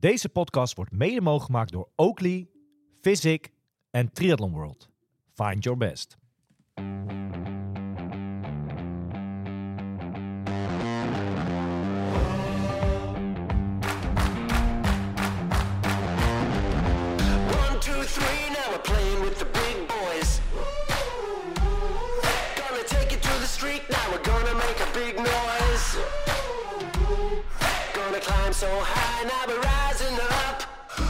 Deze podcast wordt mede mogelijk gemaakt door Oakley, Physic en Triathlon World. Find your best. So high, now we're rising up.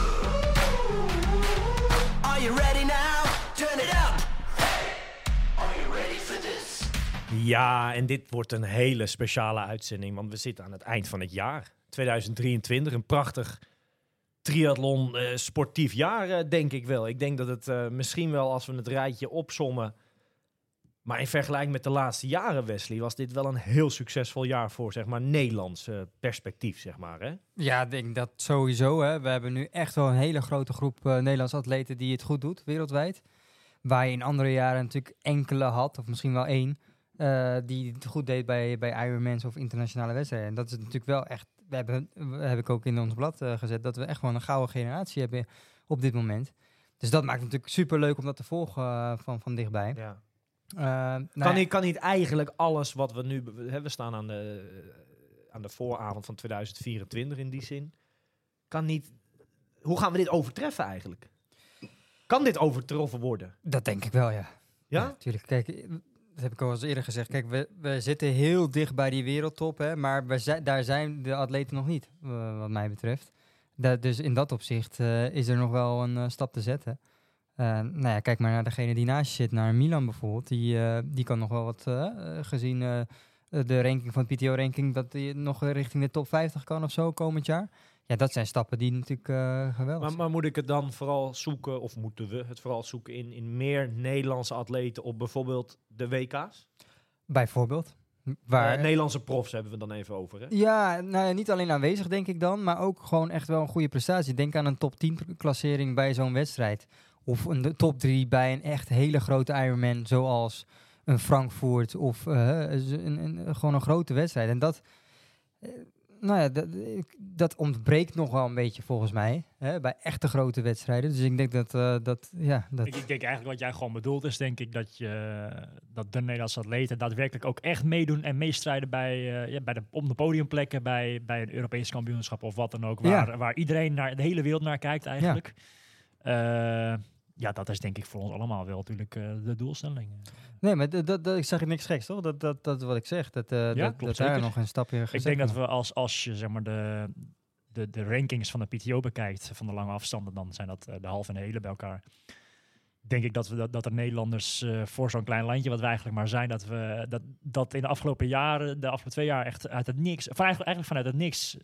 Are you ready now? Turn it up. Are you ready for this? Ja, en dit wordt een hele speciale uitzending, want we zitten aan het eind van het jaar. 2023, een prachtig triathlon sportief jaar, denk ik wel. Ik denk dat het misschien wel, als we het rijtje opsommen, maar in vergelijking met de laatste jaren, Wesley, was dit wel een heel succesvol jaar voor, zeg maar, Nederlands perspectief, zeg maar, hè? Ja, ik denk dat sowieso. Hè. We hebben nu echt wel een hele grote groep Nederlandse atleten die het goed doet, wereldwijd. Waar je in andere jaren natuurlijk enkele had, of misschien wel één, die het goed deed bij Ironmans of internationale wedstrijden. En dat is natuurlijk wel echt, heb ik ook in ons blad gezet, dat we echt wel een gouden generatie hebben op dit moment. Dus dat maakt het natuurlijk super leuk om dat te volgen van dichtbij. Ja. Kan niet eigenlijk alles wat we nu... We staan aan de vooravond van 2024 in die zin. Hoe gaan we dit overtreffen eigenlijk? Kan dit overtroffen worden? Dat denk ik wel, ja. Ja? Natuurlijk. Kijk, dat heb ik al eens eerder gezegd. Kijk, we zitten heel dicht bij die wereldtop, hè, maar daar zijn de atleten nog niet, wat mij betreft. Dus in dat opzicht is er nog wel een stap te zetten. Nou ja, kijk maar naar degene die naast je zit, naar Milan bijvoorbeeld. Die kan nog wel wat, gezien de ranking van het PTO-ranking, dat hij nog richting de top 50 kan of zo komend jaar. Ja, dat zijn stappen die natuurlijk geweldig zijn. Maar moet ik het dan vooral zoeken, of moeten we het vooral zoeken in meer Nederlandse atleten op bijvoorbeeld de WK's? Bijvoorbeeld. Nederlandse profs hebben we dan even over, hè? Ja, nou ja, niet alleen aanwezig denk ik dan, maar ook gewoon echt wel een goede prestatie. Denk aan een top 10 klassering bij zo'n wedstrijd. Of een top 3 bij een echt hele grote Ironman, zoals een Frankfurt of gewoon een grote wedstrijd. En dat ontbreekt nog wel een beetje volgens mij, hè, bij echte grote wedstrijden. Dus ik denk dat. Ik denk eigenlijk wat jij gewoon bedoelt is, denk ik, dat de Nederlandse atleten daadwerkelijk ook echt meedoen en meestrijden om de podiumplekken bij een Europees kampioenschap of wat dan ook, waar iedereen de hele wereld naar kijkt eigenlijk. Ja, dat is denk ik voor ons allemaal wel natuurlijk de doelstelling. Nee, maar ik zeg niks geks, toch? Dat is wat ik zeg. Dat daar nog een stapje gezet. Ik denk dat we als je zeg maar de rankings van de PTO bekijkt van de lange afstanden, dan zijn dat de halve en de hele bij elkaar. Denk ik dat de Nederlanders voor zo'n klein landje wat wij eigenlijk maar zijn, dat in de afgelopen jaren, de afgelopen 2 jaar echt uit het niks, eigenlijk vanuit het niks,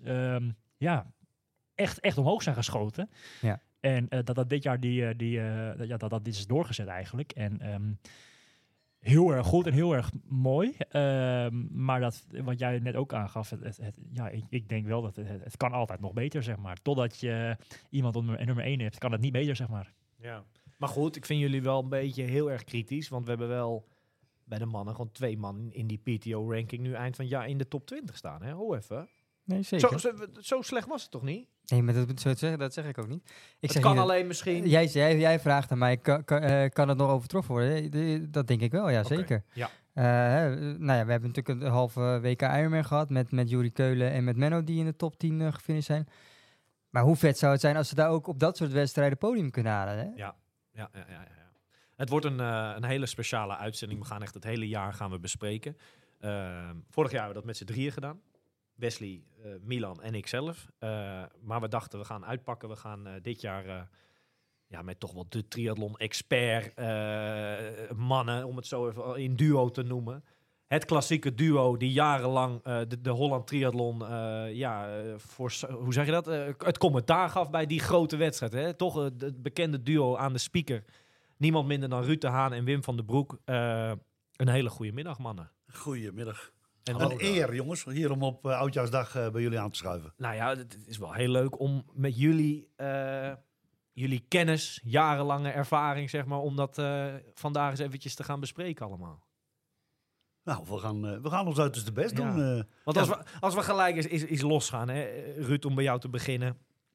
echt omhoog zijn geschoten. Ja. En dat dit jaar dat dit is doorgezet eigenlijk. En heel erg goed en heel erg mooi. Maar dat, wat jij net ook aangaf, ik denk wel dat het kan altijd nog beter, zeg maar. Totdat je iemand op nummer 1 hebt, kan het niet beter, zeg maar. Ja. Maar goed, ik vind jullie wel een beetje heel erg kritisch. Want we hebben wel bij de mannen gewoon 2 man in die PTO-ranking nu eind van het jaar in de top 20 staan. Hè? Hoe even? Nee, zeker. Zo slecht was het toch niet? Nee, maar dat zeg ik ook niet. Het kan alleen misschien... Jij vraagt aan mij, kan het nog overtroffen worden? Dat denk ik wel, ja, zeker. Ja. We hebben natuurlijk een halve WK Ironman gehad met Juri Keulen en met Menno die in de top 10 gefinished zijn. Maar hoe vet zou het zijn als ze daar ook op dat soort wedstrijden podium kunnen halen? Hè? Ja. Het wordt een hele speciale uitzending. We gaan echt het hele jaar bespreken. Vorig jaar hebben we dat met z'n 3 gedaan. Wesley, Milan en ikzelf. Maar we dachten, we gaan uitpakken. We gaan dit jaar met toch wel de triathlon-expert mannen, om het zo even in duo te noemen. Het klassieke duo die jarenlang de Holland Triathlon, hoe zeg je dat? Het commentaar gaf bij die grote wedstrijd. Hè? Toch het bekende duo aan de speaker. Niemand minder dan Ruud de Haan en Wim van den Broek. Een hele goede middag, mannen. Goedemiddag. En een eer, jongens, hier om op Oudjaarsdag bij jullie aan te schuiven. Nou ja, het is wel heel leuk om met jullie kennis, jarenlange ervaring, zeg maar, om dat vandaag eens eventjes te gaan bespreken allemaal. Nou, we gaan ons uiterste best doen. Want als we gelijk eens losgaan, hè, Ruud, om bij jou te beginnen.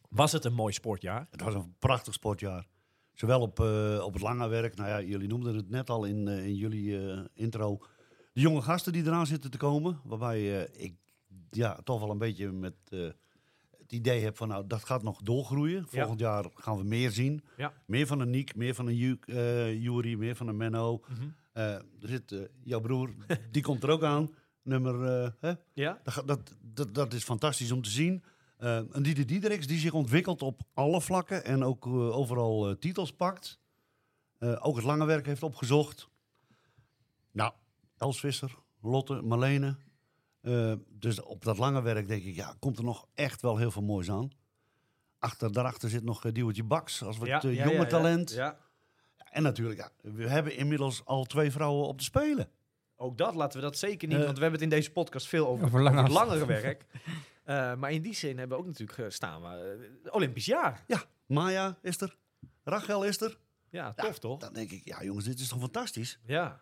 Was het een mooi sportjaar? Het was een prachtig sportjaar. Zowel op het lange werk. Nou ja, jullie noemden het net al in jullie intro. De jonge gasten die eraan zitten te komen. Waarbij ik toch wel een beetje met het idee heb van... nou, dat gaat nog doorgroeien. Volgend jaar gaan we meer zien. Ja. Meer van een Niek, meer van een Juri, meer van een Menno. Er zit jouw broer, die komt er ook aan. Nummer... Ja? Dat is fantastisch om te zien. Een Dieder Diedericks die zich ontwikkelt op alle vlakken en ook overal titels pakt. Ook het lange werk heeft opgezocht. Nou, Els Visser, Lotte, Marlene. Dus op dat lange werk denk ik, komt er nog echt wel heel veel moois aan. Daarachter zit nog Diewertje Baks als wat jonge talent. Ja. En natuurlijk, we hebben inmiddels al 2 vrouwen op de Spelen. Ook dat laten we dat zeker niet, want we hebben het in deze podcast veel over het langere werk. Maar in die zin hebben we ook natuurlijk staan Olympisch jaar. Ja, Maya is er. Rachel is er. Ja, tof toch? Dan denk ik, jongens, dit is toch fantastisch? Ja.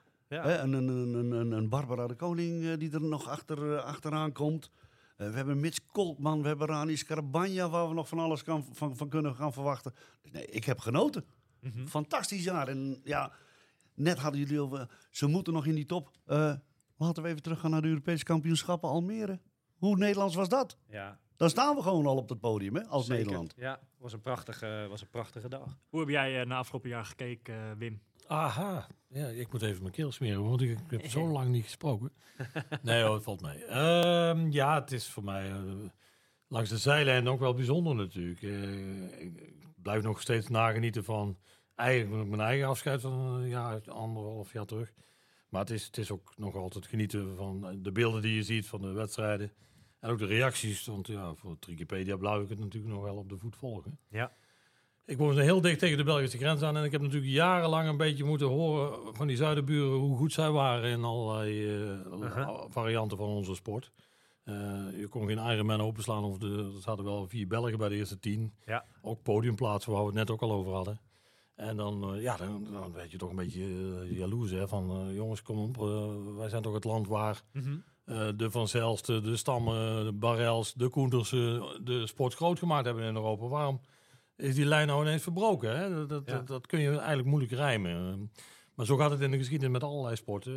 Een Barbara de Koning die er nog achteraan komt. We hebben Mitch Kolkman, we hebben Rani Scarabagna, waar we nog van alles van kunnen gaan verwachten. Dus nee, ik heb genoten. Mm-hmm. Fantastisch jaar. En net hadden jullie over, ze moeten nog in die top. Laten we even teruggaan naar de Europese kampioenschappen Almere. Hoe Nederlands was dat? Ja. Dan staan we gewoon al op het podium, hè, als Zeker. Nederland. Ja, was een prachtige dag. Hoe heb jij na afgelopen jaar gekeken, Wim? Aha, ja, ik moet even mijn keel smeren, want ik heb zo lang niet gesproken. Nee hoor, het valt mee. Het is voor mij langs de zijlijn ook wel bijzonder natuurlijk. Ik blijf nog steeds nagenieten van eigenlijk mijn eigen afscheid van 1,5 jaar terug. Maar het is ook nog altijd genieten van de beelden die je ziet van de wedstrijden. En ook de reacties, want voor het Wikipedia blijf ik het natuurlijk nog wel op de voet volgen. Ja. Ik woon heel dicht tegen de Belgische grens aan en ik heb natuurlijk jarenlang een beetje moeten horen van die zuidenburen hoe goed zij waren in allerlei varianten van onze sport. Je kon geen Ironman openslaan of er zaten wel 4 Belgen bij de eerste 10. Ja. Ook podiumplaatsen waar we het net ook al over hadden. En dan werd je toch een beetje jaloers, hè, van jongens, kom op, wij zijn toch het land waar de Van Zelst, de Stammen, de Barrels, de Koenters de sport groot gemaakt hebben in Europa. Waarom is die lijn nou ineens verbroken? Hè? Dat kun je eigenlijk moeilijk rijmen. Maar zo gaat het in de geschiedenis met allerlei sporten.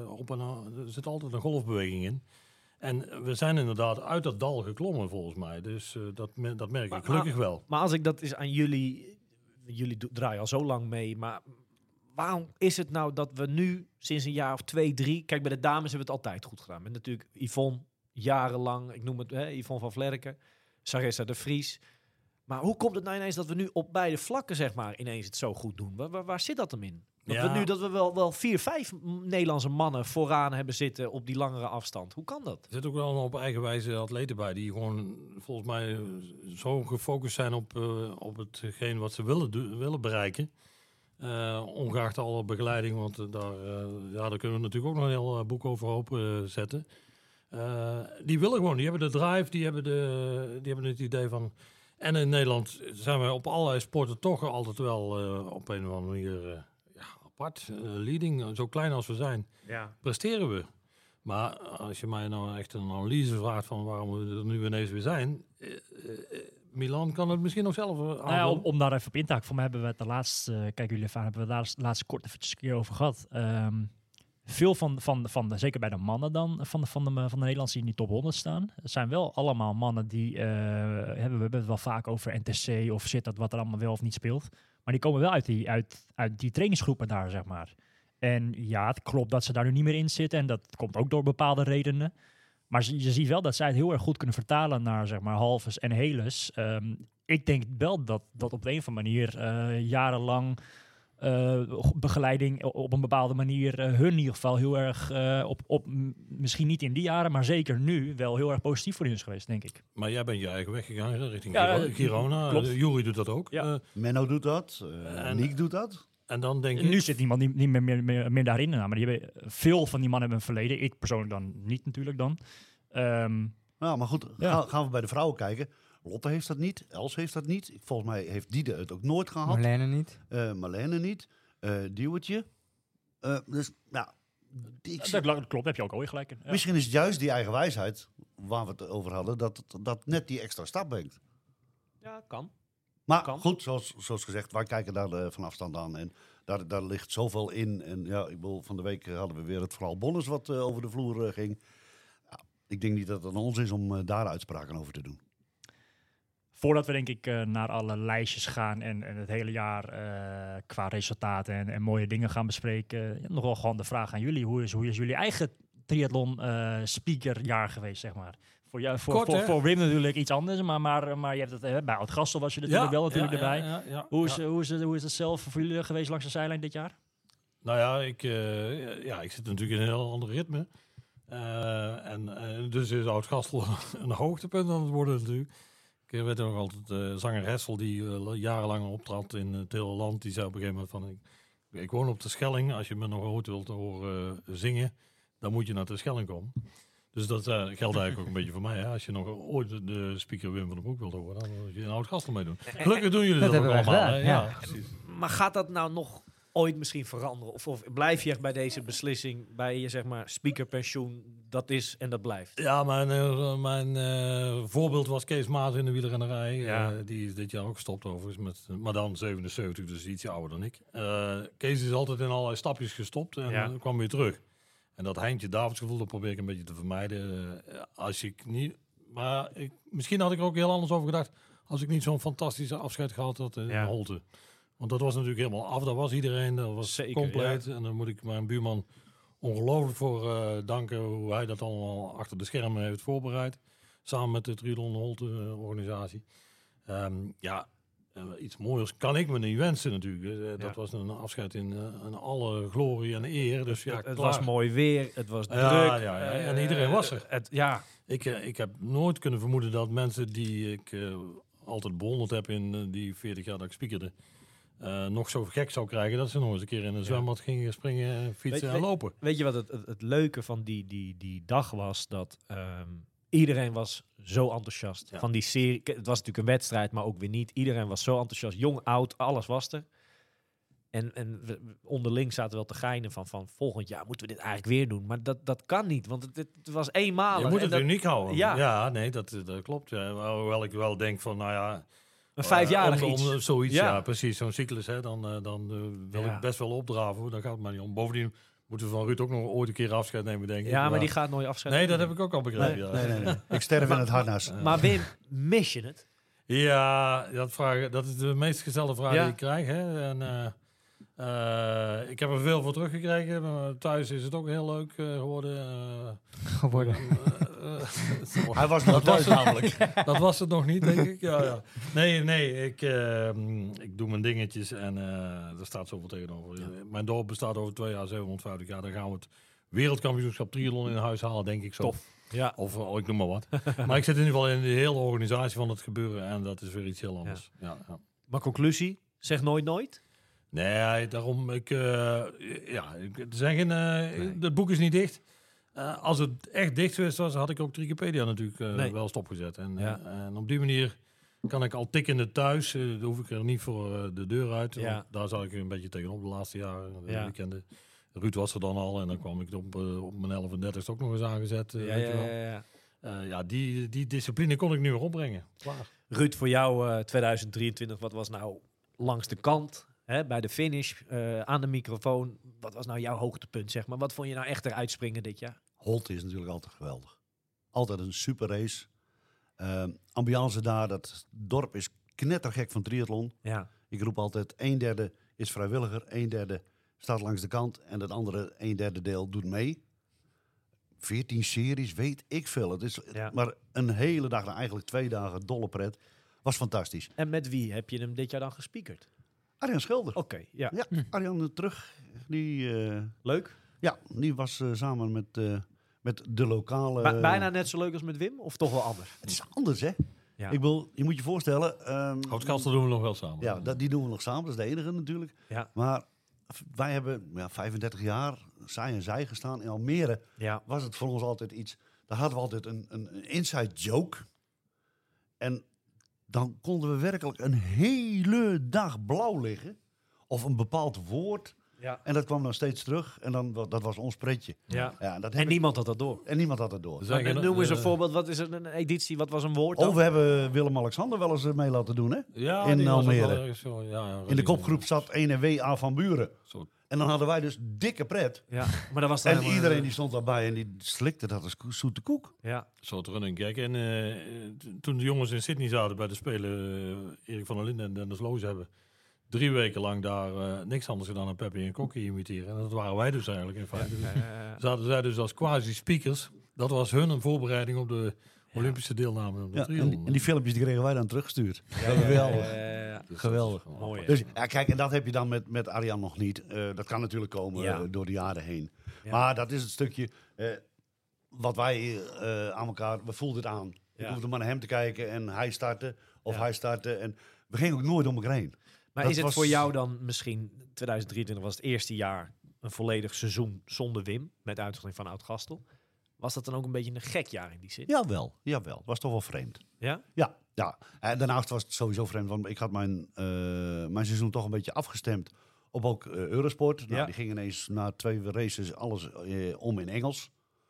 Er zit altijd een golfbeweging in. En we zijn inderdaad uit dat dal geklommen volgens mij. Dus dat merk ik gelukkig wel. Maar als ik dat is aan jullie draaien al zo lang mee, maar waarom is het nou dat we nu sinds een jaar of 2, 3... Kijk, bij de dames hebben we het altijd goed gedaan. Met natuurlijk Yvonne, jarenlang, ik noem het Yvonne van Vlerken, Sarissa de Vries. Maar hoe komt het nou ineens dat we nu op beide vlakken, zeg maar, ineens het zo goed doen? Waar zit dat hem in? Dat we wel 4, 5 Nederlandse mannen vooraan hebben zitten op die langere afstand. Hoe kan dat? Er zitten ook wel op eigenwijze atleten bij die gewoon volgens mij zo gefocust zijn op hetgeen wat ze willen bereiken. Ongeacht alle begeleiding, want daar kunnen we natuurlijk ook nog een heel boek over open zetten. Die willen gewoon, die hebben de drive, die hebben het idee van... En in Nederland zijn we op allerlei sporten toch altijd wel op een of andere manier apart. Leading, zo klein als we zijn, presteren we. Maar als je mij nou echt een analyse vraagt van waarom we er nu ineens weer zijn... Milan kan het misschien nog zelf om daar even op in te haken. Voor mij hebben we het de laatste... Kijk, jullie hebben we daar de laatste kort even een keer over gehad. Veel van de, zeker bij de mannen dan, van de Nederlanders die in die top 100 staan, zijn wel allemaal mannen die, we hebben het wel vaak over NTC of zit dat wat er allemaal wel of niet speelt. Maar die komen wel uit die trainingsgroepen daar, zeg maar. En ja, het klopt dat ze daar nu niet meer in zitten en dat komt ook door bepaalde redenen. Maar je ziet wel dat zij het heel erg goed kunnen vertalen naar, zeg maar, halves en heles. Ik denk wel dat op de een of andere manier jarenlang... begeleiding op een bepaalde manier hun in ieder geval heel erg misschien niet in die jaren, maar zeker nu wel heel erg positief voor hun is geweest, denk ik. Maar jij bent je eigen weg gegaan richting Girona. Juri doet dat ook. Ja. Menno doet dat. Niek doet dat. En dan denk ik... Nu zit iemand niet meer daarin. Maar die hebben, veel van die mannen hebben een verleden. Ik persoonlijk dan niet natuurlijk dan. Maar goed, gaan we bij de vrouwen kijken. Lotte heeft dat niet, Els heeft dat niet. Volgens mij heeft Diede het ook nooit gehad. Marlene niet. Diewertje. Dus ja... Dat klopt, heb je ook alweer gelijk in. Ja. Misschien is het juist die eigen wijsheid, waar we het over hadden, dat net die extra stap brengt. Ja, kan. Maar Kan. goed, zoals gezegd, wij kijken daar van afstand aan. En daar ligt zoveel in. En ja, ik bedoel, van de week hadden we weer het verhaal Bonnes wat over de vloer ging. Ja, ik denk niet dat het aan ons is om daar uitspraken over te doen. Voordat we denk ik naar alle lijstjes gaan en het hele jaar qua resultaten en mooie dingen gaan bespreken, nog wel gewoon de vraag aan jullie. Hoe is jullie eigen triathlon speakerjaar geweest, zeg maar? Voor jou, voor Wim natuurlijk iets anders, maar je hebt het bij Oud-Gastel was je natuurlijk wel natuurlijk erbij. Ja. Hoe is het zelf voor jullie geweest langs de zijlijn dit jaar? Nou ja, ik zit natuurlijk in een heel ander ritme. Dus is Oud-Gastel een hoogtepunt aan het worden natuurlijk. Ik weet nog altijd zanger Hessel die jarenlang optrad in het hele land. Die zei op een gegeven moment van, ik woon op de Schelling. Als je me nog ooit wilt horen zingen, dan moet je naar de Schelling komen. Dus dat geldt eigenlijk ook een beetje voor mij. Hè? Als je nog ooit de speaker Wim van den Broek wilt horen, dan moet je een Oud-Gastel meedoen. Gelukkig doen jullie dat ook hebben we allemaal. gedaan, Hè? ja. Ja, precies. Maar gaat dat nou nog ooit misschien veranderen? Of blijf je echt bij deze beslissing, bij je zeg maar speakerpensioen, dat is en dat blijft? Ja, mijn voorbeeld was Kees Maas in de wielrennerij. Ja. Die is dit jaar ook gestopt overigens, maar dan 77, dus ietsje ouder dan ik. Kees is altijd in allerlei stapjes gestopt en kwam weer terug. En dat Heintje Davidsgevoel, dat probeer ik een beetje te vermijden. Als ik niet, maar misschien had ik er ook heel anders over gedacht als ik niet zo'n fantastische afscheid gehad had in Holte. Want dat was natuurlijk helemaal af, dat was iedereen, dat was Zeker, compleet. En dan moet ik mijn buurman ongelooflijk voor danken hoe hij dat allemaal achter de schermen heeft voorbereid. Samen met de Triathlon Holte organisatie. Iets mooiers kan ik me niet wensen natuurlijk. Dat was een afscheid in alle glorie en eer. Dus Het was mooi weer, het was druk. Ja. En iedereen was er. Ik heb nooit kunnen vermoeden dat mensen die ik altijd bewonderd heb in die 40 jaar dat ik speakerde, nog zo gek zou krijgen dat ze nog eens een keer in een zwembad gingen springen, fietsen en lopen. Weet je wat het leuke van die dag was? Dat iedereen was zo enthousiast. Ja. Van die serie. Het was natuurlijk een wedstrijd, maar ook weer niet. Iedereen was zo enthousiast. Jong, oud, alles was er. En onderling zaten we wel te geinen van volgend jaar moeten we dit eigenlijk weer doen. Maar dat kan niet, want het was eenmalig. Je moet het uniek houden. Ja. Nee, dat klopt. Ja. Hoewel ik wel denk van, nou ja, Een vijfjarig iets. Zoiets, Ja. ja, precies. Zo'n cyclus, hè, dan wil ik best wel opdraven. Daar gaat het maar niet om. Bovendien moeten we van Ruud ook nog ooit een keer afscheid nemen, denk ik. Ja, maar die gaat nooit afscheid. Nee, dat heb ik ook al begrepen. Nee. Ja. Nee. Ik sterf in het harnas. Maar Wim, mis je het? Ja, dat is de meest gestelde vraag Ja. die ik krijg. Hè. En, ik heb er veel voor teruggekregen. Maar thuis is het ook heel leuk geworden. Hij was nog thuis namelijk. Dat was het nog niet, denk ik. Ja. Nee, ik doe mijn dingetjes en er staat zoveel tegenover. Ja. Mijn dorp bestaat over 2 jaar, 750 jaar. Dan gaan we het wereldkampioenschap triathlon in huis halen, denk ik zo. Tof. Ja. Of ik noem maar wat. Maar ik zit in ieder geval in de hele organisatie van het gebeuren en dat is weer iets heel anders. Ja. Maar conclusie, zeg nooit nooit. Nee, daarom, het boek is niet dicht. Als het echt dicht geweest was, had ik ook Trikipedia natuurlijk wel stopgezet. En op die manier kan ik al tikkende thuis, dan hoef ik er niet voor de deur uit. Ja. Daar zat ik een beetje tegenop de laatste jaren. Ik kende Ruud was er dan al en dan kwam ik op mijn 11:30 ook nog eens aangezet. Die discipline kon ik nu weer opbrengen. Klaar. Ruud, voor jou 2023, wat was nou langs de kant, hè, bij de finish, aan de microfoon, wat was nou jouw hoogtepunt, zeg maar? Wat vond je nou echt eruit springen dit jaar? Holte is natuurlijk altijd geweldig. Altijd een super race. Ambiance daar, dat dorp is knettergek van triathlon. Ja. Ik roep altijd 1/3 is vrijwilliger, 1/3 staat langs de kant en het andere 1/3 deel doet mee. 14 series, weet ik veel. Het is maar een hele dag, nou eigenlijk 2 dagen, dolle pret. Was fantastisch. En met wie heb je hem dit jaar dan gespiekerd? Arjan Schilder. Oké, ja. Ja, Arjan terug. Leuk. Ja, die was samen met de lokale... Bijna net zo leuk als met Wim, of toch wel anders? Het is anders, hè? Ja. Ik bedoel, je moet je voorstellen... Oud-Gastel doen we nog wel samen. Ja, die doen we nog samen. Dat is de enige natuurlijk. Ja. Maar wij hebben 35 jaar zij en zij gestaan. In Almere was het voor ons altijd iets... Daar hadden we altijd een inside joke. En dan konden we werkelijk een hele dag blauw liggen. Of een bepaald woord. Ja. En dat kwam dan steeds terug. En dan, dat was ons pretje. Ja. Ja, dat En heb niemand had dat door. en niemand had het door. Er zijn geen- Noem eens een voorbeeld. Wat is een editie? Wat was een woord dan? Oh, we hebben Willem-Alexander wel eens mee laten doen, hè? Ja, in die was ook Almere. wel ergens zo, ja, In de kopgroep zat ene W.A. van Buren. Zo. En dan hadden wij dus dikke pret. Ja, maar dat was dan En helemaal- iedereen die stond daarbij en die slikte dat als zoete koek. Ja, soort running gag. En toen de jongens in Sydney zaten bij de Spelen, Erik van der Linden en Dennis Loos hebben 3 weken lang daar niks anders gedaan dan Peppy en Kokkie imiteren. En dat waren wij dus eigenlijk in feite. Zaten zij dus als quasi-speakers. Dat was hun voorbereiding op de Olympische deelname. Op de Ja, triathlon. en die filmpjes die kregen wij dan teruggestuurd. Geweldig. Dus geweldig. dat is Mooi, hè? Dus ja, kijk, en dat heb je dan met Arjan nog niet. Dat kan natuurlijk komen Ja. door de jaren heen. Ja. Maar dat is het stukje wat wij aan elkaar... We voelden het aan. Ik Ja. hoefde maar naar hem te kijken en hij startte. Of Ja. hij startte. En we gingen ook nooit om elkaar heen. Maar Dat is het was- voor jou dan misschien... 2023 was het eerste jaar een volledig seizoen zonder Wim. Met uitzondering van Oud-Gastel. Was dat dan ook een beetje een gek jaar in die zin? Jawel. Het was toch wel vreemd. Ja? Ja. En daarnaast was het sowieso vreemd. Want ik had mijn seizoen toch een beetje afgestemd op ook Eurosport. Nou, Ja. die ging ineens na 2 races alles om in Engels.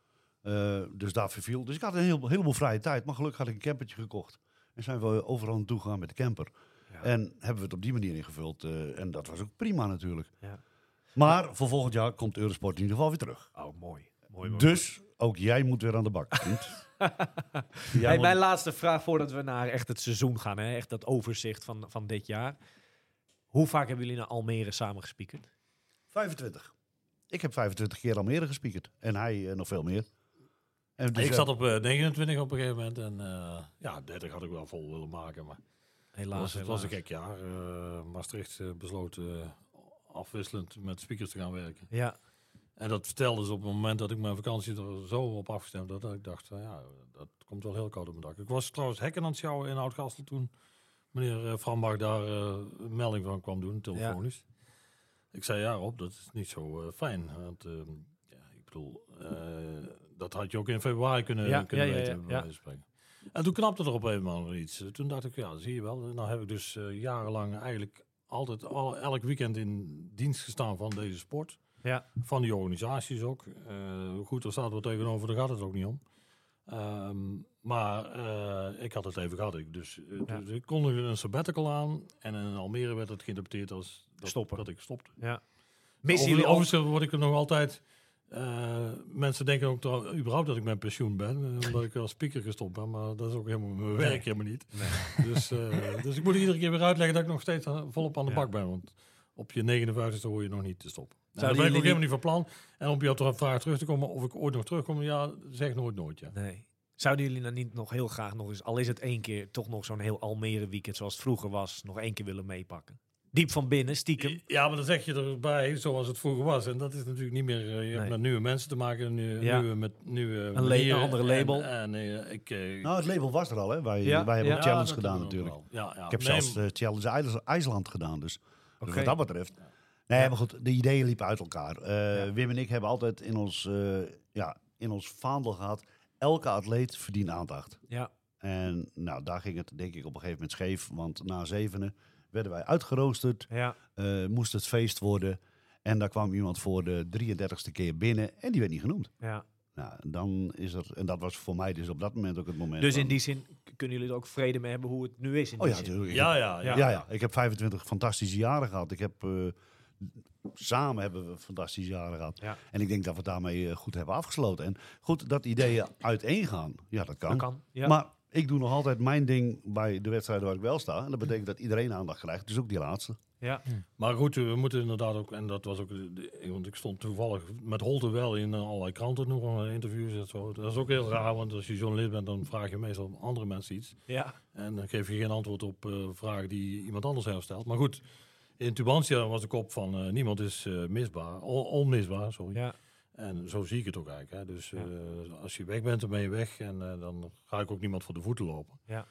Dus daar verviel. Dus ik had een heleboel vrije tijd. Maar gelukkig had ik een campertje gekocht. En zijn we overal naartoe gegaan met de camper. Ja. En hebben we het op die manier ingevuld. En dat was ook prima natuurlijk. Ja. Maar voor volgend jaar komt Eurosport in ieder geval weer terug. Oh, mooi. Mooi. Dus ook jij moet weer aan de bak, vriend. Jij Hey, moet- mijn laatste vraag voordat we naar echt het seizoen gaan. Hè? Echt dat overzicht van dit jaar. Hoe vaak hebben jullie naar Almere samen gespiekerd? 25. Ik heb 25 keer Almere gespiekerd. En hij nog veel meer. En dus, Ik zat op 29 op een gegeven moment. En 30 had ik wel vol willen maken. Maar Helaas. het was een gek jaar. Maastricht besloot afwisselend met speakers te gaan werken. Ja, En dat vertelde ze op het moment dat ik mijn vakantie er zo op afgestemd had. Dat ik dacht, dat komt wel heel koud op mijn dak. Ik was trouwens hekken aan het sjouwen in Oud-Gastel toen meneer Frambach daar een melding van kwam doen, telefonisch. Ik zei, ja Rob, dat is niet zo fijn. Want ik bedoel, dat had je ook in februari kunnen weten. bij wijze van spreken. En toen knapte er op een moment iets. Toen dacht ik, ja, zie je wel. Nou heb ik dus jarenlang eigenlijk altijd elk weekend in dienst gestaan van deze sport. ja. Van die organisaties ook. Goed, er staat wat tegenover, daar gaat het ook niet om. Maar ik had het even gehad. Dus ik kondigde een sabbatical aan. En in Almere werd het geïnterpreteerd als Stoppen. dat ik stopte. Ja. Missen jullie ook? Overigens word ik er nog altijd... mensen denken ook überhaupt dat ik met pensioen ben. Omdat ik als speaker gestopt ben. Maar dat is ook helemaal mijn werk helemaal niet. Nee. Dus ik moet iedere keer weer uitleggen dat ik nog steeds volop aan de Ja. bak ben. Want op je 59e hoor je nog niet te stoppen. En Zouden daar ben ik ook jullie helemaal niet van plan. En om op jouw vraag terug te komen of ik ooit nog terugkom. Ja, zeg nooit ja. Nee. Zouden jullie dan niet nog heel graag nog eens, al is het 1 keer, toch nog zo'n heel Almere weekend zoals het vroeger was, nog 1 keer willen meepakken? Diep van binnen, stiekem. Ja, maar dan zeg je erbij zoals het vroeger was. En dat is natuurlijk niet meer... je hebt Nee. met nieuwe mensen te maken. Ja. Nieuwe Een manieren. andere label. Nou, het label was er al, hè. Wij Ja, hebben ja. ook Challenge dat gedaan doen we natuurlijk. wel. Ja. Ik heb Nee, zelfs Challenge IJsland gedaan. Dus Oké. wat dat betreft... Nee, Ja. maar goed, de ideeën liepen uit elkaar. Wim en ik hebben altijd in ons vaandel gehad... Elke atleet verdient aandacht. Ja. En nou, daar ging het denk ik op een gegeven moment scheef. Want na 7e werden wij uitgeroosterd. Ja. Moest het feest worden. En daar kwam iemand voor de 33ste keer binnen. En die werd niet genoemd. Ja. Nou, dan is er... En dat was voor mij dus op dat moment ook het moment. Dus in van- die zin kunnen jullie er ook vrede mee hebben hoe het nu is. In Oh die ja, zin. natuurlijk. Ja. Ja. Ik heb 25 fantastische jaren gehad. Ik heb... samen hebben we fantastische jaren gehad. Ja. En ik denk dat we het daarmee goed hebben afgesloten. En goed, dat ideeën uiteengaan, ja, dat kan. Dat kan. Ja. Maar ik doe nog altijd mijn ding bij de wedstrijden waar ik wel sta. En dat betekent dat iedereen aandacht krijgt. Dus ook die laatste. ja. Maar goed, we moeten inderdaad ook, en dat was ook, want ik stond toevallig met Holte wel in allerlei kranten nog, interviews en zo. Dat is ook heel raar, want als je journalist bent, dan vraag je meestal andere mensen iets. Ja. En dan geef je geen antwoord op vragen die iemand anders heeft gesteld. Maar goed, in Tubantia was de kop van niemand is misbaar, onmisbaar, sorry. Ja. En zo zie ik het ook eigenlijk. Hè. Dus als je weg bent, dan ben je weg. En dan ga ik ook niemand voor de voeten lopen. Ja.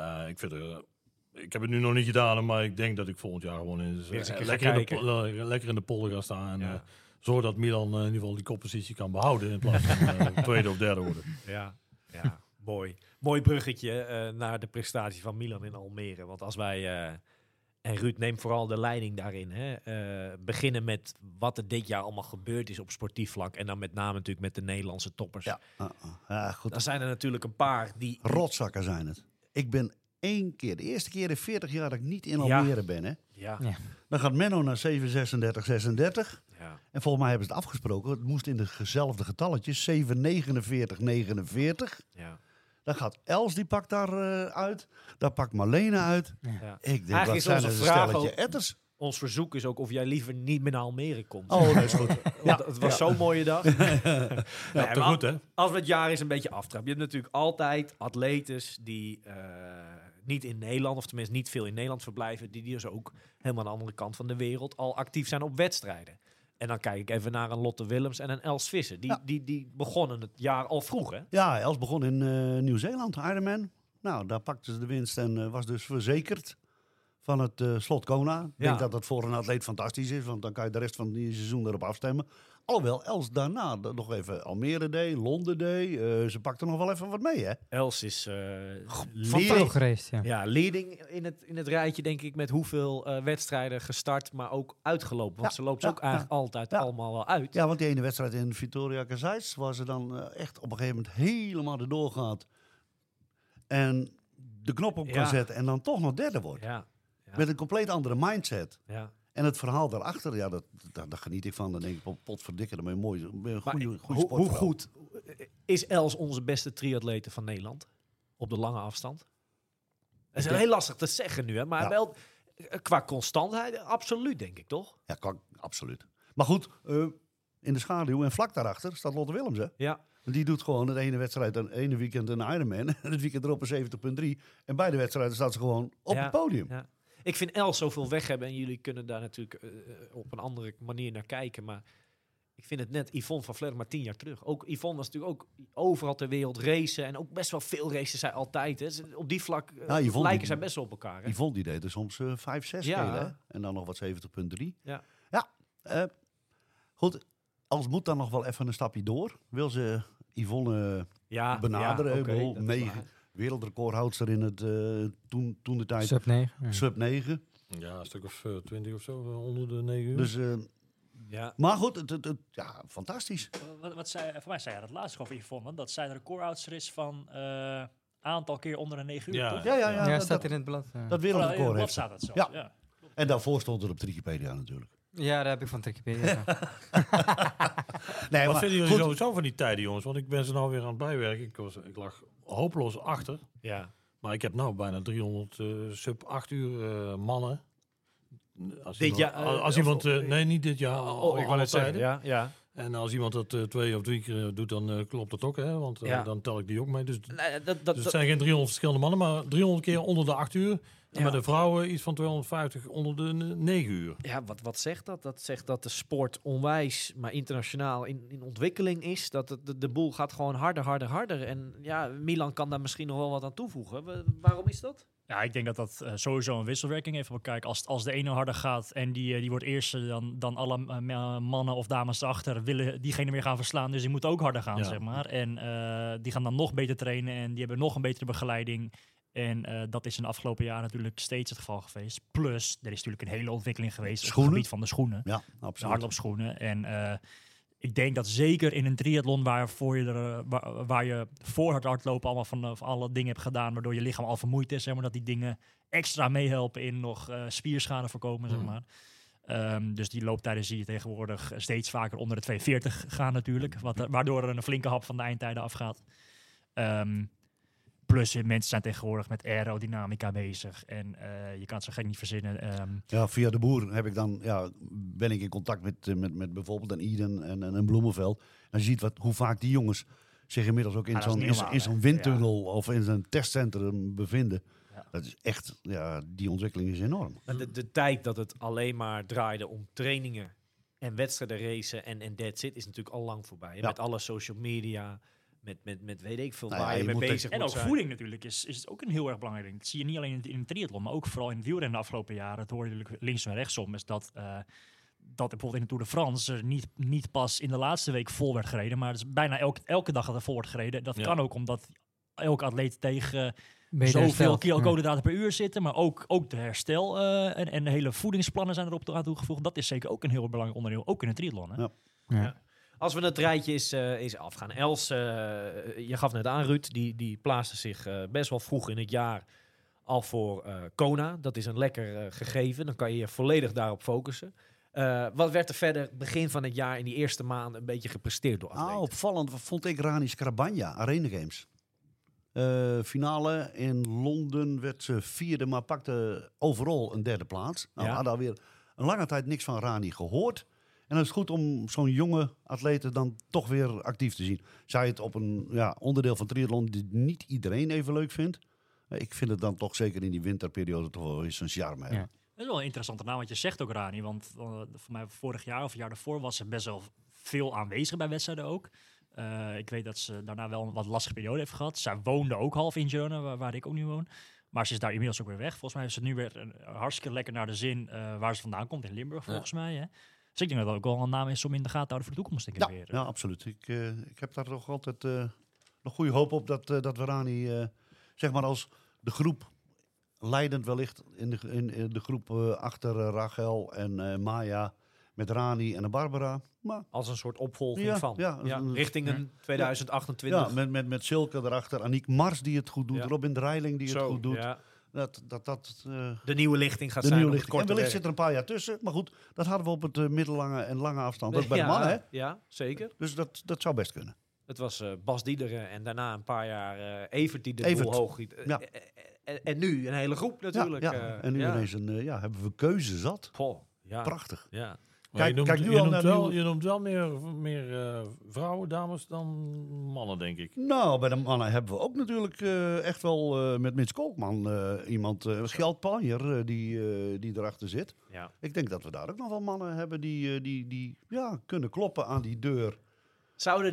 Ik heb het nu nog niet gedaan, maar ik denk dat ik volgend jaar gewoon Weer eens een keer lekker in de polder ga staan. En Ja. zorg dat Milan in ieder geval die koppositie kan behouden. In plaats van tweede of derde worden. Ja. Ja. Mooi. Mooi bruggetje naar de prestatie van Milan in Almere. Want als wij En Ruud neemt vooral de leiding daarin. Hè. Beginnen met wat er dit jaar allemaal gebeurd is op sportief vlak. En dan met name natuurlijk met de Nederlandse toppers. Ja, goed. Dan zijn er natuurlijk een paar die... Rotzakken zijn het. Ik ben 1 keer, de eerste keer in 40 jaar dat ik niet in Almere ben. Hè. Ja. Ja. Dan gaat Menno naar 7,36, 36. Ja. En volgens mij hebben ze het afgesproken. Het moest in dezelfde getalletjes. 7,49, 49. Ja. Dan gaat Els, die pakt daar uit. Daar pakt Marlene uit. Ja. Ik denk, Eigenlijk wat is zijn onze er een vraag stelletje ook- etters. Ons verzoek is ook of jij liever niet meer naar Almere komt. Oh, dat is goed. Want het was zo'n mooie dag. Ja, te goed, hè? Als we het jaar eens een beetje aftrappen. Je hebt natuurlijk altijd atletes die niet in Nederland, of tenminste niet veel in Nederland verblijven, die dus ook helemaal aan de andere kant van de wereld al actief zijn op wedstrijden. En dan kijk ik even naar een Lotte Willems en een Els Visser. Die begonnen het jaar al vroeg, hè? Ja, Els begon in Nieuw-Zeeland, Ironman. Nou, daar pakte ze de winst en was dus verzekerd van het slot Kona. Ik denk dat dat voor een atleet fantastisch is, want dan kan je de rest van het seizoen erop afstemmen. Alhoewel Els daarna nog even Almere deed, Londen deed. Ze pakte nog wel even wat mee, hè? Els is Van leading, veel geweest, ja. ja, leading in het rijtje, denk ik, met hoeveel wedstrijden gestart, maar ook uitgelopen. Want Ja, ze loopt ja, ook eigenlijk altijd ja. allemaal wel uit. Ja, want die ene wedstrijd in Victoria Casais, waar ze dan echt op een gegeven moment helemaal erdoor gaat. En de knop op kan Ja. zetten en dan toch nog derde wordt. Ja, Met een compleet andere mindset. ja. En het verhaal daarachter, ja, daar geniet ik van. Dan denk ik, potverdikke, dan ben je mooi. Ben je een Maar goede hoe sportvrouw. goed is Els onze beste triatlete van Nederland? Op de lange afstand? Dat is heel lastig te zeggen nu, hè? Maar Ja. wel qua constantheid, absoluut, denk ik, toch? Ja, absoluut. Maar goed, in de schaduw en vlak daarachter staat Lotte Willems, hè? Ja. Die doet gewoon het ene wedstrijd, het ene weekend een Ironman. En het weekend erop een 70,3. En beide wedstrijden staat ze gewoon op Ja, het podium. ja. Ik vind Els zoveel weg hebben en jullie kunnen daar natuurlijk op een andere manier naar kijken. Maar ik vind het net Yvonne van Vleuten maar 10 jaar terug. Ook Yvonne was natuurlijk ook overal ter wereld racen. En ook best wel veel races zij altijd. Hè. Op die vlak Yvonne, lijken die- zij best wel op elkaar. Hè? Yvonne die deed er soms 5, 6 Ja. keer, hè? En dan nog wat 70,3. Ja. Goed, Els moet dan nog wel even een stapje door. Wil ze Yvonne Ja, benaderen? ja, Ik bedoel, dat is 9 waar. wereldrecordhoudster in het toen de tijd Sub 9. Ja. sub 9. Ja, een stuk of 20 of zo, onder de 9 uur. Dus, Ja. maar goed, ja, fantastisch. Wat zei, voor mij zei hij dat laatst over Yvonne, dat zij de recordhoudster is van aantal keer onder de 9 uur, Ja. toch? Ja, Ja, staat in het blad. dat wereldrecord Wat heeft ze. staat dat zo? Ja. Ja. En daarvoor stond het op Wikipedia natuurlijk. Ja, daar heb ik van Wikipedia. Nee, Wat maar vinden jullie goed, sowieso van die tijden, jongens? Want ik ben ze nou weer aan het bijwerken. Ik lag hopeloos achter. Ja. Maar ik heb nou bijna 300 sub 8 uur mannen. Als Dit iemand, jaar, als of- iemand nee, niet dit jaar. Ik wou net zeggen, ja. Ja. En als iemand dat 2 of 3 keer doet, dan klopt dat ook, hè? Want Ja. dan tel ik die ook mee. Dus, Nee, dus het zijn geen 300 verschillende mannen, maar 300 keer onder de 8 uur. En Ja. met de vrouwen iets van 250 onder de 9 uur. Ja, wat zegt dat? Dat zegt dat de sport onwijs, maar internationaal in ontwikkeling is. Dat de boel gaat gewoon harder. En ja, Milan kan daar misschien nog wel wat aan toevoegen. Waarom is dat? Ja, ik denk dat dat sowieso een wisselwerking heeft. Want kijk, als de ene harder gaat en die wordt eerste, dan alle mannen of dames erachter willen diegene weer gaan verslaan. Dus die moeten ook harder gaan, Ja. zeg maar. En die gaan dan nog beter trainen en die hebben nog een betere begeleiding. En dat is in de afgelopen jaren natuurlijk steeds het geval geweest. Plus, er is natuurlijk een hele ontwikkeling geweest op het Schoenen? gebied van de schoenen. ja, De absoluut. hardloopschoenen. En ik denk dat zeker in een triathlon waar je voor het hardlopen allemaal van alle dingen hebt gedaan, waardoor je lichaam al vermoeid is, zeg maar, dat die dingen extra meehelpen in nog spierschade voorkomen, zeg maar. Dus die looptijden zie je tegenwoordig steeds vaker onder de 2:40 gaan natuurlijk, waardoor er een flinke hap van de eindtijden afgaat. Plus mensen zijn tegenwoordig met aerodynamica bezig en je kan het zo gek niet verzinnen. Ja, via de boer heb ik dan, ben ik in contact met bijvoorbeeld een Eden en een Bloemenveld. En je ziet hoe vaak die jongens zich inmiddels ook in dat is zo'n niet normaal, in zo'n hè? windtunnel of in zo'n testcentrum bevinden. Ja. Dat is echt, die ontwikkeling is enorm. Maar de tijd dat het alleen maar draaide om trainingen en wedstrijden racen en that's it, is natuurlijk al lang voorbij. Ja. Met alle social media, met weet ik veel Nou ja, waar je je mee moet bezig En moet ook zijn. voeding natuurlijk is ook een heel erg belangrijk ding. Dat zie je niet alleen in het triathlon, maar ook vooral in het wielrennen de afgelopen jaren. Het hoor je natuurlijk links en rechtsom. Is dat bijvoorbeeld in de Tour de France er niet pas in de laatste week vol werd gereden, maar dus bijna elke dag dat er vol wordt gereden. Dat Ja. kan ook omdat elke atleet tegen Beter zoveel hersteld. koolhydraten per uur zitten. Maar ook de herstel en de hele voedingsplannen zijn erop aan toegevoegd. Dat is zeker ook een heel belangrijk onderdeel, ook in het triathlon. Hè? Ja. Ja. Als we het rijtje eens afgaan. Els, je gaf net aan, Ruud, die plaatste zich best wel vroeg in het jaar al voor Kona. Dat is een lekker gegeven. Dan kan je je volledig daarop focussen. Wat werd er verder begin van het jaar in die eerste maanden een beetje gepresteerd door atleten? Opvallend vond ik Rani Skrabanja, Arena Games. Finale in Londen werd ze 4e, maar pakte overal een 3e plaats. Nou, Ja. we hadden alweer een lange tijd niks van Rani gehoord. En dan is het goed om zo'n jonge atlete dan toch weer actief te zien. Zij het op een onderdeel van triathlon die niet iedereen even leuk vindt. Ik vind het dan toch zeker in die winterperiode toch wel eens een charme hebben. Ja. Dat is wel een interessante naam, want je zegt ook Rani. Want voor mij vorig jaar of het jaar daarvoor was ze best wel veel aanwezig bij wedstrijden ook. Ik weet dat ze daarna wel een wat lastige periode heeft gehad. Zij woonde ook half in Girona, waar ik ook nu woon. Maar ze is daar inmiddels ook weer weg. Volgens mij is ze nu weer hartstikke lekker naar de zin waar ze vandaan komt, in Limburg volgens mij. Hè? Dus ik denk dat dat ook wel een naam is om in de gaten te houden voor de toekomst. Denk ik weer. Ja, absoluut. Ik heb daar toch altijd nog goede hoop op dat we Rani, zeg maar als de groep, leidend wellicht in de groep achter Rachel en Maya, met Rani en Barbara. Maar Als een soort opvolging Ja, van. ja, Richting een 2028. ja, met Silke erachter, Aniek Mars die het goed doet, Ja. Robin Dreiling die het goed doet. Ja. Dat De nieuwe lichting gaat de zijn nieuwe op het lichting. En korte wellicht werk. zit er een paar jaar tussen. Maar goed, dat hadden we op het middellange en lange afstand. Ook bij de mannen, hè? Ja, zeker. Dus dat zou best kunnen. Het was Bas Diederen en daarna een paar jaar Evert die de Evert. boel hoog giet. Ja. En nu een hele groep natuurlijk. Ja, ja. En nu ja. ineens hebben we keuze zat. Goh, ja. Prachtig. Ja. Maar Kijk- je noemt, kijk nu je al noemt naar wel, nieuwe- je noemt wel meer vrouwen, dames dan mannen, denk ik. Nou, bij de mannen hebben we ook natuurlijk echt wel met Mitch Kolkman iemand, Gjalt Panjer, die erachter zit. Ja. Ik denk dat we daar ook nog wel mannen hebben die kunnen kloppen aan die deur. Zouden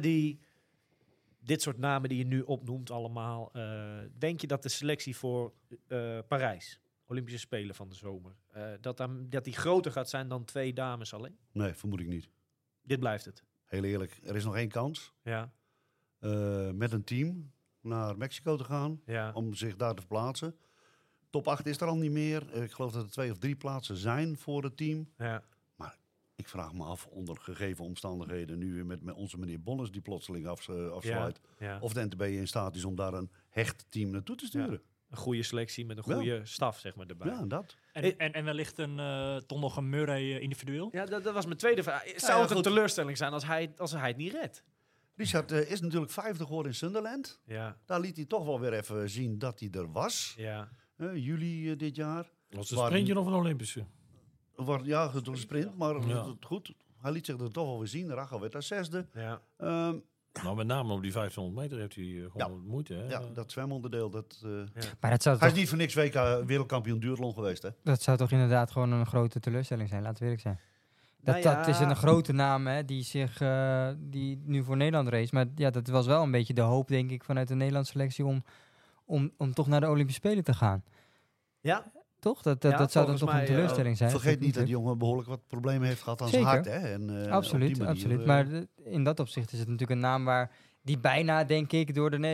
dit soort namen die je nu opnoemt allemaal, denk je dat de selectie voor Parijs, Olympische Spelen van de zomer, dat die groter gaat zijn dan 2 dames alleen? Nee, vermoed ik niet. Dit blijft het. Heel eerlijk, er is nog 1 kans Ja. met een team naar Mexico te gaan Ja. om zich daar te verplaatsen. Top 8 is er al niet meer. Ik geloof dat er 2 of 3 plaatsen zijn voor het team. Ja. Ik vraag me af, onder gegeven omstandigheden, nu weer met onze meneer Bonnes die plotseling afsluit, Ja. of de NTB in staat is om daar een hecht team naartoe te sturen. Een goede selectie met een Ja. goede staf, zeg maar, erbij. Ja, dat. En wellicht toch nog een Murray individueel? Ja, dat was mijn tweede vraag. Zou ja, het een goed. teleurstelling zijn als hij het niet redt? Richard is natuurlijk 50 geworden in Sunderland. Ja. Daar liet hij toch wel weer even zien dat hij er was. Ja. Juli dit jaar. Was het Waar- sprintje of een Olympische? Ja, het was een sprint, maar Ja. goed. Hij liet zich er toch wel weer zien. Rachel werd daar 6e. Ja. Nou, met name op die 1500 meter heeft hij gewoon moeite. Hè? Ja, dat zwemonderdeel. Maar dat zou, Hij is toch, niet voor niks WK wereldkampioen duathlon geweest, hè? dat zou toch inderdaad gewoon een grote teleurstelling zijn, laten we eerlijk zijn. Dat, Nou dat is een grote naam hè, die nu voor Nederland race. Maar ja, dat was wel een beetje de hoop, denk ik, vanuit de Nederlandse selectie om toch naar de Olympische Spelen te gaan. Ja. Toch? Dat Ja, zou dan volgens toch mij, een teleurstelling zijn. Vergeet niet dat die jongen behoorlijk wat problemen heeft gehad aan zijn Zeker. hart, hè? En, op Absoluut, die manier, absoluut. Maar in dat opzicht is het natuurlijk een naam die bijna, denk ik, door de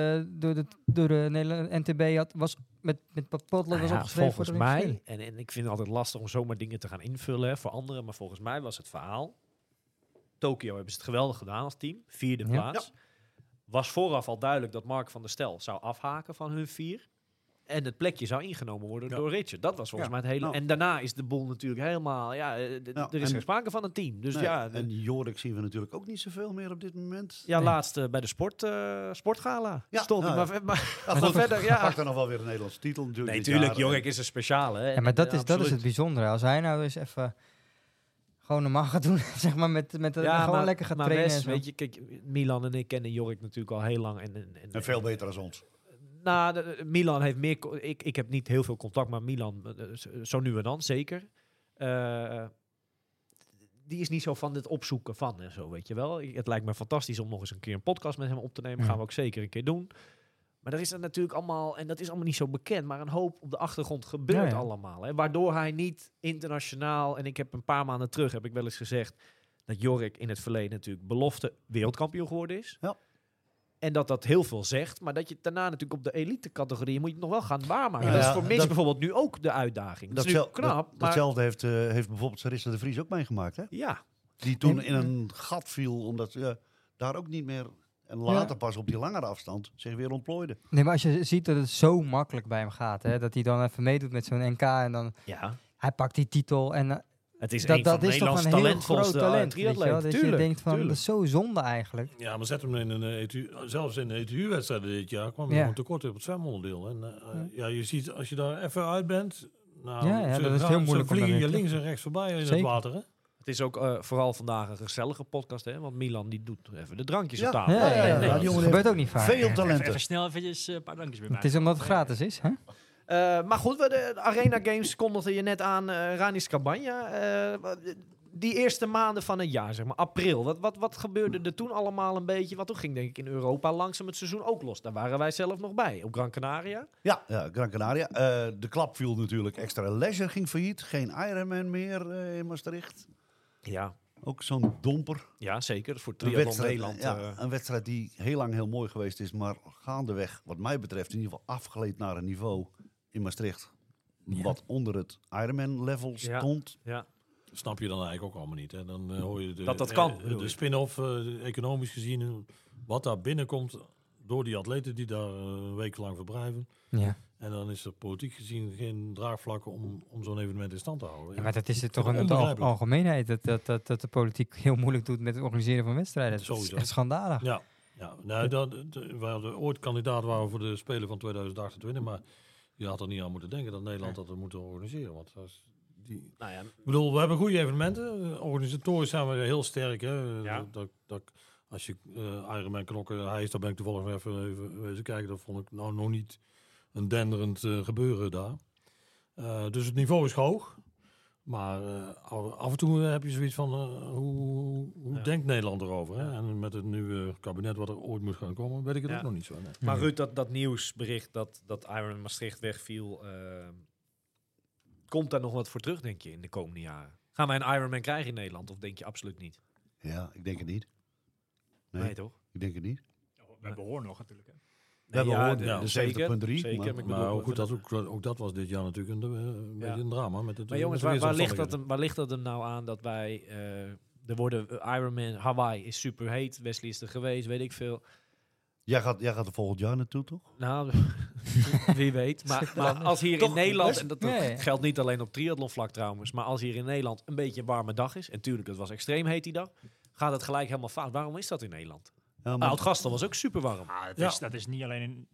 Nederlandse NTB was met potlood was opgeschreven voor de volgens Olympische mij, Spelen. en ik vind het altijd lastig om zomaar dingen te gaan invullen hè, voor anderen, maar volgens mij was het verhaal. Tokio hebben ze het geweldig gedaan als team, 4e Ja. plaats. Was vooraf al duidelijk dat Mark van der Stel zou afhaken van hun 4. En het plekje zou ingenomen worden door Richard. Dat was volgens mij het hele... nou. En daarna is de boel natuurlijk helemaal... Ja, er is en- geen sprake van een team. Dus Nee, ja, en Jorik zien we natuurlijk ook niet zoveel meer op dit moment. ja, Nee. laatst bij de sportgala Ja, stond hij. nou Maar Ja, goed, goed, verder, hij ja. pakt dan nog wel weer een Nederlandse titel natuurlijk. Nee, dit tuurlijk, jaar. Jorik is een speciale. Hè. Ja, maar dat is Absoluut. het bijzondere. Als hij nou eens even gewoon normaal gaat doen, zeg maar, met gewoon lekker gaat maar trainen. Wes, en zo. weet je, kijk, Milan en ik kennen Jorik natuurlijk al heel lang. En veel beter dan ons. Nou, Milan heeft meer... Ik heb niet heel veel contact, maar Milan, zo nu en dan, zeker. Die is niet zo van het opzoeken van en zo, weet je wel. Het lijkt me fantastisch om nog eens een keer een podcast met hem op te nemen. Ja. Gaan we ook zeker een keer doen. Maar er is er natuurlijk allemaal, en dat is allemaal niet zo bekend, maar een hoop op de achtergrond gebeurt Ja, ja. allemaal. Hè, waardoor hij niet internationaal, en ik heb een paar maanden terug, heb ik wel eens gezegd, dat Jorik in het verleden natuurlijk belofte wereldkampioen geworden is. Ja. En dat heel veel zegt. Maar dat je het daarna natuurlijk op de elite-categorieën moet je het nog wel gaan waarmaken. Ja, Dat is voor Mitch dat- bijvoorbeeld nu ook de uitdaging. Dat is nu knap, maar Datzelfde heeft bijvoorbeeld Sarissa de Vries ook meegemaakt. Hè? ja. Die toen in een gat viel, omdat ze daar ook niet meer... En later Ja. pas op die langere afstand zich weer ontplooide. Nee, maar als je ziet dat het zo makkelijk bij hem gaat, hè, dat hij dan even meedoet met zo'n NK en dan Ja. hij pakt die titel en Het is dat, een van dat is toch Nederlands een heel groot talentvolste talent. Weet je wel? triatleten. Dat je denkt van, dat is zo zonde eigenlijk. Ja, maar zet hem in een ETU, zelfs in de ETU-wedstrijden dit jaar kwam hij Ja. gewoon tekort op het zwemonderdeel. En ja, je ziet als je daar even uit bent, nou, Ja, ze dat is gaan- heel ze moeilijk om vliegen daar je weer links en rechts voorbij in het Zeker. water. Hè? Het is ook vooral vandaag een gezellige podcast, hè? Want Milan die doet even de drankjes Ja. op tafel. Ja, ja, nee, die dat jongen gebeurt ook niet vaak. Veel Even talenten. snel eventjes een paar dankjes bij mij. Het is omdat het gratis is, hè? Maar goed, de Arena Games kondigde je net aan, Ranis Cabanja. Die eerste maanden van het jaar, zeg maar, april. Wat gebeurde er toen allemaal een beetje? Want toen ging denk ik in Europa langzaam het seizoen ook los. Daar waren wij zelf nog bij, op Gran Canaria. Ja, Gran Canaria. De klap viel natuurlijk. Extra Leisure ging failliet. Geen Ironman meer in Maastricht. Ja, Ook zo'n domper. ja zeker. Dat is voor Een Triathlon wedstrijd, Nederland. ja, een wedstrijd die heel lang heel mooi geweest is. Maar gaandeweg, wat mij betreft, in ieder geval afgeleid naar een niveau in Maastricht. Wat onder het Ironman level Ja. stond. Ja. Snap je dan eigenlijk ook allemaal niet. Hè? Dan hoor je Dat kan, bedoel de je? spin-off, economisch gezien, wat daar binnenkomt door die atleten die daar een week lang verblijven. Ja. En dan is er politiek gezien geen draagvlak om zo'n evenement in stand te houden. Ja, maar dat is het toch in de Onbegrijpelijk. algemeenheid, dat de politiek heel moeilijk doet met het organiseren van wedstrijden. Dat is Sowieso. echt schandalig. Ja, nou, we hadden ooit kandidaat waren voor de Spelen van 2028, maar je had er niet aan moeten denken dat Nederland dat had moeten organiseren. Want Nou ja, ik bedoel, we hebben goede evenementen. Organisatorisch zijn we heel sterk. Hè? Ja. Als je Ironman knokken, hij is, daar ben ik toevallig even wezen kijken. Dat vond ik nou nog niet een denderend gebeuren daar. Dus het niveau is hoog. Maar af en toe heb je zoiets van, hoe Ja. denkt Nederland erover? Hè? Ja. En met het nieuwe kabinet wat er ooit moet gaan komen, weet ik het Ja. ook nog niet zo. Nee. maar Ruud, dat nieuwsbericht dat Iron Maastricht wegviel, komt daar nog wat voor terug, denk je, in de komende jaren? Gaan wij een Ironman krijgen in Nederland, of denk je absoluut niet? Ja, ik denk het niet. Nee, Nee. toch? Ik denk het niet. We hebben Hoorn nog natuurlijk. Hè. We hebben gehoord, ja, de zeker, 70.3, zeker. maar- Maar ik Maar bedoel, ook, goed, ook dat was dit jaar natuurlijk een beetje een drama. Met het, Maar jongens, met de waar ligt weersomstandigheden. waar ligt dat hem nou aan dat wij... er worden Ironman, Hawaii is super heet, Wesley is er geweest, weet ik veel. Jij gaat er volgend jaar naartoe, toch? Nou, wie weet. Maar als hier in Nederland, en dat Ja, ja. geldt niet alleen op triathlonvlak trouwens, maar als hier in Nederland een beetje een warme dag is, en tuurlijk, het was extreem heet die dag, gaat het gelijk helemaal fout. Waarom is dat in Nederland? Ja, maar- Oud-Gastel was ook super warm. Dat is niet alleen in...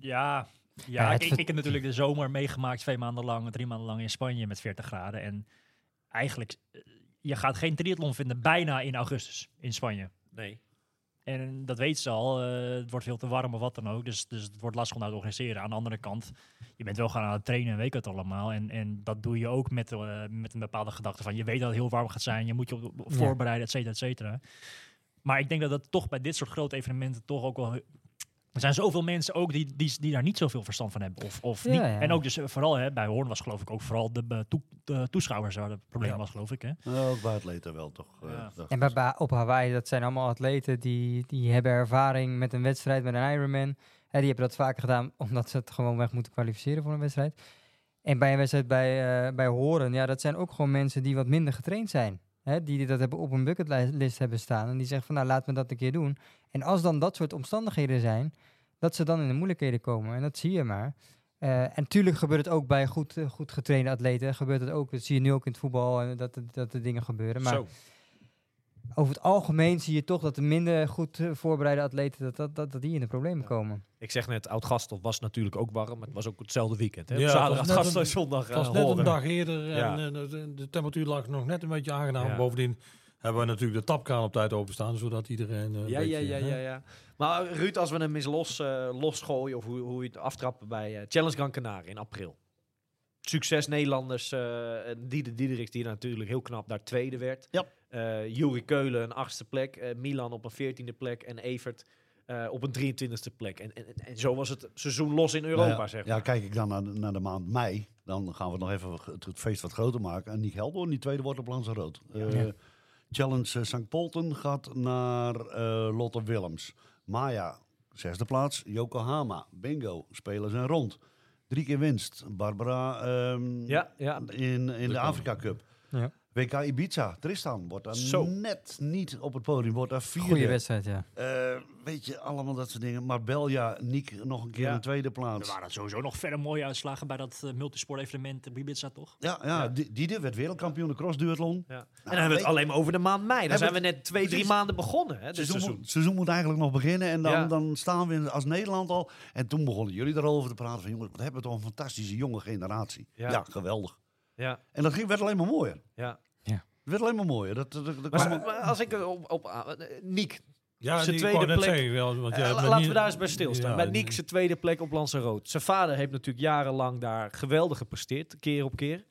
het ik heb natuurlijk de zomer meegemaakt 2 maanden lang, 3 maanden lang in Spanje met 40 graden. En eigenlijk, je gaat geen triathlon vinden bijna in augustus in Spanje. Nee. En dat weet ze al. Het wordt veel te warm of wat dan ook. Dus het wordt lastig om dat te organiseren. Aan de andere kant, je bent wel gaan aan het trainen en weet het allemaal. En dat doe je ook met een bepaalde gedachte van je weet dat het heel warm gaat zijn. Je moet je op voorbereiden, et cetera, et cetera. Maar ik denk dat dat toch bij dit soort grote evenementen toch ook wel... Er zijn zoveel mensen ook die daar niet zoveel verstand van hebben. Of Ja, niet. ja. En ook dus vooral bij Hoorn was geloof ik ook vooral de toeschouwers waar het probleem was, geloof ik. Hè? Ook bij atleten wel, toch? Ja. dacht En ik. op Hawaii, dat zijn allemaal atleten die hebben ervaring met een wedstrijd, met een Ironman. Die hebben dat vaker gedaan omdat ze het gewoon weg moeten kwalificeren voor een wedstrijd. En bij een wedstrijd bij Horen, ja, dat zijn ook gewoon mensen die wat minder getraind zijn. Die dat hebben op een bucketlist hebben staan. En die zeggen van, nou, laat me dat een keer doen. En als dan dat soort omstandigheden zijn, dat ze dan in de moeilijkheden komen. En dat zie je maar. En natuurlijk gebeurt het ook bij goed getrainde atleten. Gebeurt het ook, dat zie je nu ook in het voetbal, dat er dingen gebeuren. Maar Zo. over het algemeen zie je toch dat de minder goed voorbereide atleten, dat die in de problemen komen. Ik zeg net, Oud-Gastel was natuurlijk ook warm, maar het was ook hetzelfde weekend. Hè? Ja, Op het was zaterdag, net Gastel een- en zondag Het was net Horen. een dag eerder Ja. en de temperatuur lag nog net een beetje aangenaam. Ja. Bovendien hebben we natuurlijk de tapkraan op tijd openstaan, zodat iedereen... een Ja. beetje, Ja. Maar Ruud, als we hem eens losgooien, of hoe je het aftrappen bij Challenge Gran Canaria in april. Succes Nederlanders, Diederik die natuurlijk heel knap daar tweede werd. Ja. Juri Keulen een 8e plek, Milan op een 14e plek en Evert op een 23e plek. En zo was het seizoen los in Europa, Nou ja, zeg maar. ja, kijk ik dan naar de maand mei, dan gaan we nog even het feest wat groter maken. En Nick Heldoorn, die tweede wordt op Lanzarote. Challenge St. Polten gaat naar Lotte Willems. Maya 6e plaats, Yokohama. Bingo, spelen zijn rond. 3 keer winst. Barbara Ja. in de Afrika Cup. Ja. WK Ibiza, Tristan wordt daar Zo. net niet op het podium, wordt daar 4e. Goeie wedstrijd, ja. Weet je, allemaal dat soort dingen. Marbella, Niek nog een keer Ja. een 2e Er plaats. waren sowieso nog verder mooie uitslagen bij dat multisport-evenement op Ibiza, toch? Ja. Diede werd wereldkampioen de crossduathlon. Ja. En dan hebben we het alleen maar over de maand mei. Dan Hebben zijn we net 2-3 precies. maanden begonnen. Hè, dit seizoen. Het seizoen moet eigenlijk nog beginnen en dan, Ja. dan staan we als Nederland al. En toen begonnen jullie erover te praten van jongens, wat hebben we toch een fantastische jonge generatie. Ja. Ja, geweldig. Ja, En dat werd alleen maar mooier. ja. Het werd alleen maar mooier. Dat Maar als ik Niek, Ja, Zijn ik tweede wou net plek. zeggen, wel, want jij hebt laten niet- we daar eens bij stilstaan. Ja, Met Niek zijn tweede plek op Lanzarote. Zijn vader heeft natuurlijk jarenlang daar geweldig gepresteerd, keer op keer.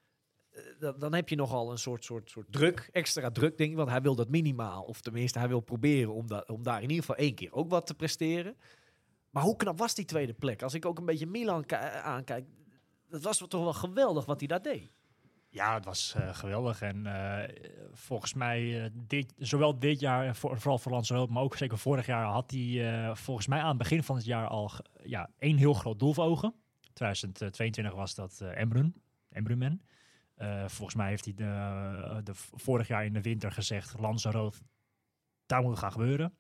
Dan heb je nogal een soort druk, extra druk, denk ik. Want hij wil dat minimaal, of tenminste hij wil proberen om daar in ieder geval 1 keer ook wat te presteren. Maar hoe knap was die tweede plek? Als ik ook een beetje Milan aankijk, dat was toch wel geweldig wat hij daar deed. Ja, het was geweldig. En volgens mij, zowel dit jaar, en vooral voor Lanzarote, maar ook zeker vorig jaar, had hij volgens mij aan het begin van het jaar al 1 heel groot doel voor ogen. 2022 was dat Embrumen. Volgens mij heeft hij vorig jaar in de winter gezegd, Lanzarote, daar moet het gaan gebeuren.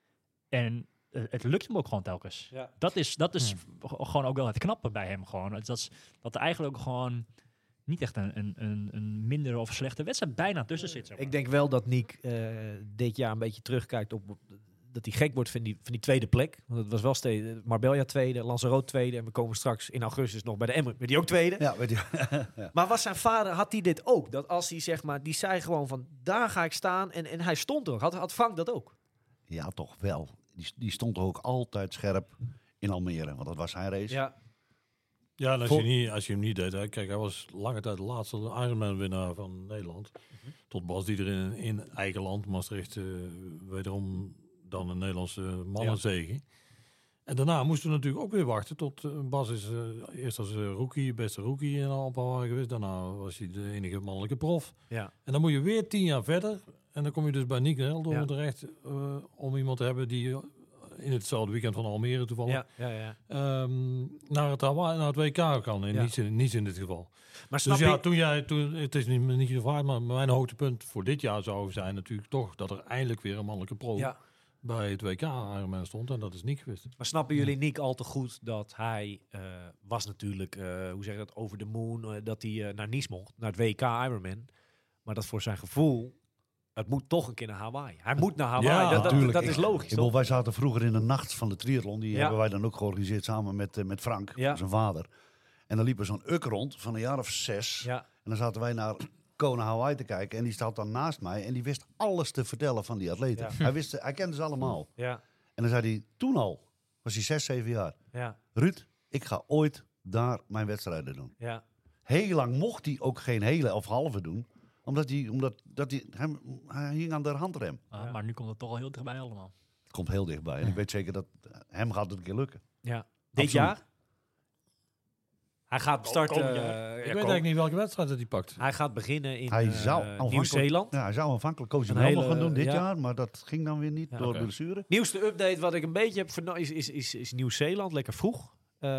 En het lukt hem ook gewoon telkens. Ja. Dat is gewoon ook wel het knappe bij hem. Gewoon. Dat er eigenlijk ook gewoon niet echt een mindere of slechte wedstrijd bijna tussen zit. Zeg maar. Ik denk wel dat Niek dit jaar een beetje terugkijkt op dat hij gek wordt van die tweede plek. Want het was wel steeds Marbella tweede, Lanzarote tweede. En we komen straks in augustus nog bij de Emirates, met die ook tweede. Ja, weet je. Ja. Maar was zijn vader, had hij dit ook? Dat als hij zeg maar, die zei gewoon van daar ga ik staan. En hij stond er ook. Had Frank dat ook? Ja, toch wel. Die stond ook altijd scherp in Almere, want dat was zijn race. Ja. Ja, en als je hem niet deed. Hè, kijk, hij was lange tijd de laatste Ironman-winnaar van Nederland. Tot Bas die er in eigen land, Maastricht, wederom dan een Nederlandse mannenzege. En daarna moesten we natuurlijk ook weer wachten tot Bas is eerst als rookie, beste rookie in Alphen geweest. Daarna was hij de enige mannelijke prof. Ja. En dan moet je weer 10 jaar verder. En dan kom je dus bij Niek Helder Ja. terecht om iemand te hebben die in hetzelfde weekend van Almere toevallig Ja. naar het WK kan. En Ja. niet in dit geval. Maar snap Dus ja, je? toen het is niet gevraagd, maar mijn hoogtepunt voor dit jaar zou zijn natuurlijk toch dat er eindelijk weer een mannelijke pro Ja. bij het WK Ironman stond. En dat is niet geweest. Maar snappen jullie Niek al te goed dat hij was natuurlijk, hoe zeg je dat, over de moon, dat hij naar Nice mocht, naar het WK Ironman. Maar dat voor zijn gevoel, het moet toch een keer naar Hawaii. Hij moet naar Hawaii, Ja, dat is logisch, Ik bedoel, toch? wij zaten vroeger in de nacht van de triathlon. Die Ja. hebben wij dan ook georganiseerd samen met Frank, Ja. zijn vader. En dan liep er zo'n uk rond van een jaar of 6. Ja, En dan zaten wij naar Kona Hawaii te kijken. En die staat dan naast mij. En die wist alles te vertellen van die atleten. Ja. Hij kende ze allemaal. ja, En dan zei hij, toen al, was hij 6, 7 jaar. ja, Ruud, ik ga ooit daar mijn wedstrijden doen. ja. Heel lang mocht hij ook geen hele of halve doen. Omdat hij hing aan de handrem. Ja. Maar nu komt het toch al heel dichtbij allemaal. Het komt heel dichtbij. En ik weet zeker dat hem gaat het een keer lukken. Ja. Dit Absoluut. jaar? Hij gaat starten. komend jaar. Ik weet eigenlijk niet welke wedstrijd dat hij pakt. Hij gaat beginnen in Hij zou aanvankelijk- Nieuw-Zeeland. Ja, hij zou aanvankelijk Coach Een wel nog hele- gaan doen dit ja. jaar. Maar dat ging dan weer niet Ja, door oké. blessure. Nieuwste update wat ik een beetje heb vernomen is Nieuw-Zeeland, lekker vroeg.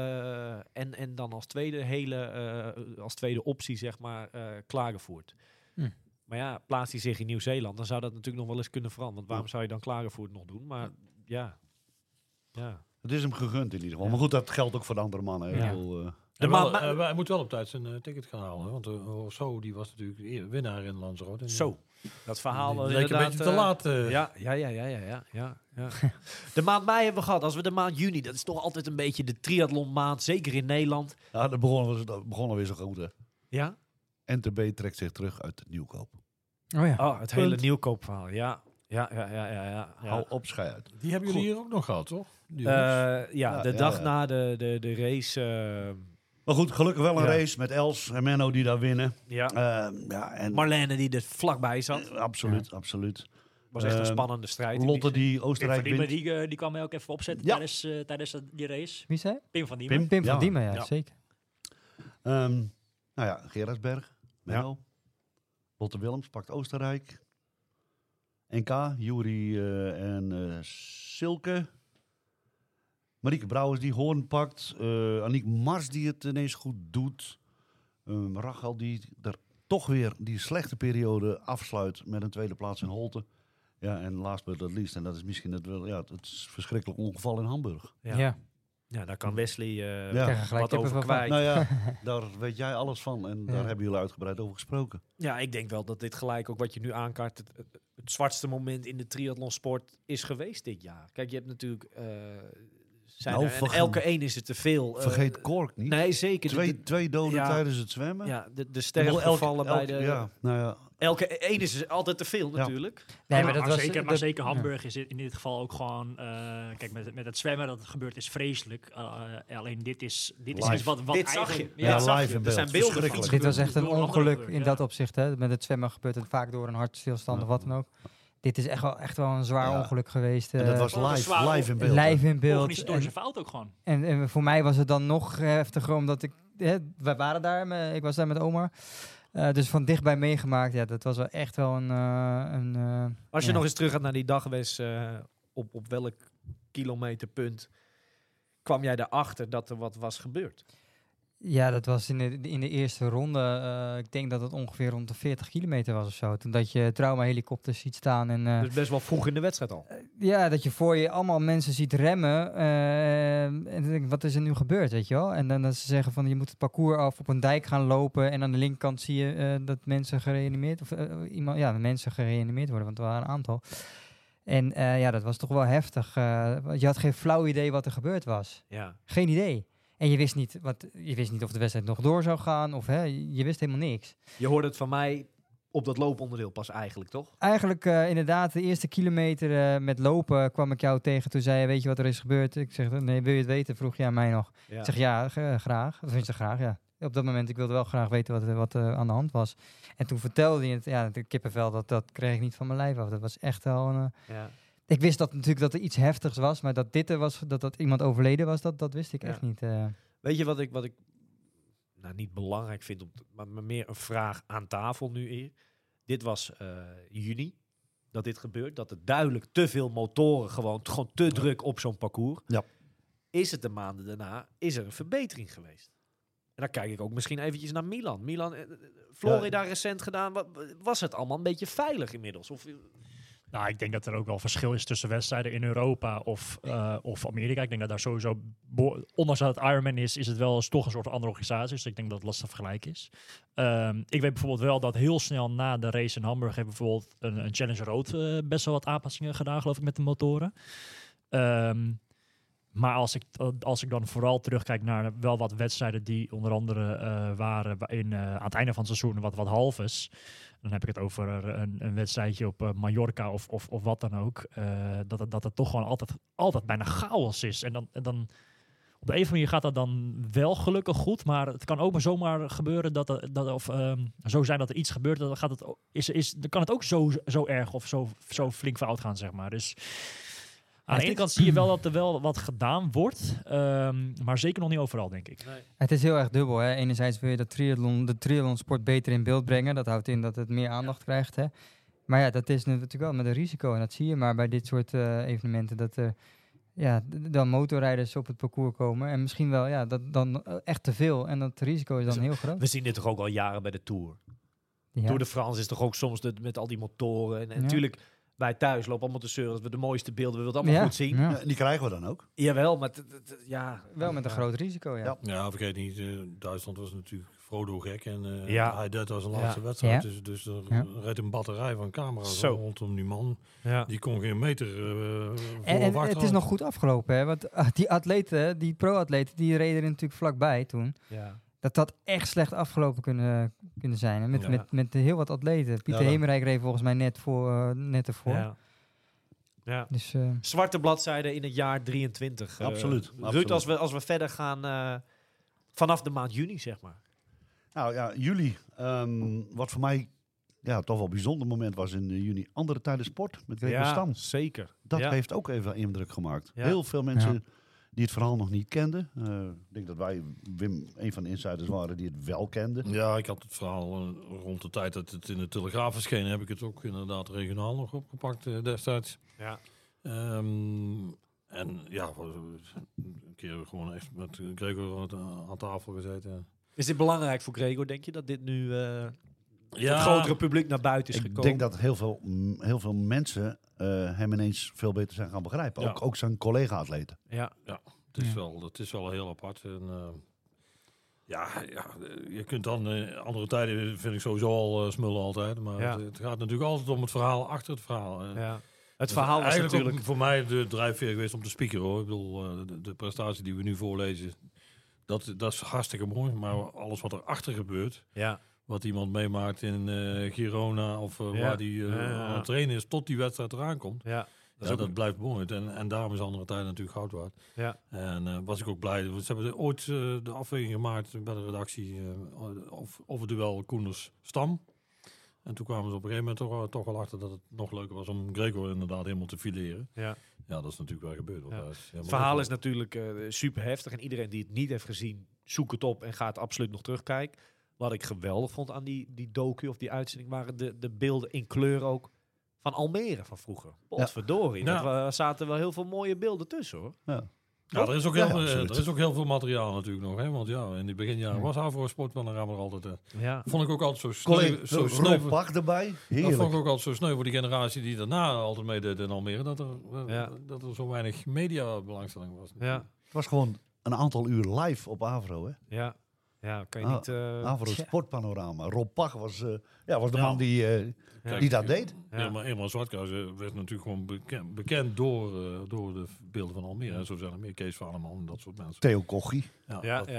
En dan als tweede optie, zeg maar, Klagenvoort. Maar ja, plaatst hij zich in Nieuw-Zeeland, dan zou dat natuurlijk nog wel eens kunnen veranderen. Want waarom zou je dan Klagenvoort nog doen? Maar ja. Het is hem gegund in ieder geval. Maar goed, dat geldt ook voor de andere mannen. hè. Ja. Ik bedoel, De Hij moet wel op tijd zijn ticket gaan halen. Hè, want Zo, die was natuurlijk winnaar in Lanzarote. En, Zo, dat verhaal die was leek een inderdaad... beetje te laat. Ja. De maand mei hebben we gehad. Als we de maand juni, dat is toch altijd een beetje de triathlonmaand, zeker in Nederland. ja, dat begonnen weer zo goed. Hè. Ja? NTB trekt zich terug uit Nieuwkoop. Oh ja. Oh, het hele Punt. nieuwkoopverhaal. Ja. Hou op, schei uit. Die hebben jullie Goed. hier ook nog gehad, toch? Die Ja, De ja, dag ja. na de race. Maar goed, gelukkig wel een Ja. race met Els en Menno die daar winnen. Ja. Ja, en Marlene die er vlakbij zat. absoluut. Was echt een Ehm, spannende strijd. in Lotte die die Pim Oostenrijk van Diemen, wint. die kwam mij ook even opzetten Ja. tijdens die race. Wie zei? Pim van Diemen. Pim van Ja. Diemen, ja, Ja. zeker. Nou ja, Gerardsberg, Menno. Lotte Willems pakt Oostenrijk. NK, Juri en Silke. Marieke Brouwers die hoorn pakt. Aniek Mars die het ineens goed doet. Rachel die er toch weer die slechte periode afsluit met een tweede plaats in Holte. Ja, en last but not least, en dat is misschien het verschrikkelijk ongeval in Hamburg. Ja, daar kan Wesley Krijgen gelijk wat over kippenvel van. kwijt. Nou ja, daar weet jij alles van en daar hebben jullie uitgebreid over gesproken. Ja, ik denk wel dat dit gelijk ook wat je nu aankaart het zwartste moment in de triathlonsport is geweest dit jaar. Kijk, je hebt natuurlijk en elke een is het te veel. Vergeet Kork niet. Nee, zeker. Twee doden ja. tijdens het zwemmen. Ja, de sterfgevallen bij de... Ja, nou ja. Elke een is altijd te veel natuurlijk. Nee, maar, dat maar was zeker, dat- zeker Hamburg is in dit geval ook gewoon... kijk, met het zwemmen dat het gebeurt is vreselijk. Alleen dit is Live. iets wat Dit zag eigenlijk... je. Ja, Dit zag live je. in Er zijn beeld. beelden van. Verschrikkelijk. Dit was echt een door een andere ongeluk gebeurd, in ja. dat opzicht. Hè. Met het zwemmen gebeurt het vaak door een hartstilstand of wat dan ook. Dit is echt wel een zwaar Ja. ongeluk geweest. En dat was dat was zwaar live in beeld. hè? live in beeld. Organisatorische fout ook gewoon. En voor mij was het dan nog heftiger, omdat wij waren daar, ik was daar met Omar. Dus van dichtbij meegemaakt. Ja, dat was wel echt wel een Als je ja. nog eens terug gaat naar die dagwes, op welk kilometerpunt kwam jij erachter dat er wat was gebeurd? Ja, dat was in de eerste ronde. Ik denk dat het ongeveer rond de 40 kilometer was of zo. Toen dat je traumahelikopters ziet staan. En Dus best wel vroeg in de wedstrijd al. ja, dat je voor je allemaal mensen ziet remmen. En dan denk ik, wat is er nu gebeurd, weet je wel? En dan dat ze zeggen van, je moet het parcours af op een dijk gaan lopen. En aan de linkerkant zie je dat mensen gereanimeerd... mensen gereanimeerd worden, want er waren een aantal. En dat was toch wel heftig. Want je had geen flauw idee wat er gebeurd was. Ja. Geen idee. En je wist niet of de wedstrijd nog door zou gaan. Of je wist helemaal niks. Je hoorde het van mij op dat looponderdeel pas eigenlijk, toch? Eigenlijk inderdaad, de eerste kilometer met lopen kwam ik jou tegen. Toen zei je, weet je wat er is gebeurd? Ik zeg, nee, wil je het weten? Vroeg je aan mij nog. Ja. Ik zeg, ja, graag. Of tenminste, graag, ja. Op dat moment, ik wilde wel graag weten wat aan de hand was. En toen vertelde je het, ja, de kippenvel, dat kreeg ik niet van mijn lijf af. Dat was echt wel een... Ja. Ik wist natuurlijk dat er iets heftigs was, maar dat dit er was, dat iemand overleden was, dat wist ik Ja. echt niet. Weet je wat ik nou, niet belangrijk vind, maar meer een vraag aan tafel nu hier. Dit was juni dat dit gebeurt. Dat er duidelijk te veel motoren gewoon te druk op zo'n parcours. Ja. Is het de maanden daarna, is er een verbetering geweest? En dan kijk ik ook misschien eventjes naar Milan. Florida recent gedaan. Was het allemaal een beetje veilig inmiddels? Of, Nou, ik denk dat er ook wel verschil is tussen wedstrijden in Europa of Amerika. Ik denk dat daar sowieso, ondanks dat het Ironman is het wel toch een soort andere organisatie. Dus ik denk dat het lastig te vergelijken is. Ik weet bijvoorbeeld wel dat heel snel na de race in Hamburg hebben bijvoorbeeld een Challenge Road best wel wat aanpassingen gedaan, geloof ik, met de motoren. Maar als ik dan vooral terugkijk naar wel wat wedstrijden die onder andere waren aan het einde van het seizoen wat halves. Dan heb ik het over een wedstrijdje op Mallorca of wat dan ook. Dat het toch gewoon altijd bijna chaos is. En dan op de een of andere manier gaat dat dan wel gelukkig goed. Maar het kan ook maar zomaar gebeuren zo zijn dat er iets gebeurt. Dan kan het ook zo erg of zo flink fout gaan, zeg maar. Dus aan de ene kant zie je wel dat er wel wat gedaan wordt. Maar zeker nog niet overal, denk ik. nee. Het is heel erg dubbel. Hè. Enerzijds wil je de triathlonsport beter in beeld brengen. Dat houdt in dat het meer aandacht krijgt. Hè. Maar ja, dat is natuurlijk wel met een risico. En dat zie je maar bij dit soort evenementen. Dat er dan motorrijders op het parcours komen. En misschien wel dat dan echt te veel. En dat risico is dan heel groot. We zien dit toch ook al jaren bij de Tour. Ja. Tour de France is toch ook soms met al die motoren. En natuurlijk, wij thuis lopen allemaal te zeuren dat we de mooiste beelden, we willen het allemaal goed zien. Ja. Ja, en die krijgen we dan ook. Jawel, maar Wel met een Ja. groot risico, ja. Ja. Ja, vergeet niet, Duitsland was natuurlijk Frodo gek. En Ja. hij deed als een laatste Ja. wedstrijd. Ja. Dus er Ja. reed een batterij van camera's Zo. rondom die man. Ja. Die kon geen meter En voor het is nog goed afgelopen, hè? Want die atleten, die pro-atleten, die reden er natuurlijk vlakbij toen. Ja. Dat echt slecht afgelopen kunnen zijn. Hè? Ja. Met heel wat atleten. Pieter dan- Hemerijk reed volgens mij net ervoor. Ja. Ja. Dus Zwarte bladzijde in het jaar 23. Absoluut, Ruud, absoluut. als we verder gaan vanaf de maand juni, zeg maar. Nou ja, juli. Wat voor mij toch wel een bijzonder moment was in juni. Andere tijden sport met Gregor Stam. zeker. Dat Ja. heeft ook even indruk gemaakt. Ja. Heel veel mensen die het verhaal nog niet kenden. Ik denk dat wij, Wim, een van de insiders waren die het wel kenden. Ja, ik had het verhaal rond de tijd dat het in de Telegraaf verscheen, heb ik het ook inderdaad regionaal nog opgepakt destijds. Ja. En ja, een keer gewoon echt met Gregor aan tafel gezeten. Is dit belangrijk voor Gregor, denk je? Dat dit nu het Ja, grotere publiek naar buiten is Ik gekomen? denk dat heel veel mensen hem ineens veel beter zijn gaan begrijpen. Ja. Ook zijn collega-atleten. Ja. het is wel heel apart. En, je kunt dan andere tijden vind ik sowieso al smullen altijd. Maar Ja. het gaat natuurlijk altijd om het verhaal achter het verhaal. Ja. Het verhaal was eigenlijk natuurlijk... ook voor mij de drijfveer geweest om te speaker, hoor. Ik bedoel, de prestatie die we nu voorlezen, dat is hartstikke mooi. Maar alles wat erachter gebeurt, Ja. wat iemand meemaakt in Girona of waar die aan het trainen is tot die wedstrijd eraan komt. Ja. Dat blijft mooi. En daarom is andere tijden natuurlijk goud waard. Ja. En was ik ook blij. Ze hebben ooit de afweging gemaakt bij de redactie of het duel Koenders-Stam. En toen kwamen ze op een gegeven moment toch wel achter dat het nog leuker was om Gregor inderdaad helemaal te fileren. Ja. Ja, dat is natuurlijk wel gebeurd. Ja. Dat is Het verhaal is natuurlijk super heftig. En iedereen die het niet heeft gezien, zoek het op en gaat absoluut nog terugkijken. Wat ik geweldig vond aan die docu of die uitzending, waren de beelden in kleur ook van Almere van vroeger. Potverdorie. Ja. Er zaten wel heel veel mooie beelden tussen, hoor. Ja, er is ook Ja, heel, absoluut. er is ook heel veel materiaal natuurlijk nog. Hè? Want ja, in die beginjaren was Avro Sportpanorama er altijd. Ja. Vond ik ook altijd zo sneu. Zo sneu Rob voor- Bach erbij. dat Heerlijk. vond ik ook altijd zo sneu voor die generatie die daarna altijd meedeed in Almere. Dat er zo weinig media belangstelling was. Ja. Het was gewoon een aantal uur live op Avro. Hè? Ja. Ja, kan je Ah, niet... Avro Sportpanorama. Rob Bach was de man die Kijk, dat deed. Ja. Eenmaal Zwartkruis werd natuurlijk gewoon bekend door de beelden van Almere. En zo zijn er meer. Kees Vaneman en dat soort mensen. Theo Kochie. Ja, dat-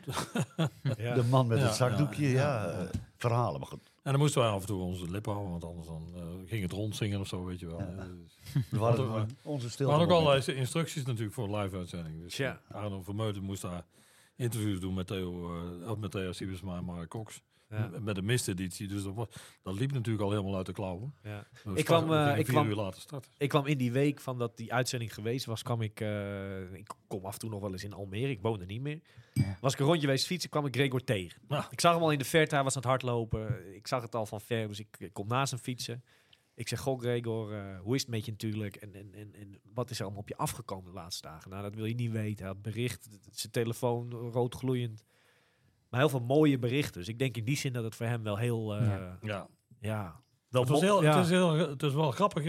Ja. De man met Ja, het zakdoekje. ja, Ja, verhalen. Maar goed. En dan moesten wij af en toe onze lippen houden, want anders dan, ging het rondzingen of zo, weet je wel. Ja. Dus- We hadden gewoon onze We stilte. hadden ook allerlei instructies natuurlijk voor een live-uitzending. Dus Tja. Arno Vermeuten moest daar interviews doen met Theo Siebersma en Mark Cox. Ja. Met de mist-editie. Dus dat liep natuurlijk al helemaal uit de klauwen. Ja. We Ik kwam, gingen ik 4 kwam- uur later starten. Ik kwam in die week van dat die uitzending geweest was, kwam ik kom af en toe nog wel eens in Almere, ik woon er niet meer. Ja. Was ik een rondje geweest fietsen, kwam ik Gregor tegen. Ja. Ik zag hem al in de verte, hij was aan het hardlopen. Ik zag het al van ver, dus ik kom naast hem fietsen. Ik zeg, goh Gregor, hoe is het met je natuurlijk? En wat is er allemaal op je afgekomen de laatste dagen? Nou, dat wil je niet weten. Hij had bericht, zijn telefoon rood gloeiend. Maar heel veel mooie berichten. Dus ik denk in die zin dat het voor hem wel heel... Ja. wel Het is wel grappig.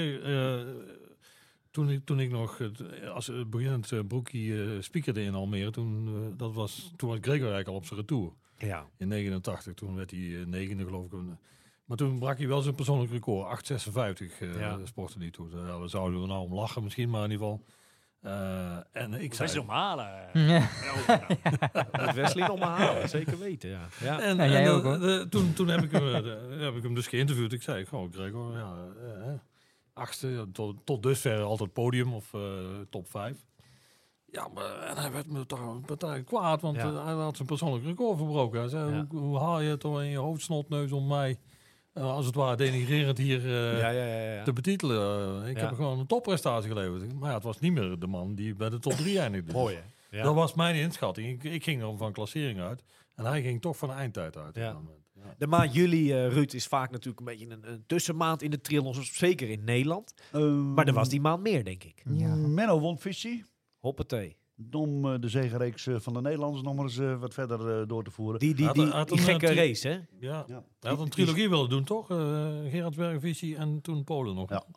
Toen ik nog als beginnend broekie speakerde in Almere, toen was Gregor eigenlijk al op zijn retour. Ja. In 89, toen werd hij negende geloof ik. Maar toen brak hij wel zijn persoonlijk record. 8,56 sportte hij toen. We zouden er nou om lachen misschien, maar in ieder geval. En ik Dat is zei... normaal. Ja. Dat Wesley nog maar halen, zeker weten, ja. Ja. En, Ja, jij ook, hoor. Toen heb ik hem dus geïnterviewd. Ik zei, gewoon Gregor, achtste, tot dusver altijd podium of top 5. Ja, maar en hij werd me toch partij kwaad, want Ja. hij had zijn persoonlijk record verbroken. Hij zei, Ja. hoe haal je het toch in je hoofdsnotneus om mij, als het ware denigrerend hier Ja. te betitelen? Ik Ja. heb gewoon een topprestatie geleverd. Maar ja, het was niet meer de man die bij de top 3 eindigde. Mooi, hè? Ja. Dat was mijn inschatting. Ik ging er van klassering uit. En hij ging toch van de eindtijd uit. Ja. op dat moment. Ja. De maand juli, Ruud, is vaak natuurlijk een beetje een tussenmaand in de triathlon, zeker in Nederland. Maar er was die maand meer, denk ik. Ja. Menno won Fishy. Hoppatee. Om de zegenreeks van de Nederlanders nog maar eens wat verder door te voeren. Die Had die een, gekke tri- race, hè? Ja. Ja. Hij had een trilogie willen doen, toch? Gerardsberg, Vichy en toen Polen nog. Ja.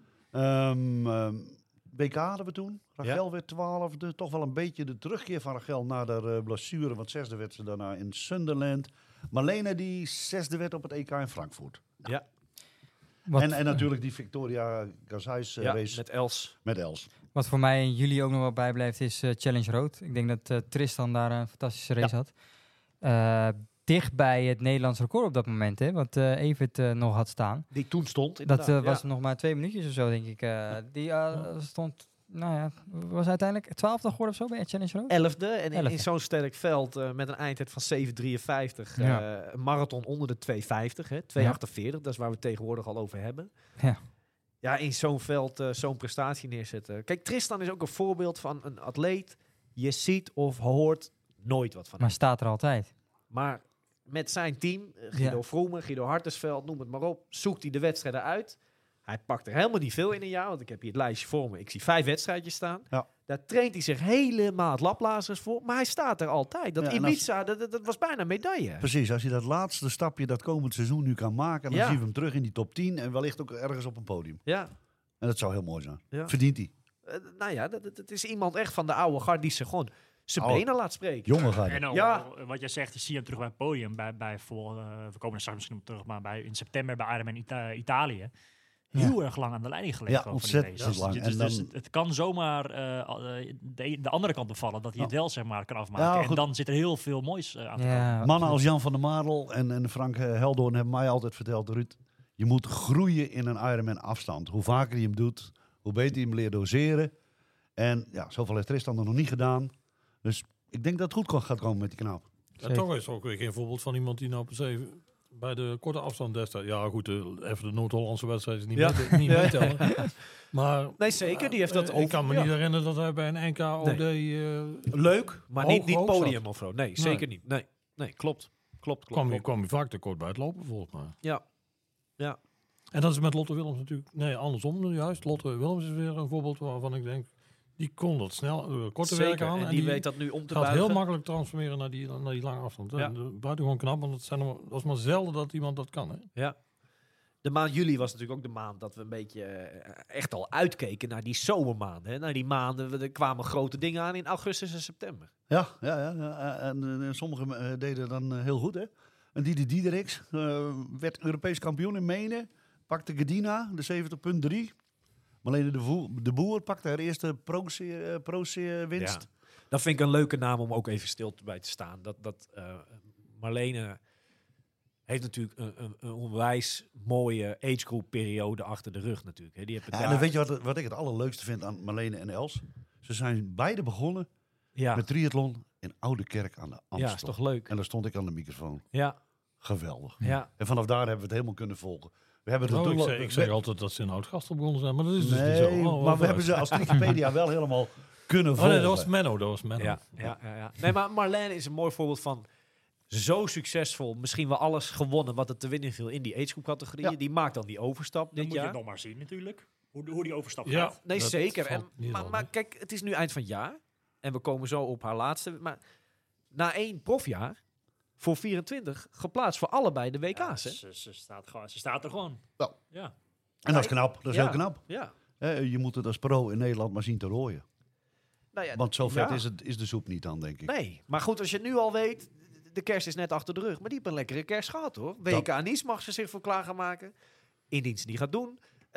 WK hadden we toen. Rachel werd 12e. Toch wel een beetje de terugkeer van Rachel na de blessure. Want 6e werd ze daarna in Sunderland. Marlene die 6e werd op het EK in Frankfurt. Ja. Wat, En natuurlijk die Victoria Gazais Ja, race met Els. met Els. wat voor mij in juli ook nog wel bijblijft is Challenge Road. Ik denk dat Tristan daar een fantastische race had. Dicht bij het Nederlands record op dat moment, hè, wat Evert nog had staan. Die toen stond, Dat inderdaad. was nog maar 2 minuutjes of zo, denk ik. Die stond, nou ja, was uiteindelijk 12e geworden of zo bij Challenge Road. 11e. En in 11e. zo'n sterk veld met een eindtijd van 7:53. Ja. Een marathon onder de 2:50, hè? 2:48. Dat is waar we het tegenwoordig al over hebben. Ja. Ja, in zo'n veld zo'n prestatie neerzetten. Kijk, Tristan is ook een voorbeeld van een atleet. Je ziet of hoort nooit wat van hem. Maar staat er altijd. Maar met zijn team, Guido Ja. Vroemen, Guido Hartensveld, noem het maar op, zoekt hij de wedstrijden uit. Hij pakt er helemaal niet veel in een jaar, want ik heb hier het lijstje voor me. Ik zie 5 wedstrijdjes staan. Ja. Daar traint hij zich helemaal het laplazers voor, maar hij staat er altijd. Dat Ja, en Ibiza, dat was bijna een medaille. Precies, als je dat laatste stapje dat komend seizoen nu kan maken, dan Ja. zien we hem terug in die top 10 en wellicht ook ergens op een podium. Ja, En dat zou heel mooi zijn. ja. Verdient hij. Nou ja, dat is iemand echt van de oude garde die ze gewoon zijn Oh. benen laat spreken. Jongen gaat En het. ook, Ja. wat jij zegt, je ziet hem terug bij het podium. We komen er straks misschien op terug, maar in september bij Ironman Italië. Heel erg lang aan de leiding gelegen. Ja, over ontzettend die race. lang. Dus, En dus dan- het kan zomaar de andere kant bevallen, dat hij het wel zeg maar kan afmaken. Ja, en goed. dan zit er heel veel moois aan te komen. Ja, Mannen als absoluut. Jan van der Marel en Frank Heldoorn hebben mij altijd verteld, Ruud, je moet groeien in een Ironman afstand. Hoe vaker je hem doet, hoe beter je hem leert doseren. En ja, zoveel heeft Tristan er nog niet gedaan. Dus ik denk dat het goed gaat komen met die knaap. En toch is er ook weer geen voorbeeld van iemand die nou per se bij de korte afstand destijds... Ja goed, even de Noord-Hollandse wedstrijd is niet, Ja. niet meetellen. Maar Nee, zeker. Die heeft dat ik kan me ja. niet herinneren dat hij bij een NK OD... Leuk, maar Hoog niet zat. podium of zo. Nee, zeker niet. Nee, klopt. kwam je vaak tekort bij het lopen volgens mij. Ja. En dat is met Lotte Willems natuurlijk... Nee, andersom juist. Lotte Willems is weer een voorbeeld waarvan ik denk... Die kon dat snel, korte werk Zeker. aan. En die weet dat nu om te gaat buigen. heel makkelijk transformeren naar die lange afstand. Ja. Buitengewoon knap, want dat is maar zelden dat iemand dat kan. Hè? Ja. De maand juli was natuurlijk ook de maand dat we een beetje echt al uitkeken naar die zomermaanden. Hè? Naar die maanden, er kwamen grote dingen aan in augustus en september. Ja. En sommigen deden dan heel goed, hè. En Diedericks werd Europees kampioen in Menen. Pakte Gedina, de 70.3. Marlene de Boer pakte haar eerste pro-winst. Ja. Dat vind ik een leuke naam om ook even stil bij te staan. Marlene heeft natuurlijk een onwijs mooie agegroep periode achter de rug natuurlijk. Hè. Die hebben Ja, en dan weet je wat ik het allerleukste vind aan Marlene en Els? Ze zijn beide begonnen met triathlon in Oude Kerk aan de Amstel. Ja, is toch leuk? En daar stond ik aan de microfoon. Ja, Geweldig. ja. En vanaf daar hebben we het helemaal kunnen volgen. We hebben het Ik zeg altijd dat ze in Oud-Gastel begonnen zijn, maar dat is dus niet zo. Nee, Oh, maar we hebben ze als Wikipedia wel helemaal kunnen Oh volgen. nee, dat was Menno. Ja. Nee, maar Marlene is een mooi voorbeeld van zo succesvol. Misschien wel alles gewonnen wat er te winnen viel in die agegroep categorieën. Ja. Die maakt dan die overstap Dan dit moet je jaar. het nog maar zien natuurlijk. Hoe die overstap Ja. gaat. Nee, Dat zeker. valt niet Maar anders. kijk, het is nu eind van het jaar. En we komen zo op haar laatste. Maar na 1 profjaar, voor 24, geplaatst voor allebei de WK's. Hè? Ze staat er gewoon. Ja. Ja. En dat is knap. Dat is Ja. heel knap. Ja. Je moet het als pro in Nederland maar zien te rooien. Nou ja, Want zo vet ja. is de soep niet dan, denk ik. Nee, maar goed, als je het nu al weet, de kerst is net achter de rug. Maar die heeft een lekkere kerst gehad, hoor. WK Nice mag ze zich voor klaar gaan maken. Indien ze die gaat doen.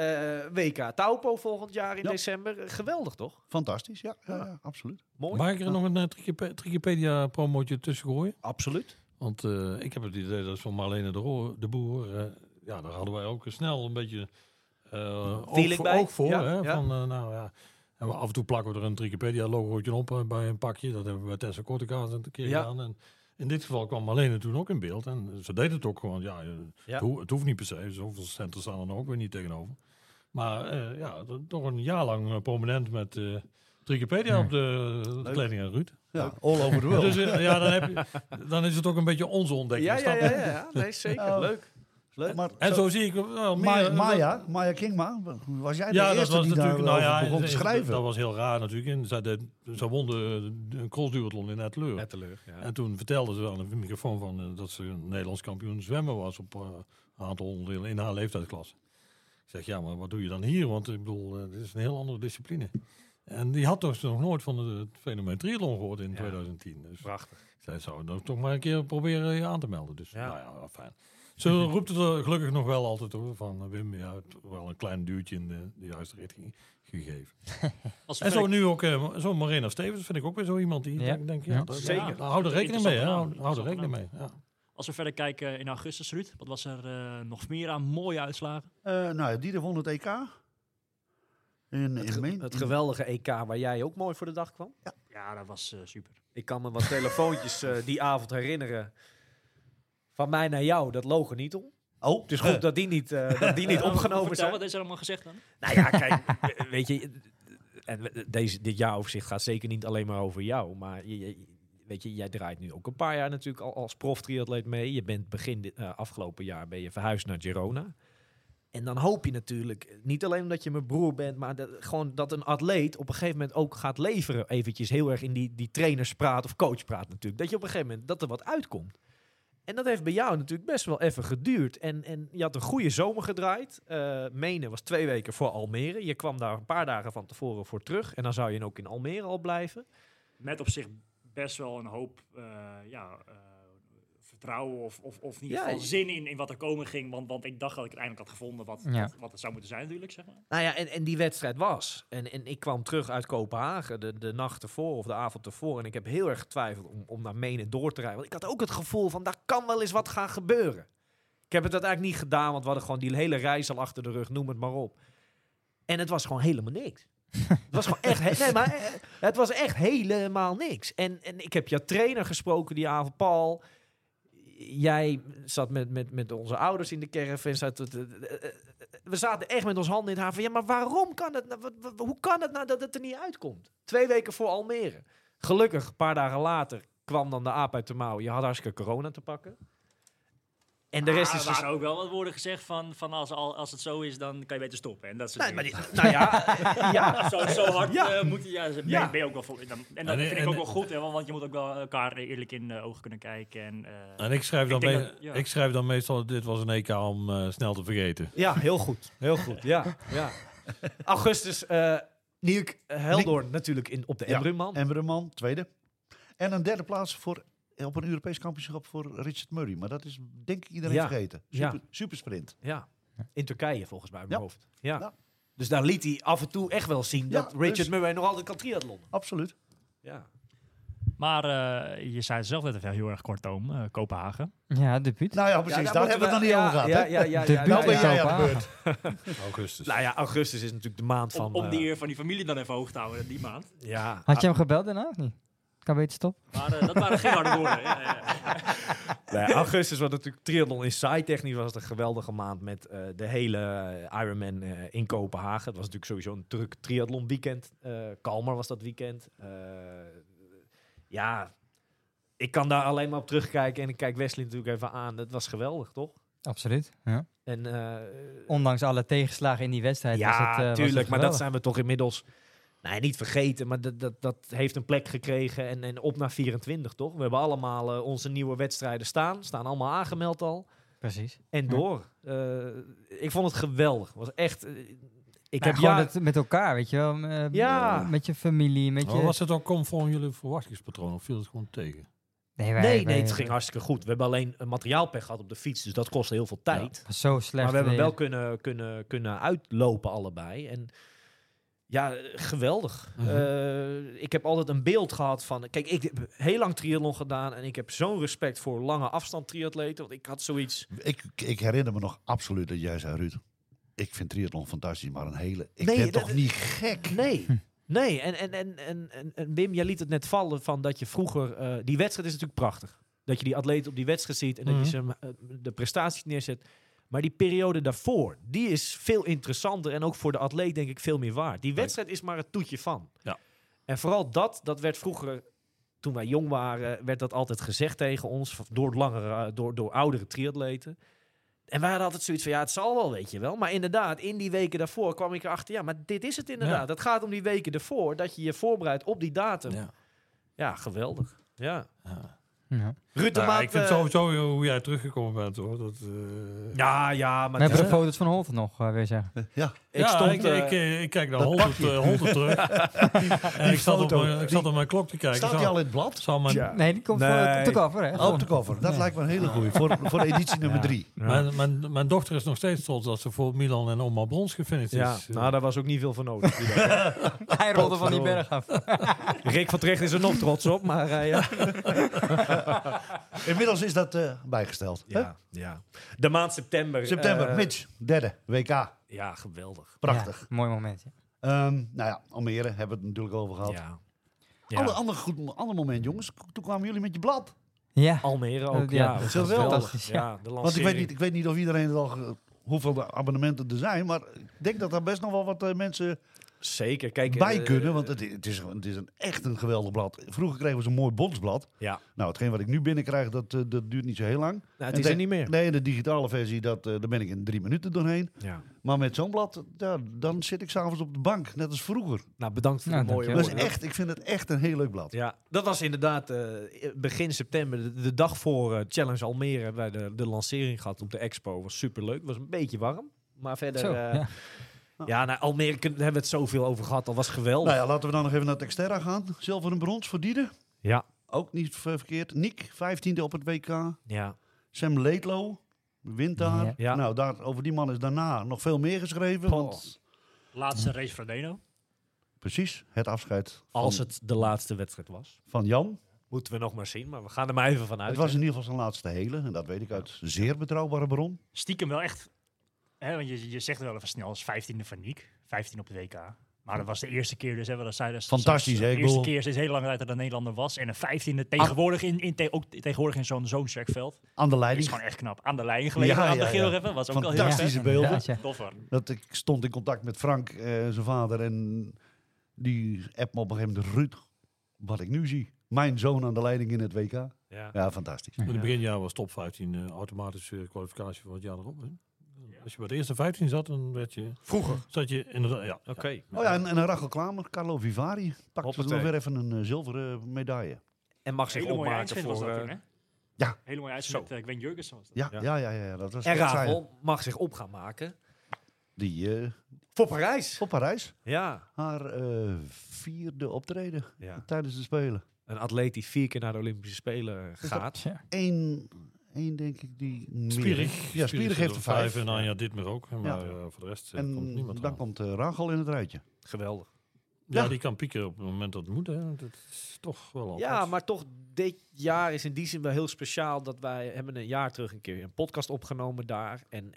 WK Taupo volgend jaar in Ja. december. Geweldig, toch? Fantastisch, ja, absoluut. Mooi. Mag ik er nog een Wikipedia-promootje tussen gooien? Absoluut. Want ik heb het idee dat van Marlene de Boer... ja, daar hadden wij ook snel een beetje Feeling bij. oog voor. Ja, Hè, ja. Van, nou ja... En af en toe plakken we er een Wikipedia-logootje op bij een pakje. Dat hebben we bij Tessa Kortekaas een keer Ja. gedaan. En in dit geval kwam Marlene toen ook in beeld. En ze deed het ook gewoon. Ja, het hoeft niet per se. Zoveel centen staan er dan ook weer niet tegenover. Maar toch een jaar lang prominent met Wikipedia op de kleding en Ruud. Ja, all over the world. Dus dan is het ook een beetje onze ontdekking. Ja, snap ja, je? ja. Nee, zeker. Oh. Leuk. Leuk. Maar En zo zie ik wel meer... Maya Kingma, was jij de Ja, dat eerste was die natuurlijk... daarover begon te schrijven? Dat was heel raar natuurlijk. En zij won een crossduathlon in Etteleur. Net teleur. Ja. En toen vertelde ze aan de microfoon van, dat ze een Nederlands kampioen zwemmen was op een aantal onderdelen in haar leeftijdsklasse. Ik zeg, ja, maar wat doe je dan hier? Want ik bedoel, dit is een heel andere discipline. En die had toch nog nooit van het fenomeen triathlon gehoord in 2010. Dus Prachtig. zij zou dan toch maar een keer proberen je aan te melden. Dus Ja. nou ja, fijn. Ze roept het er gelukkig nog wel altijd hoor, van Wim, ja, wel een klein duwtje in de juiste richting gegeven. Als we En zo verder- nu ook, zo Marina Stevens vind ik ook weer zo iemand die Ja. denk Ja. Zeker. hou er rekening mee, hè. Interessante Hou er naam. rekening mee. Ja. Als we verder kijken in augustus, Ruud, wat was er nog meer aan mooie uitslagen? Nou ja, die won het EK. Het geweldige EK waar jij ook mooi voor de dag kwam. Ja, dat was super. Ik kan me wat telefoontjes die avond herinneren. Van mij naar jou, dat logen niet om. Oh, Het is goed dat die niet, opgenomen Vertel, zijn. wat is er allemaal gezegd dan? Nou ja, kijk, weet je, dit jaaroverzicht gaat zeker niet alleen maar over jou. Maar weet je, jij draait nu ook een paar jaar natuurlijk al als proftriatleet mee. Je bent afgelopen jaar ben je verhuisd naar Girona. En dan hoop je natuurlijk, niet alleen omdat je mijn broer bent, maar gewoon dat een atleet op een gegeven moment ook gaat leveren. Eventjes heel erg in die trainerspraat of coachpraat natuurlijk. Dat je op een gegeven moment, dat er wat uitkomt. En dat heeft bij jou natuurlijk best wel even geduurd. En je had een goede zomer gedraaid. Menen was 2 weken voor Almere. Je kwam daar een paar dagen van tevoren voor terug. En dan zou je ook in Almere al blijven. Met op zich best wel een hoop vertrouwen of in ieder geval zin in wat er komen ging. Want ik dacht dat ik het eindelijk had gevonden wat het zou moeten zijn natuurlijk, zeg maar. Nou ja, en die wedstrijd was. En ik kwam terug uit Kopenhagen de nacht ervoor of de avond ervoor. En ik heb heel erg getwijfeld om naar Menen door te rijden. Want ik had ook het gevoel van, daar kan wel eens wat gaan gebeuren. Ik heb het uiteindelijk niet gedaan, want we hadden gewoon die hele reis al achter de rug, noem het maar op. En het was gewoon helemaal niks. Het was gewoon echt, het was echt helemaal niks. En ik heb jouw trainer gesproken die avond, Paul. Jij zat met onze ouders in de caravan. We zaten echt met ons handen in het haar van, ja, maar waarom kan het? Hoe kan het nou dat het er niet uitkomt? 2 weken voor Almere. Gelukkig, een paar dagen later kwam dan de aap uit de mouw. Je had hartstikke corona te pakken. En de rest is... Er waren ook wel wat woorden gezegd van als het zo is, dan kan je beter stoppen. En dat soort dingen. Zo hard moet je... Ben je ook wel voor. En dat vind ik ook wel goed, hè, want je moet ook wel elkaar eerlijk in de ogen kunnen kijken. En ik schrijf dan meestal, dit was een EK om snel te vergeten. Ja, heel goed. Heel goed, ja. Augustus, Niek Heldoorn natuurlijk op de Embrunman. Embrunman, 2e. En een 3e plaats op een Europees kampioenschap voor Richard Murray. Maar dat is denk ik iedereen vergeten. Super sprint. Ja, in Turkije volgens mij, mijn hoofd. Ja. Ja. Dus daar liet hij af en toe echt wel zien dat Richard Murray nog altijd kan triathlonnen. Absoluut. Ja. Maar je zei het zelf net even heel erg kort om, Kopenhagen. Ja, debuut. Nou ja, precies. Daar hebben we het nog niet over gehad. Nou ben jij aan de beurt. Augustus. Nou ja, augustus is natuurlijk de maand van... Om die eer van die familie dan even hoog te houden, die maand. Ja. Had je hem gebeld daarna of niet? Kan beter stoppen. Maar dat waren geen harde woorden. Nee, augustus was natuurlijk triathlon inside technisch was het een geweldige maand met de hele Ironman in Kopenhagen. Het was natuurlijk sowieso een druk triathlon weekend. Kalmar was dat weekend. Ik kan daar alleen maar op terugkijken en ik kijk Wesley natuurlijk even aan. Dat was geweldig, toch? Absoluut. Ja. En, ondanks alle tegenslagen in die wedstrijd was het tuurlijk, maar dat geweldig. zijn we toch inmiddels niet vergeten, maar dat heeft een plek gekregen en op naar 24, toch? We hebben allemaal onze nieuwe wedstrijden staan allemaal aangemeld al. Precies. En door. Ik vond het geweldig. Het was echt... ik heb gewoon het met elkaar, weet je wel. Met je familie, met je... Was het ook conform jullie verwachtingspatroon of viel het gewoon tegen? Nee, het ging hartstikke goed. We hebben alleen een materiaalpech gehad op de fiets, dus dat kostte heel veel tijd. Zo slecht. Maar we hebben wel kunnen uitlopen allebei. En ja, geweldig. Ik heb altijd een beeld gehad van... Kijk, ik heb heel lang triathlon gedaan en ik heb zo'n respect voor lange afstand triatleten. Want ik had zoiets... Ik herinner me nog absoluut dat jij zei, Ruud, ik vind triathlon fantastisch, maar een hele... Ik ben toch niet gek? Nee, en Wim, jij liet het net vallen van dat je vroeger... die wedstrijd is natuurlijk prachtig. Dat je die atleet op die wedstrijd ziet en dat je ze de prestaties neerzet. Maar die periode daarvoor, die is veel interessanter en ook voor de atleet denk ik veel meer waard. Die wedstrijd is maar het toetje van. Ja. En vooral dat werd vroeger, toen wij jong waren, werd dat altijd gezegd tegen ons door oudere triatleten. En wij hadden altijd zoiets van, het zal wel, weet je wel. Maar inderdaad, in die weken daarvoor kwam ik erachter, maar dit is het inderdaad. Het gaat om die weken daarvoor, dat je je voorbereidt op die datum. Ja, geweldig. Ja. Ruud de Maat, ik vind sowieso hoe jij teruggekomen bent, hoor. Dat, maar... We hebben de foto's van Holt nog, wil je zeggen. Ik kijk naar Holt terug. En ik zat op mijn klok te kijken. Staat die al in het blad? Nee, die komt op de cover. Hè? Op de cover. Dat lijkt me een hele goeie. Voor editie nummer 3. Mijn dochter is nog steeds trots dat ze voor Milan en Oma Brons gefinished is. Nou, daar was ook niet veel voor nodig. Hij rolde van die berg af. Rick van Tricht is er nog trots op, maar Inmiddels is dat bijgesteld. Ja. De maand september. Mitch, 3e, WK. Ja, geweldig. Prachtig. Ja, mooi moment. Ja. Almere hebben we het natuurlijk over gehad. Ja. Ander moment, jongens. Toen kwamen jullie met je blad. Ja. Almere ook, dat is geweldig. Ja, want ik weet niet of iedereen het al... hoeveel abonnementen er zijn, maar ik denk dat er best nog wel wat mensen Zeker. Kijk, bij kunnen. Want het is echt een geweldig blad. Vroeger kregen we zo'n mooi bondsblad. Ja. Nou, hetgeen wat ik nu binnenkrijg, dat duurt niet zo heel lang. Nou, het is er niet meer. Nee, de digitale versie, daar ben ik in 3 minuten doorheen. Ja. Maar met zo'n blad, dan zit ik s'avonds op de bank. Net als vroeger. Nou, bedankt voor Ja, de mooie dankjewel. Dat is woorden. echt, ik vind het echt een heel leuk blad. Ja, dat was inderdaad begin september, de dag voor Challenge Almere, hebben wij de lancering gehad op de expo. Was superleuk. Het was een beetje warm, maar verder... Zo, ja. Ja, nou, Almere hebben we het zoveel over gehad. Dat was geweldig. Nou ja, laten we dan nog even naar het Xterra gaan. Zilver en brons voor Diede. Ja. Ook niet verkeerd. Nick, 15e op het WK. Ja. Sam Leetlo, wint daar. Ja. Ja. Nou, over die man is daarna nog veel meer geschreven. Goh. Want, Laatste race Frodeno. precies, het afscheid Als het de laatste wedstrijd was. van Jan. Moeten we nog maar zien, maar we gaan er maar even van uit. Het was in ieder geval zijn laatste hele. En dat weet ik uit zeer betrouwbare bron. Stiekem wel echt... Hè, want je zegt wel even snel als 15e van Niek. 15 op de WK. Maar dat was de eerste keer, dus hebben we dat zeiden. Fantastisch, hè? De Ik eerste bedoel- keer sinds heel lang tijd dat een Nederlander was. En een 15e tegenwoordig, ook tegenwoordig in zo'n trackveld. Aan de Is leiding. gewoon echt knap. Aan de leiding gelegen, Ja, aan de ja, geel ja. even. Was ook al heel Fantastische vet. beelden. inderdaad, ja. Tof hoor. Dat ik stond in contact met Frank, zijn vader. En die app me op een gegeven moment, Ruud, wat ik nu zie. Mijn zoon aan de leiding in het WK. Ja. Ja, fantastisch. In het beginjaar was top 15 automatisch kwalificatie voor het jaar erop. Hè? Als je bij de eerste 15 zat, dan zat je inderdaad... Ja. Oké. Oh ja, en Rachel Klamer, Carlo Vivari, pakte Hoppatee. nog weer even een zilveren medaille. En mag zich Hele mooie opmaken eindspin was voor... dat toen, hè? Ja. Hele mooie eindspin met Gwen Jurgensen was dat. Ja, dat was En wat zij- Rachel mag zich op gaan maken Die voor Parijs. voor Parijs, Ja. haar 4e optreden Ja. tijdens de Spelen. Een atleet die 4 keer naar de Olympische Spelen gaat. Ja. Eén denk ik die meer. Spierig. Ja, Spierig heeft er 5. En Anja Ditmer ook. Maar Ja. voor de rest komt En niemand dan aan. komt Rachel in het rijtje. Geweldig. Ja, Ja. die kan pieken op het moment dat het moet. Hè. Dat is toch wel apart. Ja, maar toch, dit jaar is in die zin wel heel speciaal dat wij hebben een jaar terug een keer een podcast opgenomen daar. En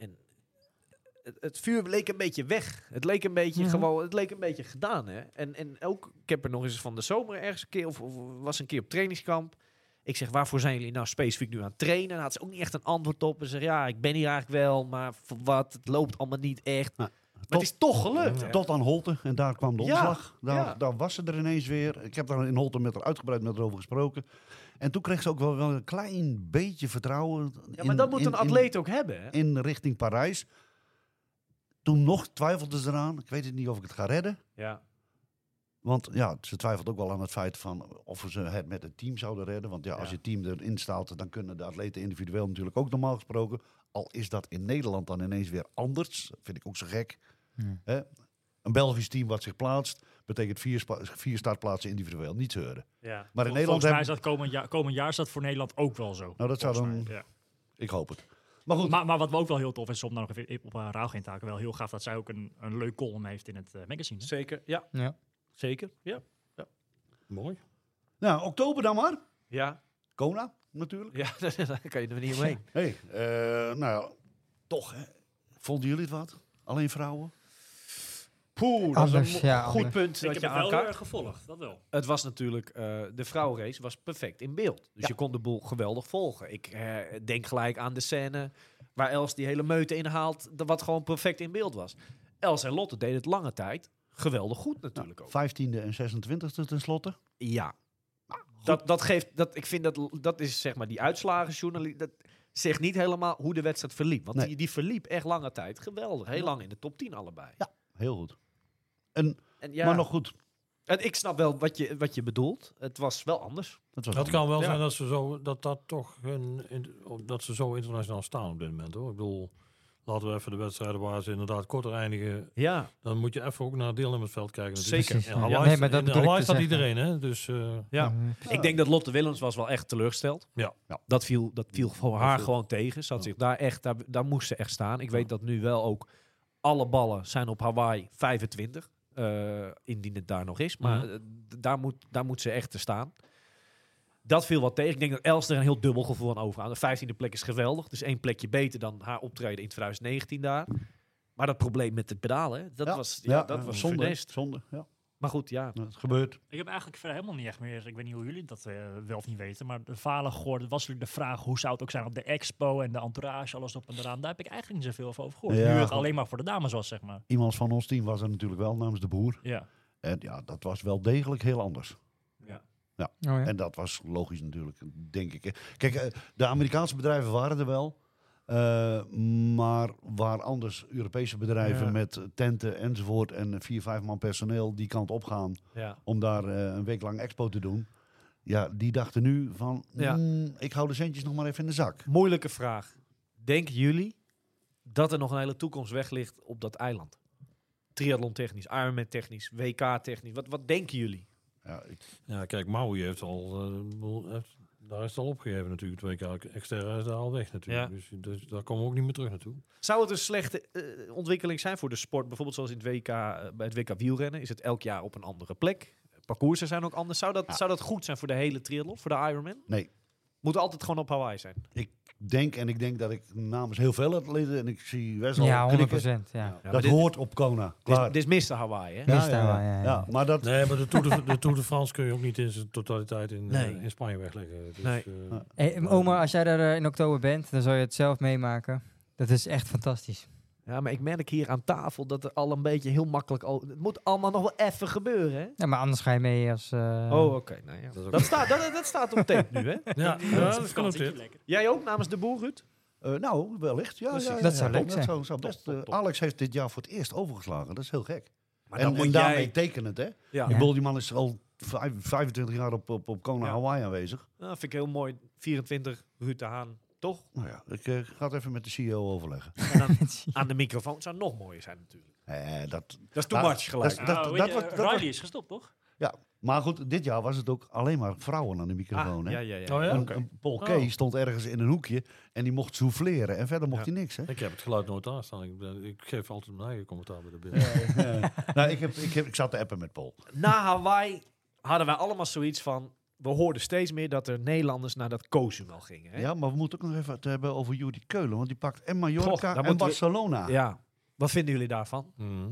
het vuur leek een beetje weg. Het leek een beetje gewoon, het leek een beetje gedaan. Hè? En ook, ik heb er nog eens van de zomer ergens een keer, of was een keer op trainingskamp. Ik zeg, waarvoor zijn jullie nou specifiek nu aan het trainen? Daar had ze ook niet echt een antwoord op. En zeg, ja, ik ben hier eigenlijk wel, maar voor wat? Het loopt allemaal niet echt. Nou, Maar het is toch gelukt. hè? Tot aan Holte. En daar kwam de Ja, omslag. ja. Daar was ze er ineens weer. Ik heb daar in Holte uitgebreid met haar over gesproken. En toen kreeg ze ook wel een klein beetje vertrouwen. Ja, maar dat moet een atleet ook hebben. Hè? In richting Parijs. Toen nog twijfelde ze eraan. Ik weet het niet of ik het ga redden. Ja. Want ja, ze twijfelt ook wel aan het feit van of ze het met het team zouden redden. Want ja, als je team erin staat, dan kunnen de atleten individueel natuurlijk ook normaal gesproken. Al is dat in Nederland dan ineens weer anders. Dat vind ik ook zo gek. Ja. Hè? Een Belgisch team wat zich plaatst, betekent 4 startplaatsen individueel. Niet zeuren. Ja. Maar in Nederland Volgens mij hebben... is dat komend jaar is dat voor Nederland ook wel zo. Nou, dat zou Volgens dan... mij, ja. Ik hoop het. Maar goed. Maar wat ook wel heel tof is, om dan nog even op Rauw in taken, wel heel gaaf dat zij ook een leuk column heeft in het magazine. hè? Zeker, ja. Ja. Zeker, ja. Mooi. Nou, oktober dan maar. Ja, Kona, natuurlijk. ja daar kan je er niet omheen. Hey, nou ja, toch hè. Vonden jullie het wat? Alleen vrouwen? Poeh, dat Anders, is een ja, goed anders. punt Ik dat heb je het wel heel aankaart. erg gevolgd, dat wel. Het was natuurlijk, de vrouwenrace was perfect in beeld. Dus Ja. je kon de boel geweldig volgen. Ik denk gelijk aan de scène waar Els die hele meute inhaalt, wat gewoon perfect in beeld was. Els en Lotte deden het lange tijd geweldig goed natuurlijk ook. 15e en 26e tenslotte. Ja. Dat geeft, ik vind dat is zeg maar die uitslagenjournalistiek, dat zegt niet helemaal hoe de wedstrijd verliep. Want Nee. die verliep echt lange tijd geweldig. Heel lang in de top 10 allebei. Ja, heel goed. En, En ja, Maar nog goed. en ik snap wel wat je bedoelt. Het was wel anders. Dat kan wel Ja. zijn dat ze zo internationaal staan op dit moment. Hoor. Ik bedoel, laten we even de wedstrijden waar ze inderdaad korter eindigen. Ja, Dan moet je even ook naar het deelnemersveld kijken. natuurlijk. Zeker. Precies, In ja. Hawaii, Nee, maar dat in bedoel ik Hawaii te staat zeggen. iedereen, hè? Dus ja. Mhm. Ik denk dat Lotte Willems was wel echt teleurgesteld. ja. Dat viel voor haar viel. gewoon tegen. Ze had zich daar moest ze echt staan. Ik weet dat nu wel ook alle ballen zijn op Hawaii 25. Indien het daar nog is. Maar daar moet ze echt te staan. Dat viel wat tegen. Ik denk dat Els er een heel dubbel gevoel aan over aan. De 15e plek is geweldig. Dus 1 plekje beter dan haar optreden in 2019 daar. Maar dat probleem met het pedalen, hè, dat was zonde. funest. Zonde, ja. Maar goed, ja. Nou, het gebeurt. Ik heb eigenlijk verder helemaal niet echt meer, ik weet niet hoe jullie dat wel of niet weten, maar de verhalen gehoord, het was natuurlijk de vraag hoe zou het ook zijn op de expo en de entourage, alles op en eraan. Daar heb ik eigenlijk niet zoveel over gehoord. Ja, Nu het goed. alleen maar voor de dames was, zeg maar. Iemand van ons team was er natuurlijk wel namens de boer. Ja. En ja, dat was wel degelijk heel anders. Oh, ja. En dat was logisch natuurlijk, denk ik. Kijk, de Amerikaanse bedrijven waren er wel. Maar waar anders Europese bedrijven Ja. met tenten enzovoort en 4-5 man personeel die kant op gaan Ja. om daar een week lang expo te doen. Ja, die dachten nu van, Ja. ik hou de centjes nog maar even in de zak. Moeilijke vraag. Denken jullie dat er nog een hele toekomst weg ligt op dat eiland? Triathlon technisch, Ironman technisch, WK technisch. Wat denken jullie? Ja, Ja, kijk, Maui heeft al... daar is het al opgegeven natuurlijk. 2 keer Exterra is daar al weg natuurlijk. Dus daar komen we ook niet meer terug naartoe. Zou het een slechte ontwikkeling zijn voor de sport? Bijvoorbeeld zoals in het WK, bij het WK wielrennen is het elk jaar op een andere plek. Parcoursen zijn ook anders. Zou dat goed zijn voor de hele triathlon, voor de Ironman? nee. Moet altijd gewoon op Hawaii zijn. Ik denk dat ik namens heel veel atleten, en ik zie Wes al Ja, 100%. knikken, Ja. Ja, maar dat dit- hoort op Kona. Klaar. Dit is Mr. Hawaii, hè? Ja. Mist daar wel, ja. Maar dat... Nee, maar de Tour de France kun je ook niet in zijn totaliteit in Spanje wegleggen. Dus, Nee. Hey, Omar, als jij daar in oktober bent, dan zal je het zelf meemaken. Dat is echt fantastisch. Ja, maar ik merk hier aan tafel dat er al een beetje heel makkelijk... Het moet allemaal nog wel even gebeuren, hè? Ja, maar anders ga je mee als... Oké. Nou ja. Dat is ook- Dat staat op tape nu, hè? ja, dat is genoteerd. lekker. Jij ook namens de boer, Ruud? Nou, wellicht. Ja, Precies. Dat zou leuk zijn. Zou best, Top. Alex heeft dit jaar voor het eerst overgeslagen. Dat is heel gek. Maar dan En moet daarmee jij... tekenend, hè? Ja, Ik bedoel, die man is al 25 jaar op Kona Ja. Hawaii aanwezig. dat vind ik heel mooi. 24, Ruud de Haan, toch? Nou ja, ik ga het even met de CEO overleggen. En dan aan de microfoon zou nog mooier zijn natuurlijk. Dat Dat is too Nou, much gelijk. Riley is gestopt, toch? ja, maar goed, dit jaar was het ook alleen maar vrouwen aan de microfoon. Hè? ja. Oh ja? Een Paul Kay stond ergens in een hoekje en die mocht souffleren. En verder mocht Ja. hij niks. Hè? Ik heb het geluid nooit aanstaan. Ik geef altijd mijn eigen commentaar bij de beeld. Nou, ik zat te appen met Paul. Na Hawaii hadden wij allemaal zoiets van... We hoorden steeds meer dat er Nederlanders naar dat Cozumel gingen. Hè? Ja, maar we moeten ook nog even het hebben over Judy Keulen. Want die pakt en Goh, Mallorca daar en moeten we- Barcelona. Ja. Wat vinden jullie daarvan? Mhm.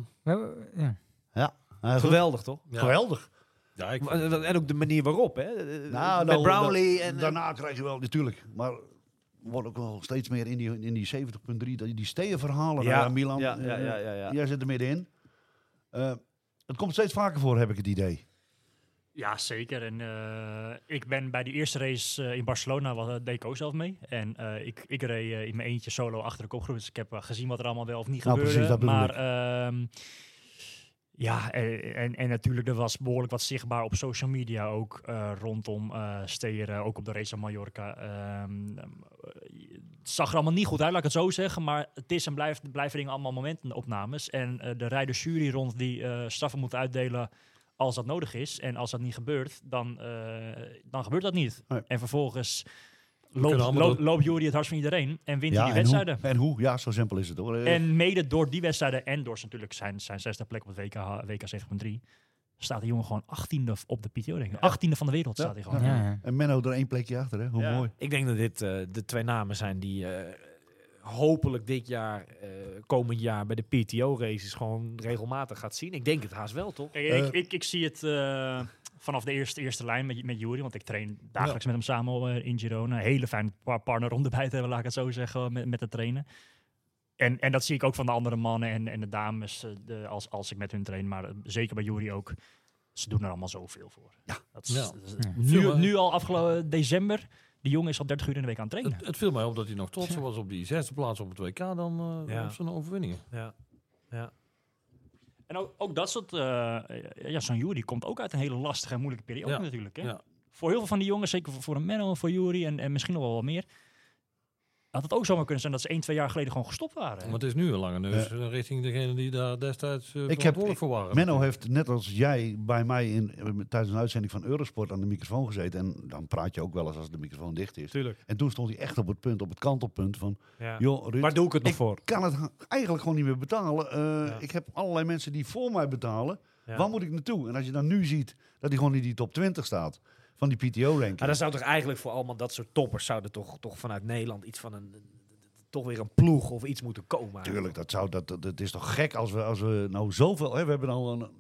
Ja. Goed. Geweldig, toch? Ja. Geweldig. Ja, ik En ook de manier waarop, hè? Nou, Met Brownlee en... daarna krijg je wel, natuurlijk. Maar wordt ook wel steeds meer in die 70.3, die steeënverhalen naar Milan. ja. Jij zit er middenin. Het komt steeds vaker voor, heb ik het idee. Ja, zeker. En ik ben bij die eerste race in Barcelona, deed ik ook zelf mee. En ik reed in mijn eentje solo achter de kopgroep. Dus ik heb gezien wat er allemaal wel of niet Nou, gebeurde. precies, dat bedoel maar ja, en natuurlijk, er was behoorlijk wat zichtbaar op social media ook rondom steren, ook op de race van Mallorca. Het zag er allemaal niet goed uit, laat ik het zo zeggen. Maar het is en blijven dingen allemaal momentenopnames. En de rijdersjury rond die straffen moet uitdelen als dat nodig is. En als dat niet gebeurt, dan gebeurt dat niet. Nee. En vervolgens kunnen allemaal loopt Jury het hardst van iedereen en wint hij die en wedstrijden. hoe? En hoe? Ja, zo simpel is het hoor. En mede door die wedstrijden en door natuurlijk zijn zesde plek op het WK 7.3 staat de jongen gewoon 18e op de PTO-ranking. 18e van de wereld staat hij gewoon. Ja. En Menno er 1 plekje achter, hè? Hoe Ja. mooi. Ik denk dat dit de twee namen zijn die hopelijk dit jaar, komend jaar bij de PTO-races gewoon regelmatig gaat zien. Ik denk het haast wel, toch? Kijk, ik zie het vanaf de eerste lijn met Jury, want ik train dagelijks met hem samen in Girona. Een hele fijne partner om erbij te hebben, laat ik het zo zeggen, met het trainen. En dat zie ik ook van de andere mannen en de dames als ik met hun train, maar zeker bij Jury ook. Ze doen er allemaal zoveel voor. Ja. Dat is, Ja. dat is- Ja. Nu al afgelopen december, die jongen is al 30 uur in de week aan het trainen. Het viel mij op dat hij nog trotser was op die 6e plaats op het WK dan Ja. op zijn overwinningen. Ja. En ook dat soort, zo'n Jury komt ook uit een hele lastige en moeilijke periode Ja. natuurlijk. Hè? Ja. Voor heel veel van die jongens, zeker voor een Menno en voor Jury en misschien nog wel wat meer, had het ook zomaar kunnen zijn dat ze 1-2 jaar geleden gewoon gestopt waren. Want het is nu een lange neus richting degene die daar destijds heb- verantwoordelijk voor waren. Menno heeft net als jij bij mij tijdens een uitzending van Eurosport aan de microfoon gezeten. En dan praat je ook wel eens als de microfoon dicht is. Tuurlijk. En toen stond hij echt op het kantelpunt van... Ja. Joh, Ruud, Waar doe ik het nog voor? kan het eigenlijk gewoon niet meer betalen. Ja. Ik heb allerlei mensen die voor mij betalen. Ja. Waar moet ik naartoe? En als je dan nu ziet dat hij gewoon in die top 20 staat van die PTO-ranking. Maar dan zou toch eigenlijk voor allemaal dat soort toppers zouden toch vanuit Nederland iets van toch weer een ploeg of iets moeten komen. Tuurlijk, dat is toch gek als we nou zoveel... Hè, we hebben al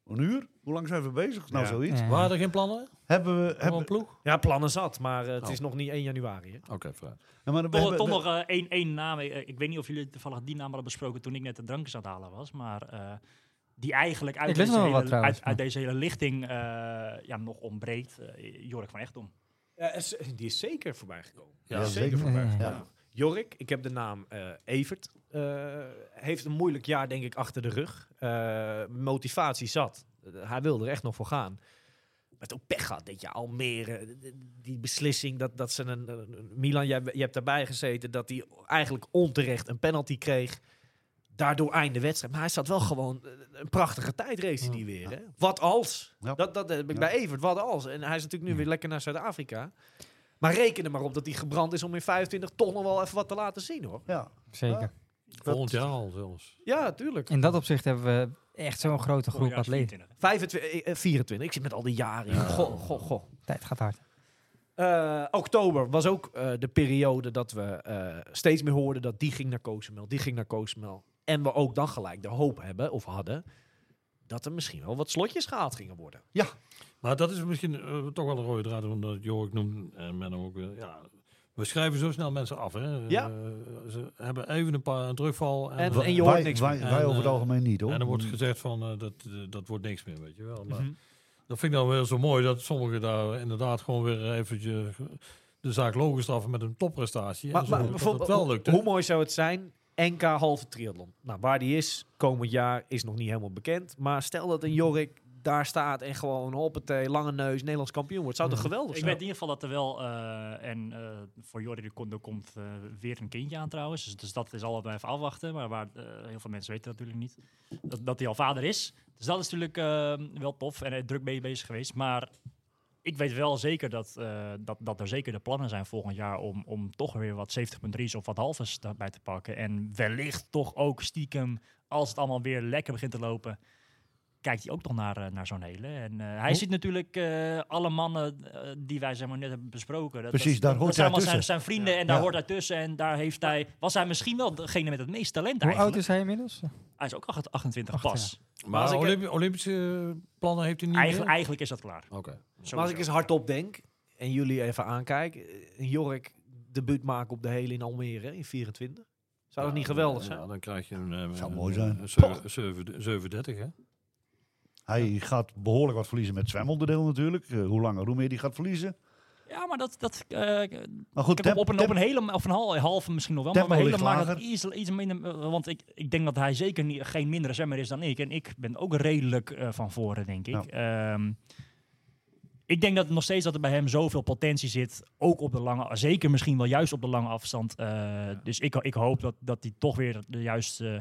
Een uur? Hoe lang zijn we bezig? Nou, Ja. zoiets. Ja. Waren er geen plannen? Hebben we... Hebben we een ploeg? Ja, plannen zat, maar het Oh. is nog niet 1 januari. Hè? Oké, vooruit. Ja, maar we Toch, hebben- toch we- nog één naam. Ik weet niet of jullie toevallig die naam hadden besproken toen ik net de drankjes aan het halen was. Maar die eigenlijk uit, Ik lust deze nog wel hele, wat trouwens, uit deze hele lichting nog ontbreekt. Jorik van Echtom. Ja, die is zeker voorbij gekomen. Ja, Die is zeker voorbij Ja. gekomen. Ja. Jorik, ik heb de naam Evert. Heeft een moeilijk jaar, denk ik, achter de rug. Motivatie zat. Hij wilde er echt nog voor gaan. Maar ook pech gehad dit jaar. Almere, die beslissing dat ze Milan, je hebt daarbij gezeten, dat hij eigenlijk onterecht een penalty kreeg. Daardoor einde wedstrijd. Maar hij zat wel gewoon een prachtige tijdrace die weer. Hè? Wat als? Ja. Dat heb ik Ja. bij Evert. Wat als? En hij is natuurlijk nu weer lekker naar Zuid-Afrika. Maar reken er maar op dat hij gebrand is om in 25 toch nog wel even wat te laten zien, hoor. Ja. Zeker. Volgend jaar al zelfs. Ja, tuurlijk. In dat opzicht hebben we echt zo'n grote groep atleten. 24. Ik zit met al die jaren. joh. Goh. Tijd gaat hard. Oktober was ook de periode dat we steeds meer hoorden dat die ging naar Cozumel. En we ook dan gelijk de hoop hebben, of hadden, dat er misschien wel wat slotjes gehaald gingen worden. Maar dat is misschien toch wel een rode draad, omdat Jorik noemt en men ook. We schrijven zo snel mensen af. Hè? Ja. Ze hebben even een terugval. En je hoort niks wij, meer. wij En, over het algemeen niet, hoor. en dan wordt gezegd van dat wordt niks meer, weet je wel. Maar Mhm. dat vind ik dan wel zo mooi dat sommigen daar inderdaad gewoon weer eventjes de zaak logisch straffen met een topprestatie. Maar en zorgen dat het wel lukt. Hè? hoe mooi zou het zijn? NK halve triathlon. Nou, waar die is komend jaar is nog niet helemaal bekend. Maar stel dat een Jorik daar staat en gewoon hoppatee, lange neus, Nederlands kampioen wordt. Zou toch geweldig Ik zijn? weet in ieder geval dat er wel, voor Jorik er komt weer een kindje aan trouwens. Dus dat is allemaal even afwachten. Maar waar, heel veel mensen weten dat natuurlijk niet. Dat hij al vader is. Dus dat is natuurlijk wel tof en druk mee bezig geweest. Maar ik weet wel zeker dat er zeker de plannen zijn volgend jaar om toch weer wat 70.3's of wat halves bij te pakken. En wellicht toch ook stiekem, als het allemaal weer lekker begint te lopen, kijkt hij ook nog naar zo'n hele. En hij ziet natuurlijk alle mannen die wij zeg maar net hebben besproken. Precies, daar hoort dat zijn hij allemaal tussen. zijn vrienden en daar Ja. hoort hij tussen. En daar was hij misschien wel degene met het meest talent Hoe eigenlijk. oud is hij inmiddels? Hij is ook 28 Ach, pas. Maar als ik- Olympische plannen heeft hij niet Eigenlijk is dat klaar. meer? Oké. Maar als ik eens hardop denk en jullie even aankijk, een Jorik debuut maken op de hele in Almere in 24. Zou dat niet geweldig zijn? Ja, dan krijg je een... Zou mooi zijn. 730, hè? Hij gaat behoorlijk wat verliezen met zwemonderdeel natuurlijk. Hoe langer, hoe meer hij gaat verliezen. Ja, maar dat Maar goed, kijk, op een hele, of een halve misschien nog wel, maar op Tempo een hele ligt maakt het iets minder. Want ik denk dat hij zeker geen mindere zwemmer is dan ik. En ik ben ook redelijk van voren, denk ik. Ik denk dat nog steeds dat er bij hem zoveel potentie zit. Ook op de lange, zeker misschien wel juist op de lange afstand. Dus ik hoop dat hij toch weer de juiste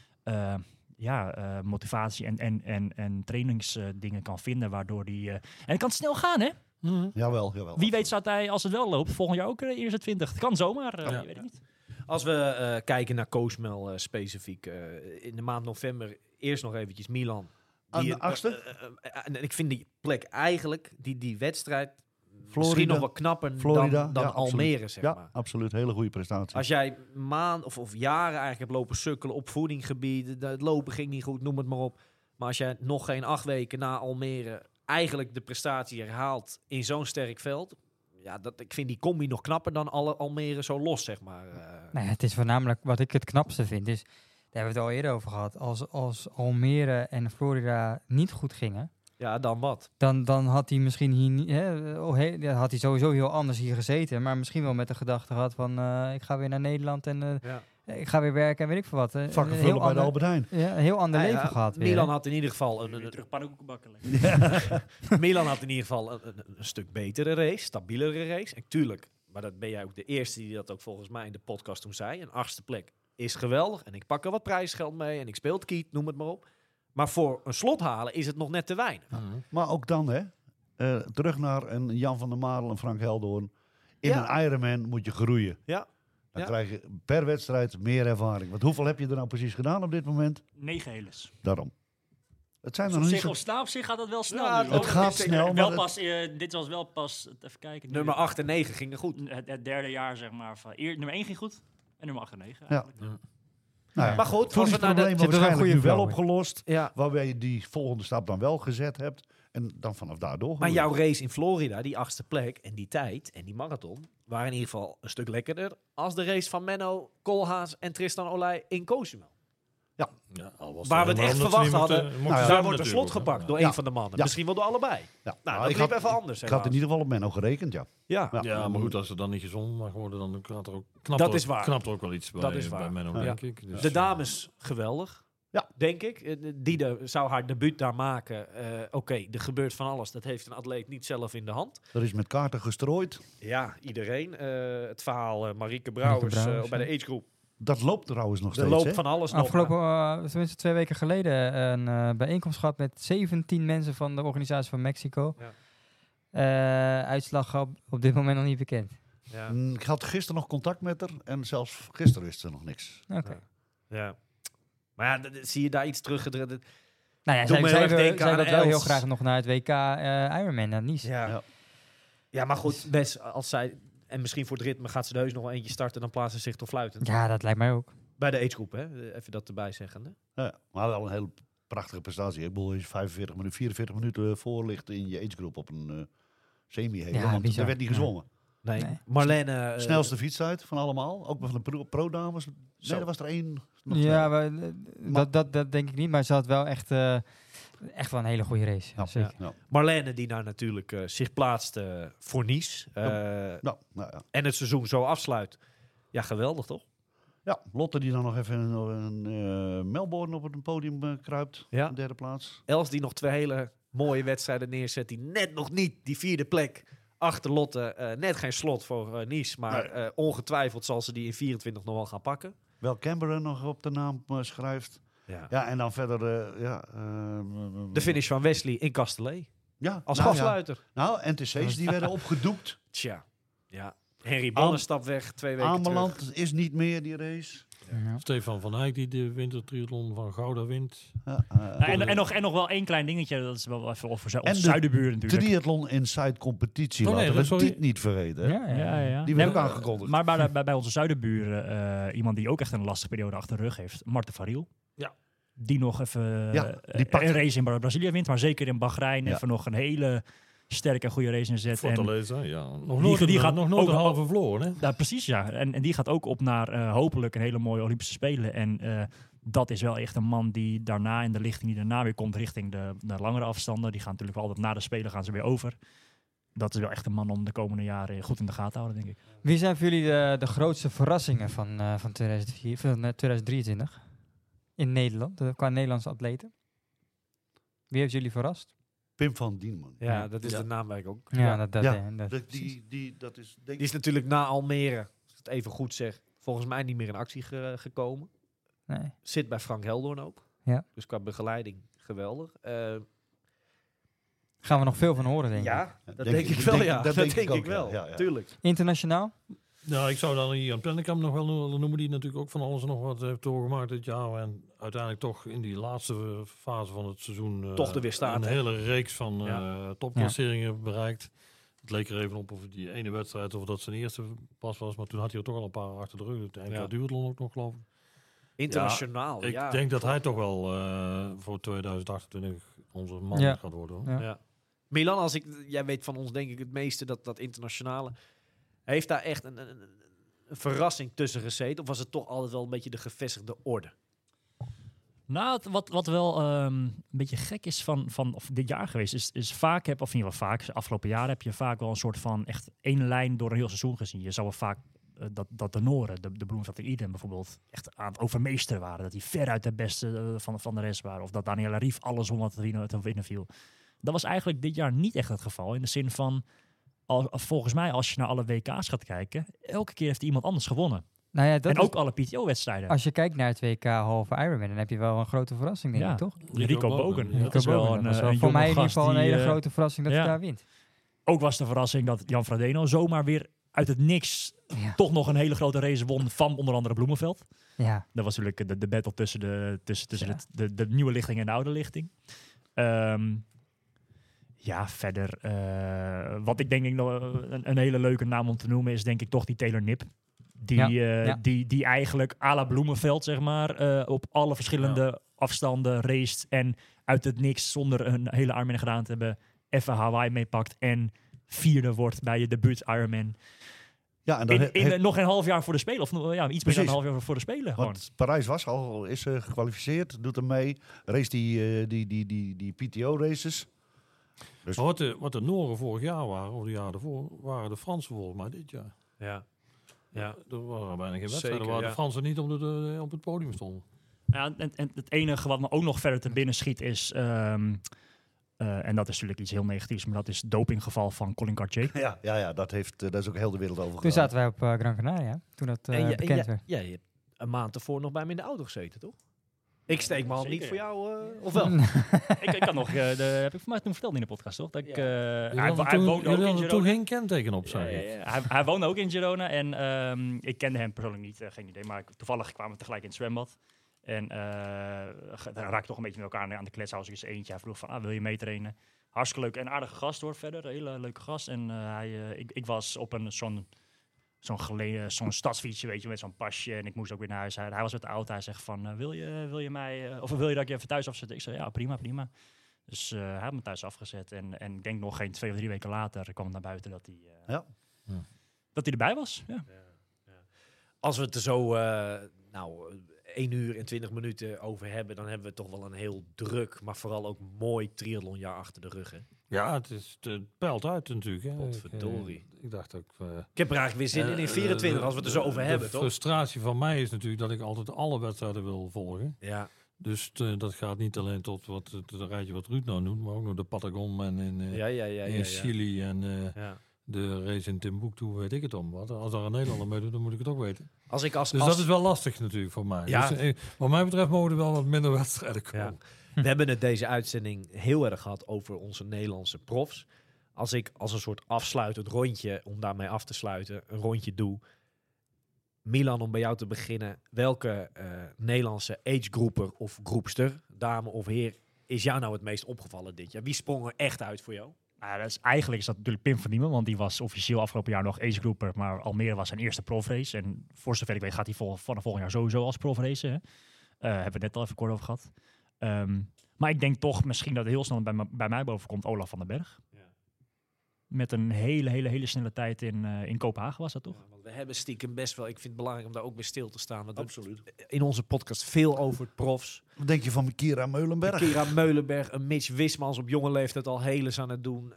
motivatie en trainingsdingen kan vinden. Waardoor hij... en het kan snel gaan, hè? Jawel. Wie weet staat hij, als het wel loopt, volgend jaar ook de eerste 20. Het kan zomaar, Ja. je weet het niet. Als we kijken naar Cozumel specifiek, in de maand november eerst nog eventjes Milan. Aan Die, de 8e? En ik vind die plek eigenlijk, die wedstrijd, misschien Florida. nog wel knapper Florida, dan ja, Almere, zeg Ja, maar. absoluut. Hele goede prestatie. Als jij maanden of jaren eigenlijk hebt lopen sukkelen op voedingsgebied, het lopen ging niet goed, noem het maar op. Maar als jij nog geen 8 weken na Almere eigenlijk de prestatie herhaalt in zo'n sterk veld, ja, ik vind die combi nog knapper dan alle Almere zo los, zeg maar. Nou ja, het is voornamelijk wat ik het knapste vind. Is, daar hebben we het al eerder over gehad. Als Almere en Florida niet goed gingen, Ja, dan wat? dan had hij misschien hier niet. Had hij sowieso heel anders hier gezeten. Maar misschien wel met de gedachte gehad van ik ga weer naar Nederland en Ja. ik ga weer werken en weet ik veel wat. Vakken Een vullen heel bij de ander- Albert Heijn. Ja, een heel ander Ja, leven ja, gehad weer. Milan hè? had in ieder geval Weer terug pannenkoeken bakken. Milan had in ieder geval een stuk betere race, stabielere race. En tuurlijk, maar dat ben jij ook de eerste die dat ook volgens mij in de podcast toen zei. Een 8e plek is geweldig en ik pak er wat prijsgeld mee en ik speel het kiet, noem het maar op. Maar voor een slot halen is het nog net te weinig. Maar ook dan, hè. Terug naar een Jan van der Marel en Frank Heldoorn. In Ja. een Ironman moet je groeien. Ja. Dan Ja. krijg je per wedstrijd meer ervaring. Want hoeveel heb je er nou precies gedaan op dit moment? 9 heles. Daarom. Het zijn er Op nog niet zich, zo... op zich gaat dat wel snel. Ja, nu, het hoor. gaat Dit is- snel, Wel maar pas, dit was wel pas, even kijken. nu- Nummer 8 en 9 gingen goed. Het derde jaar, zeg maar. Van, nummer 1 ging goed en nummer 8 en 9. Ja. eigenlijk. Nou ja, Maar goed, als we naar de... voedingsproblemen zit er wel waarschijnlijk nu goede wel flow in. opgelost. Ja, Waarbij je die volgende stap dan wel gezet hebt. En dan vanaf daar doorgaan. maar jouw race in Florida, die 8e plek en die tijd en die marathon, waren in ieder geval een stuk lekkerder als de race van Menno, Koolhaas en Tristan Olij in Cozumel. Ja, al was Waar we het het echt omdat ze niet verwacht mochten- hadden, mochten Nou ja, daar zwemmen wordt een slot natuurlijk ook, gepakt door Ja. een van de mannen. Ja. Misschien wel door allebei. Ja. Nou, ik dat liep had, even anders. ik had in helaas. ieder geval op Menno gerekend, ja. Ja, Ja. Ja, maar goed, als er dan niet gezond mag worden, dan gaat er ook, knapt, Dat er, is waar. knapt er ook wel iets bij, Dat is waar. bij Menno, Ja. denk ik. Dus, de dames geweldig. Ja. Denk ik. Diede zou haar debuut daar maken. Oké, er gebeurt van alles. Dat heeft een atleet niet zelf in de hand. Er is met kaarten gestrooid. Ja, iedereen. Het verhaal Marieke Brouwers, Brouwers, bij de ja. age group. Dat loopt trouwens nog Er steeds, loopt hè? van alles nog. Afgelopen, tenminste 2 weken geleden, een bijeenkomst gehad met 17 mensen van de organisatie van Mexico. Uitslag op dit moment nog niet bekend. Ja. Ik had gisteren nog contact met haar. En zelfs gisteren wist ze nog niks. Oké. Ja. Maar ja, zie je daar iets teruggedraaid? Nou ja, Doe me heel zij erg denken wil aan dat wel heel Els. graag nog naar het WK Ironman, naar Nice. Ja. Ja. Ja, maar goed, best als zij... En misschien voor het ritme gaat ze er heus nog wel eentje starten... dan plaatsen ze zich toch fluitend. Ja, dat lijkt mij ook. Bij de age group, hè? Even dat erbij zeggen. Ja, maar wel een hele prachtige prestatie. Ik bedoel, als je 44 minuten voor ligt in je agegroep op een semi-hele. Ja, want bizar. er werd niet Ja. gezongen. Nee. Nee. Marlene... Snelste fietstijd van allemaal. Ook van de pro-dames. Nee, Zo. er was er één. nog Ja, twee. maar, dat denk ik niet. Maar ze had wel echt wel een hele goede race. Ja. Zeker. Ja. Marlene die nou natuurlijk zich plaatst voor Nice. Nou ja. En het seizoen zo afsluit. Ja, geweldig toch? Ja, Lotte die dan nog even in Melbourne op het podium kruipt. Ja. De derde plaats. Els die nog 2 hele mooie wedstrijden neerzet. Die net nog niet die 4e plek achter Lotte. Net geen slot voor Nice. Maar ongetwijfeld zal ze die in 24 nog wel gaan pakken. Wel Canberra nog op de naam schrijft. Ja. Ja, en dan verder... De finish van Wesley in Castellet. Ja, Als nou ja. afsluiter. Nou, NTC's die werden opgedoekt. Tja. Ja. Henry Bonne stapt weg 2 weken terug. Ameland is niet meer die race. Ja. Stefan van Eyck die de wintertriathlon van Gouda wint. Ja, En nog wel één klein dingetje, dat is wel even voor En onze de zuidenburen natuurlijk. triathlon inside competitie. Oh, nee, laten we sorry. dit niet vergeten. hè? Ja. Die werd ook aangekondigd. Maar bij onze zuidenburen, iemand die ook echt een lastige periode achter de rug heeft, Marten Variel. Ja. Die nog even Ja, die pakt- een race in Brazilië wint, maar zeker in Bahrein Ja. even nog een hele sterke en goede race inzet. En, Fortaleza, ja. Nog die- nooit, die gaat nog nooit ook een wel- halve verloren, hè? ja, precies, ja. En die gaat ook op naar hopelijk een hele mooie Olympische Spelen. En dat is wel echt een man die daarna in de lichting die daarna weer komt richting de langere afstanden. Die gaan natuurlijk wel altijd na de Spelen gaan ze weer over. Dat is wel echt een man om de komende jaren goed in de gaten te houden, denk ik. Wie zijn voor jullie de grootste verrassingen van 2023 in Nederland, qua Nederlandse atleten? Wie heeft jullie verrast? Pim van Dienman. Ja, dat is Ja. de naam waar ik ook... Ja, Ja. dat Dat is denk Die is natuurlijk na Almere, als ik het even goed zeg, volgens mij niet meer in actie gekomen. nee. Zit bij Frank Heldoorn ook. Ja. Dus qua begeleiding geweldig. Gaan we nog veel van horen, denk ik. Ja, dat Denk denk ik- ik wel, denk- ja. dat denk ik ook, wel. ja, ja. Tuurlijk. Internationaal? Nou, ik zou dan Ian Plennekamp nog wel noemen, die natuurlijk ook van alles en nog wat heeft doorgemaakt dit jaar. En uiteindelijk toch in die laatste fase van het seizoen Toch er weer staat, een hè? hele reeks van Ja. topklasseringen bereikt. Het leek er even op of die ene wedstrijd, of dat zijn eerste pas was, maar toen had hij er toch al een paar achter de rug. De NK Ja. duathlon ook nog, geloof ik. Internationaal, Ik ja. denk dat hij toch wel voor 2028 onze man Ja. gaat worden. Hoor. Ja. Ja. Milan, jij weet van ons denk ik het meeste dat internationale. Heeft daar echt een verrassing tussen gezeten? Of was het toch altijd wel een beetje de gevestigde orde? Nou, wat wel een beetje gek is of dit jaar geweest, is vaak of in ieder geval vaak, de afgelopen jaren heb je vaak wel een soort van echt één lijn door een heel seizoen gezien. Je zou wel vaak dat de Noren, de Bloemstad en Iden bijvoorbeeld, echt aan het overmeesteren waren. Dat die veruit de beste van de rest waren. Of dat Daniela Rief alles won wat te winnen viel. Dat was eigenlijk dit jaar niet echt het geval. In de zin van, volgens mij als je naar alle WK's gaat kijken, elke keer heeft iemand anders gewonnen. Nou ja, dat En is- ook alle PTO-wedstrijden. als je kijkt naar het WK halve Ironman, dan heb je wel een grote verrassing, denk Ja. ik, toch? Rico Bogen. Ja. Dat is wel Bogen, een, dat was wel een voor jonge mij in ieder gast geval een die, hele grote verrassing dat ja. hij daar wint. Ook was de verrassing dat Jan Frodeno zomaar weer uit het niks Ja. toch nog een hele grote race won van onder andere Bloemenveld. Ja. Dat was natuurlijk de battle tussen Ja. de nieuwe lichting en de oude lichting. Ja, verder. Wat ik denk nog een hele leuke naam om te noemen is denk ik toch die Taylor Nip. Die eigenlijk à la Bloemenveld, zeg maar, op alle verschillende afstanden raced. En uit het niks, zonder een hele Ironman gedaan te hebben, even Hawaii meepakt. En 4e wordt bij je debuut Ironman. Ja, en dan Nog een half jaar voor de Spelen. Of iets meer dan een half jaar voor de Spelen. Gewoon. want Parijs is gekwalificeerd, doet er mee. Race die PTO-races. Dus Maar wat de Noren vorig jaar waren, of de jaar daarvoor, waren de Fransen volgens mij dit jaar. Ja. Ja. Er waren bijna geen wedstrijden Zeker, waar ja. de Fransen niet op het podium stonden. Ja, en het enige wat me ook nog verder te binnen schiet is... en dat is natuurlijk iets heel negatiefs, maar dat is het dopinggeval van Colin Cartier. ja, dat is ook heel de wereld over Toen gegaan. zaten wij op Gran Canaria, toen dat bekend werd. Ja, je hebt een maand ervoor nog bij me in de auto gezeten, toch? Ik steek mijn hand niet Zeker, voor jou, of wel? ik kan nog, heb ik voor mij toen verteld in de podcast, toch? Dat ik, Jullie hij hadden woonde ook in toen Girona. geen kenteken op, zei je. Hij woonde ook in Girona en ik kende hem persoonlijk niet, geen idee. Maar toevallig kwamen we tegelijk in het zwembad. En daar raakte toch een beetje met elkaar aan de klets. Als ik eens eentje. Hij vroeg van, wil je meetrainen? Hartstikke leuk en aardige gast hoor, verder. Een hele leuke gast. En ik was op zo'n stadsfietsje, weet je, met zo'n pasje. En ik moest ook weer naar huis. Hij was met de auto. Hij zegt van, wil je mij, of wil je dat ik je even thuis afzet? Ik zei, ja, prima. Dus hij had me thuis afgezet. En ik denk nog geen 2 of 3 weken later kwam het naar buiten dat hij erbij was. Ja. Als we het er zo 1 uur en 20 minuten over hebben, dan hebben we toch wel een heel druk, maar vooral ook mooi triathlonjaar achter de rug. Hè? Ja, het peilt uit natuurlijk. Hè. Potverdorie. Ik dacht ook... Ik heb er eigenlijk weer zin in 24, als we het er zo over hebben, De toch? frustratie van mij is natuurlijk dat ik altijd alle wedstrijden wil volgen. Ja. Dus dat gaat niet alleen tot het rijtje wat Ruud nou noemt, maar ook nog de Patagon en in Chili en de race in Timbuktu, weet ik het om. Als daar een Nederlander mee doet, dan moet ik het ook weten. Dus dat is wel lastig natuurlijk voor mij. Ja. Dus, wat mij betreft mogen er wel wat minder wedstrijden komen. We hebben het deze uitzending heel erg gehad over onze Nederlandse profs. Als ik als een soort afsluitend rondje, om daarmee af te sluiten, een rondje doe. Milan, om bij jou te beginnen. Welke Nederlandse agegroeper of groepster, dame of heer, is jou nou het meest opgevallen dit jaar? Wie sprong er echt uit voor jou? Nou, eigenlijk is dat natuurlijk Pim van Diemen, want die was officieel afgelopen jaar nog agegroeper, maar Almere was zijn eerste profrace. En voor zover ik weet gaat hij volgend jaar sowieso als profrace. Hebben we het net al even kort over gehad. Maar ik denk toch misschien dat het heel snel bij mij boven komt Olaf van den Berg. Ja. Met een hele snelle tijd in Kopenhagen was dat toch? Ja, want we hebben stiekem best wel, ik vind het belangrijk om daar ook bij stil te staan. Want absoluut. In onze podcast veel over het profs. Wat denk je van Kira Meulenberg? Kira Meulenberg, een Mitch Wismans op jonge leeftijd al heles aan het doen.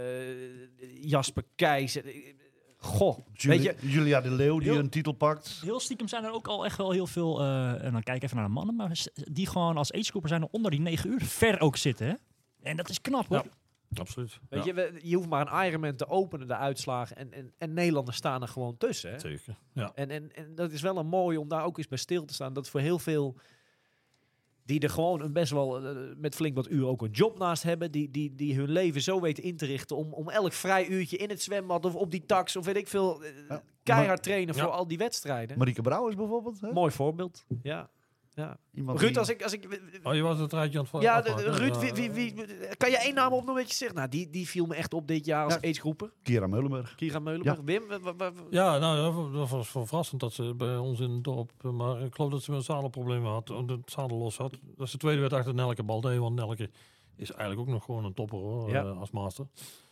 Jasper Keijs. Goh, weet je, Julia de Leeuw die een titel pakt. Heel stiekem zijn er ook al echt wel heel veel, en dan kijk ik even naar de mannen, maar die gewoon als agegroeper zijn er onder die 9 uur ver ook zitten. Hè? En dat is knap hoor. Ja, absoluut. Weet je hoeft maar een Ironman te openen, de uitslagen. En Nederlanders staan er gewoon tussen. Hè? Zeker, ja. En dat is wel een mooi om daar ook eens bij stil te staan. Dat voor heel veel die er gewoon best wel met flink wat uur ook een job naast hebben. Die hun leven zo weten in te richten om elk vrij uurtje in het zwembad of op die tax of weet ik veel. Keihard trainen voor al die wedstrijden. Marieke Brouwers bijvoorbeeld. Hè? Mooi voorbeeld. Ja. Iemand Ruud, die- als ik Je was het rijtje aan het ja, afmaken. Ruud, wie, kan je één naam opnoemen dat je zegt, nou, die viel me echt op dit jaar als agegroeper? Kira Meulenberg. Kira Meulenberg. Ja. Wim? Ja, nou, dat was verrassend dat ze bij ons in het dorp... Maar ik geloof dat ze een zadelproblemen had. Het zadel los had. Dat ze tweede werd achter Nelke Balde. Want Nelke is eigenlijk ook nog gewoon een topper hoor, Ja. als master.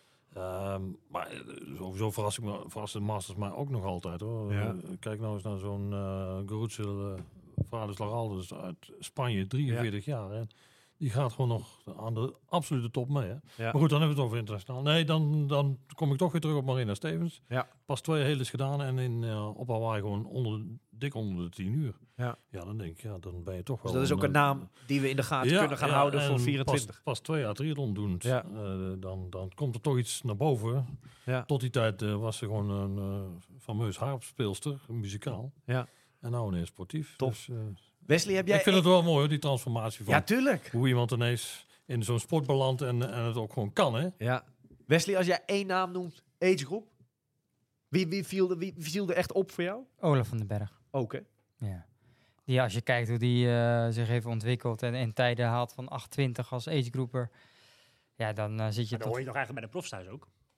Maar sowieso verrassen de masters mij ook nog altijd hoor. Ja. Kijk nou eens naar zo'n Gurutsil Vaders Laraldes uit Spanje, 43 jaar. Hè. Die gaat gewoon nog aan de absolute top mee. Hè. Ja. Maar goed, dan hebben we het over internationaal. Nee, dan kom ik toch weer terug op Marina Stevens. Ja. Pas 2 heles gedaan en op Hawaii gewoon dik onder de 10 uur. Ja. Ja, dan denk ik, dan ben je toch wel... Dus dat is ook een naam die we in de gaten kunnen gaan houden voor en 24. Pas 2 jaar triathlon doend, Ja. dan komt er toch iets naar boven. Ja. Tot die tijd was ze gewoon een fameus harpspeelster, muzikaal. Ja. En nou ineens sportief. Top. Dus, Wesley, heb jij... ik vind het wel mooi hoor, die transformatie van Ja, tuurlijk. hoe iemand ineens in zo'n sport belandt en het ook gewoon kan. Hè? Ja. Wesley, als jij één naam noemt, agegroep, wie viel er echt op voor jou? Olaf van den Berg. Ook, hè? Ja. Die, als je kijkt hoe die zich heeft ontwikkeld en tijden haalt van 8:20 als agegroeper, ja, dan zit je Maar dan hoor tot... je toch eigenlijk bij de profs thuis ook?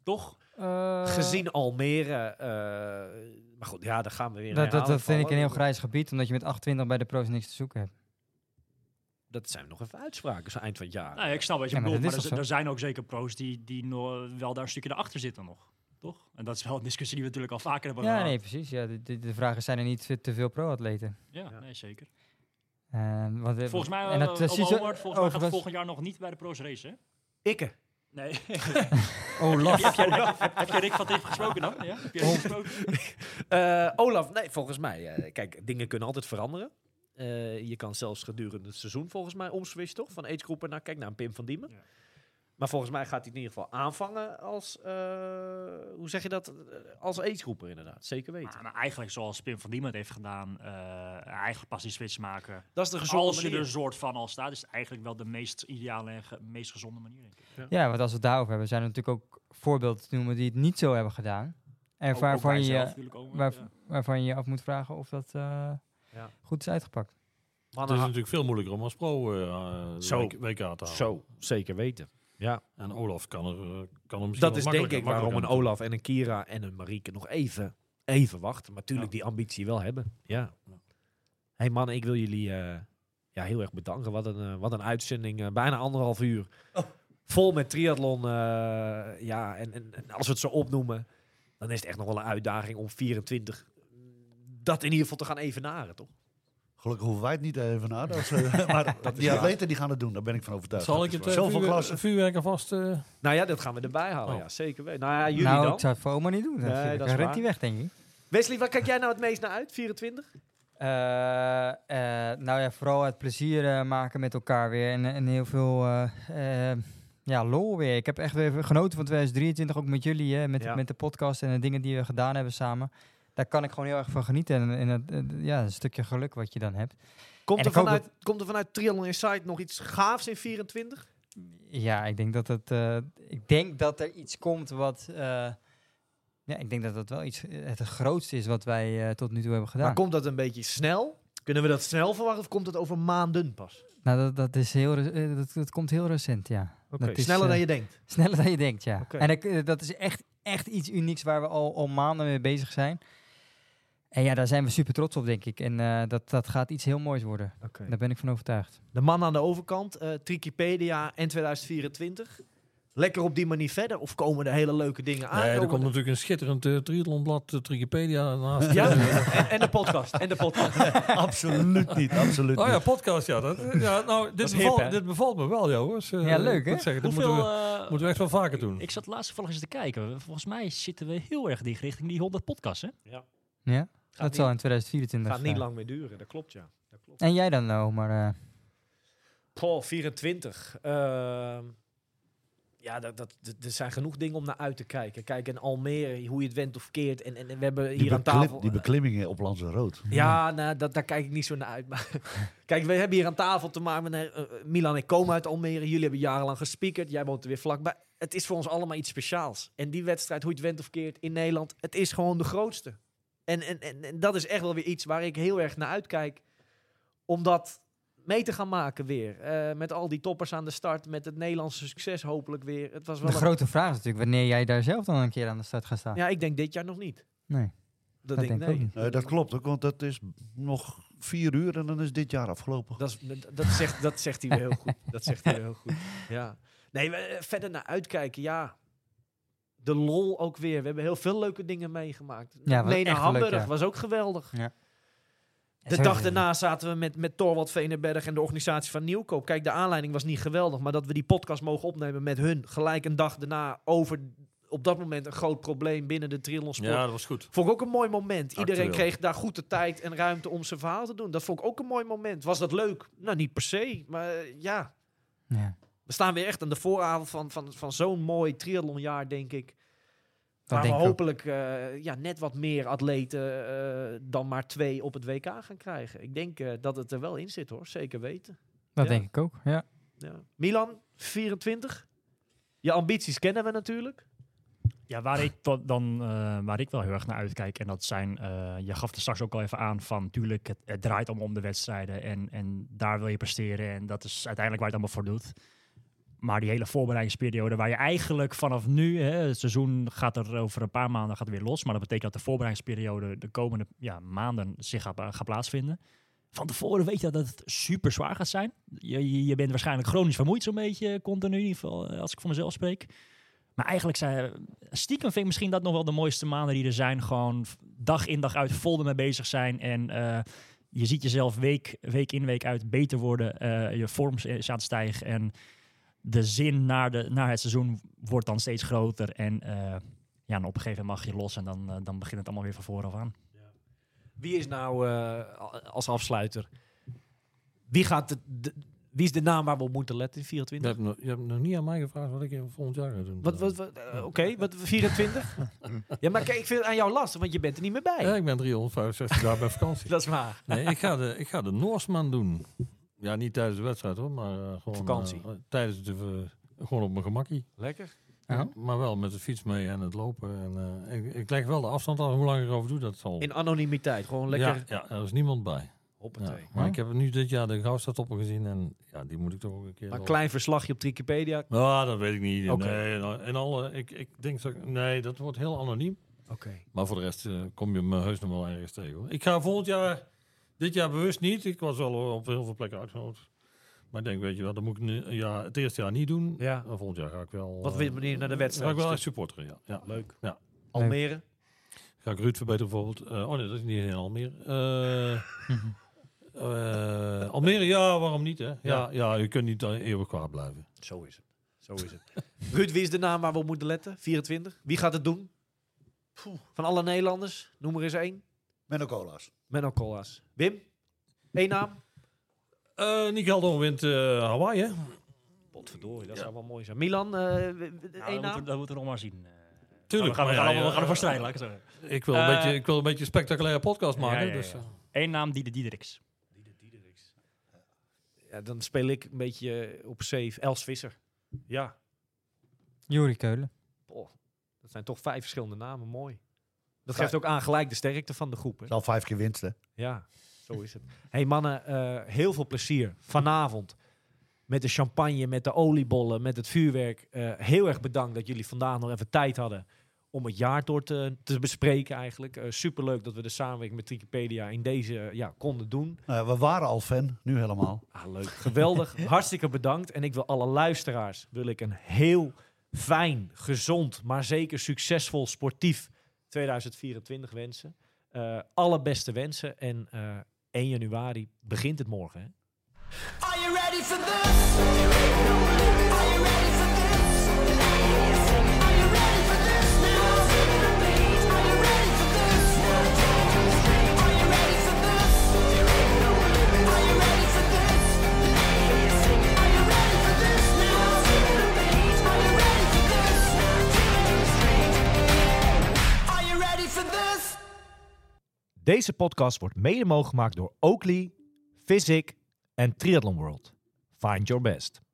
Toch? Gezien Almere. Maar goed, ja, daar gaan we weer Dat vind ik vallen. een heel grijs gebied, omdat je met 28 bij de pro's niks te zoeken hebt. Dat zijn nog even uitspraken, zo eind van het jaar. Nou, ik snap wat je Ja, maar bedoelt, dat is maar toch er zijn ook zeker pro's die wel daar een stukje erachter zitten nog. Toch? En dat is wel een discussie die we natuurlijk al vaker hebben Ja, gehad. nee, precies. Ja, de vraag is, zijn er niet te veel pro-atleten? Ja, Ja. nee, zeker. Volgens Volgens mij, en dat ziet er volgens mij gaat overigens- volgend jaar nog niet bij de pro's racen, hè? Ikke. Nee. Olaf. Heb je Rick van Tief gesproken dan? Ja? Heb je Rick gesproken? Olaf, nee, volgens mij. Kijk, dingen kunnen altijd veranderen. Je kan zelfs gedurende het seizoen volgens mij omswitchen, toch? Van agegroepen naar, kijk, naar een Pim van Diemen. Ja. Maar volgens mij gaat hij het in ieder geval aanvangen als, hoe zeg je dat? Als agegroeper inderdaad, zeker weten. Maar eigenlijk zoals Pim van Diemen het heeft gedaan, eigenlijk pas die switch maken. Dat is de gezonde Als je manier. er soort van al staat, is het eigenlijk wel de meest ideale en meest gezonde manier, denk ik. Ja, want als we het daarover hebben, zijn er natuurlijk ook voorbeelden te noemen die het niet zo hebben gedaan. En Ook waarvan wij je zelf natuurlijk ook, waar- ja. waarvan je je af moet vragen of dat goed is uitgepakt. Het Mannen, is natuurlijk veel moeilijker om als pro Zo. WK te halen. zo, zeker weten. Ja, En Olaf kan er misschien dat wat is denk makkelijker- ik waarom een makkelijker Olaf en een Kira en een Marieke nog even wachten. Maar natuurlijk die ambitie wel hebben. Ja. Hey mannen, ik wil jullie heel erg bedanken. Wat een uitzending. Bijna 1,5 uur. Vol met triathlon. En als we het zo opnoemen, dan is het echt nog wel een uitdaging om 24 dat in ieder geval te gaan evenaren, toch? Gelukkig hoeven wij het niet even na. Maar die waar. atleten die gaan het doen, daar ben ik van overtuigd. Zal ik het Zoveel klassen. vuurwerk alvast... Nou ja, dat gaan we erbij halen. Oh. Ja, zeker weten. Nou ja, jullie Nou, dan. ik zou het voor oma niet doen. Nee, Nee, dat dat is rent waar. hij weg, denk ik. Wesley, waar kijk jij nou het meest naar uit? 24? Nou ja, vooral het plezier maken met elkaar weer. En heel veel lol weer. Ik heb echt weer genoten van 2023, ook met jullie. Hè, met de podcast en de dingen die we gedaan hebben samen. Daar kan ik gewoon heel erg van genieten. En een stukje geluk wat je dan hebt. Komt En er, ik hoop komt er vanuit Triathlon Insight nog iets gaafs in 24? Ja, ik denk dat er iets komt wat... ik denk dat dat wel iets het grootste is wat wij tot nu toe hebben gedaan. Maar komt dat een beetje snel? Kunnen we dat snel verwachten of komt het over maanden pas? Nou, dat is dat komt heel recent, ja. Oké, Dat is, sneller dan je denkt. Sneller dan je denkt, ja. Oké. En dat is echt iets unieks waar we al maanden mee bezig zijn. En ja, daar zijn we super trots op, denk ik. En dat gaat iets heel moois worden. Daar ben ik van overtuigd. De man aan de overkant, Trikipedia en 2024. Lekker op die manier verder of komen er hele leuke dingen aan? Nee, er Komen komt natuurlijk een schitterend triathlonblad, Trikipedia, naast. Ja, en de podcast. En de podcast. Absoluut niet, absoluut Oh ja, niet. podcast, ja. Dit is hip, hè? dit bevalt me wel, jongens. Ja, leuk, hè? Dat zeggen, dat Hoeveel, moeten we echt wel vaker doen. Ik zat laatst toevallig eens te kijken. Volgens mij zitten we heel erg dicht richting die 100 podcasts, hè? Ja, Gaat dat zal in 2024 Gaat niet lang meer duren, dat klopt, ja. Dat klopt. En jij dan, nou, maar... 24. Er zijn genoeg dingen om naar uit te kijken. Kijk, in Almere, hoe je het went of keert. En we hebben hier aan tafel... Die beklimmingen op Lanzarote. Ja, nou, daar kijk ik niet zo naar uit. Maar kijk, we hebben hier aan tafel te maken met Milan en ik komen uit Almere. Jullie hebben jarenlang gespiekerd. Jij woont er weer vlakbij. Het is voor ons allemaal iets speciaals. En die wedstrijd, hoe je het went of keert in Nederland, het is gewoon de grootste. En dat is echt wel weer iets waar ik heel erg naar uitkijk. Om dat mee te gaan maken weer. Met al die toppers aan de start. Met het Nederlandse succes hopelijk weer. Het was wel De grote vraag is natuurlijk wanneer jij daar zelf dan een keer aan de start gaat staan. Ja, ik denk dit jaar nog niet. Nee, Dat denk ik ook niet. Dat klopt ook, want dat is nog 4 uur en dan is dit jaar afgelopen. Dat zegt hij weer heel goed. Dat zegt hij weer heel goed. Ja. Nee, verder naar uitkijken, ja. De lol ook weer. We hebben heel veel leuke dingen meegemaakt. Ja, was Nee, naar echt wel leuk, Hamburg ja. was ook geweldig. Ja. De dag daarna zaten we met Thorwald Veneberg en de organisatie van Nieuwkoop. Kijk, de aanleiding was niet geweldig, maar dat we die podcast mogen opnemen met hun. Gelijk een dag daarna over op dat moment een groot probleem binnen de triathlonsport. Ja, dat was goed. Vond ik ook een mooi moment. Iedereen Actueel. kreeg daar goed de tijd en ruimte om zijn verhaal te doen. Dat vond ik ook een mooi moment. Was dat leuk? Nou, niet per se. Maar ja, Ja. we staan weer echt aan de vooravond van zo'n mooi triathlonjaar, denk ik. Dat Waar we denk ik ook. hopelijk net wat meer atleten dan maar 2 op het WK gaan krijgen. Ik denk dat het er wel in zit, hoor. Zeker weten. Dat Ja. denk ik ook, ja. Ja. Milan, 24. Je ambities kennen we natuurlijk. Ja, waar ik wel heel erg naar uitkijk, en dat zijn, je gaf er straks ook al even aan van, tuurlijk, het draait allemaal om de wedstrijden en daar wil je presteren en dat is uiteindelijk waar je het allemaal voor doet. Maar die hele voorbereidingsperiode waar je eigenlijk vanaf nu, het seizoen gaat er over een paar maanden gaat weer los. Maar dat betekent dat de voorbereidingsperiode de komende maanden zich gaat plaatsvinden. Van tevoren weet je dat het super zwaar gaat zijn. Je bent waarschijnlijk chronisch vermoeid zo'n beetje continu, in ieder geval als ik voor mezelf spreek. Maar eigenlijk stiekem vind ik misschien dat nog wel de mooiste maanden die er zijn. Gewoon dag in dag uit vol ermee bezig zijn. En je ziet jezelf week in week uit beter worden. Je vorm is aan het stijgen. En de zin naar het seizoen wordt dan steeds groter. En op een gegeven moment mag je los. En dan begint het allemaal weer van vooraf aan. Wie is nou als afsluiter? Wie is de naam waar we op moeten letten in 24? Je hebt nog niet aan mij gevraagd wat ik volgend jaar ga doen. Wat 24? Ja, maar kijk, ik vind het aan jou lastig, want je bent er niet meer bij. Ja, ik ben 365 dagen bij vakantie. Dat is waar. Nee, ik ga de Noorseman doen. Ja, niet tijdens de wedstrijd hoor, maar gewoon vakantie. Tijdens gewoon op mijn gemakkie. Lekker. Ja. Maar wel met de fiets mee en het lopen. En, ik leg wel de afstand al. Hoe lang ik erover doe, dat zal... In anonimiteit, gewoon lekker. Ja, er is niemand bij. Hoppatee. Ja, maar ik heb nu dit jaar de Goudstadtoppen gezien en die moet ik toch ook een keer... Maar een klein verslagje op Wikipedia. Dat weet ik niet. Okay. Nee, ik denk dat... Nee, dat wordt heel anoniem. Oké. Maar voor de rest kom je me heus nog wel ergens tegen. Hoor. Ik ga volgend jaar... Dit jaar bewust niet. Ik was wel op heel veel plekken uitgenodigd. Maar ik denk, weet je wel, dat moet ik het eerste jaar niet doen. Ja. Maar volgend jaar ga ik wel... Wat wil je naar de wedstrijd? Ga ik wel als supporter, ja. Leuk. Ja. Almere? Ga ik Ruud verbeteren bijvoorbeeld. Nee, dat is niet in Almere. Almere, ja, waarom niet, hè? Ja, je kunt niet eeuwig kwaad blijven. Zo is het. Ruud, wie is de naam waar we op moeten letten? 24? Wie gaat het doen? Van alle Nederlanders? Noem er eens één. Menno Koolhaas. Wim? Eén naam? Nick Heldon wint Hawaii, hè? Potverdorie, dat zou wel mooi zijn. Milan, één naam? Dat moeten we nog maar zien. Tuurlijk. We gaan ervoor strijden, laat ik het zeggen. Ik wil een beetje een spectaculaire podcast maken. Dus, Eén naam, Diedericks. Ja, dan speel ik een beetje op safe. Els Visser. Ja. Juri Keulen. Dat zijn toch 5 verschillende namen. Mooi. Dat geeft ook aan gelijk de sterkte van de groep. Hè? Al 5 keer winst, hè? Ja, zo is het. Hey mannen, heel veel plezier vanavond. Met de champagne, met de oliebollen, met het vuurwerk. Heel erg bedankt dat jullie vandaag nog even tijd hadden om het jaar door te bespreken eigenlijk. Superleuk dat we de samenwerking met Wikipedia in deze konden doen. We waren al fan, nu helemaal. Leuk, geweldig. Hartstikke bedankt. En ik wil alle luisteraars een heel fijn, gezond, maar zeker succesvol sportief 2024 wensen. Alle beste wensen. En 1 januari begint het morgen. Hè? Are you ready for this? Are you ready for this? Are you ready for this now? Are you ready for this? Are you ready for this? Are you ready for this? Are you ready for this now? Are you ready for this? Are you ready for this? Deze podcast wordt mede mogelijk gemaakt door Oakley, Physic en Triathlon World. Find your best.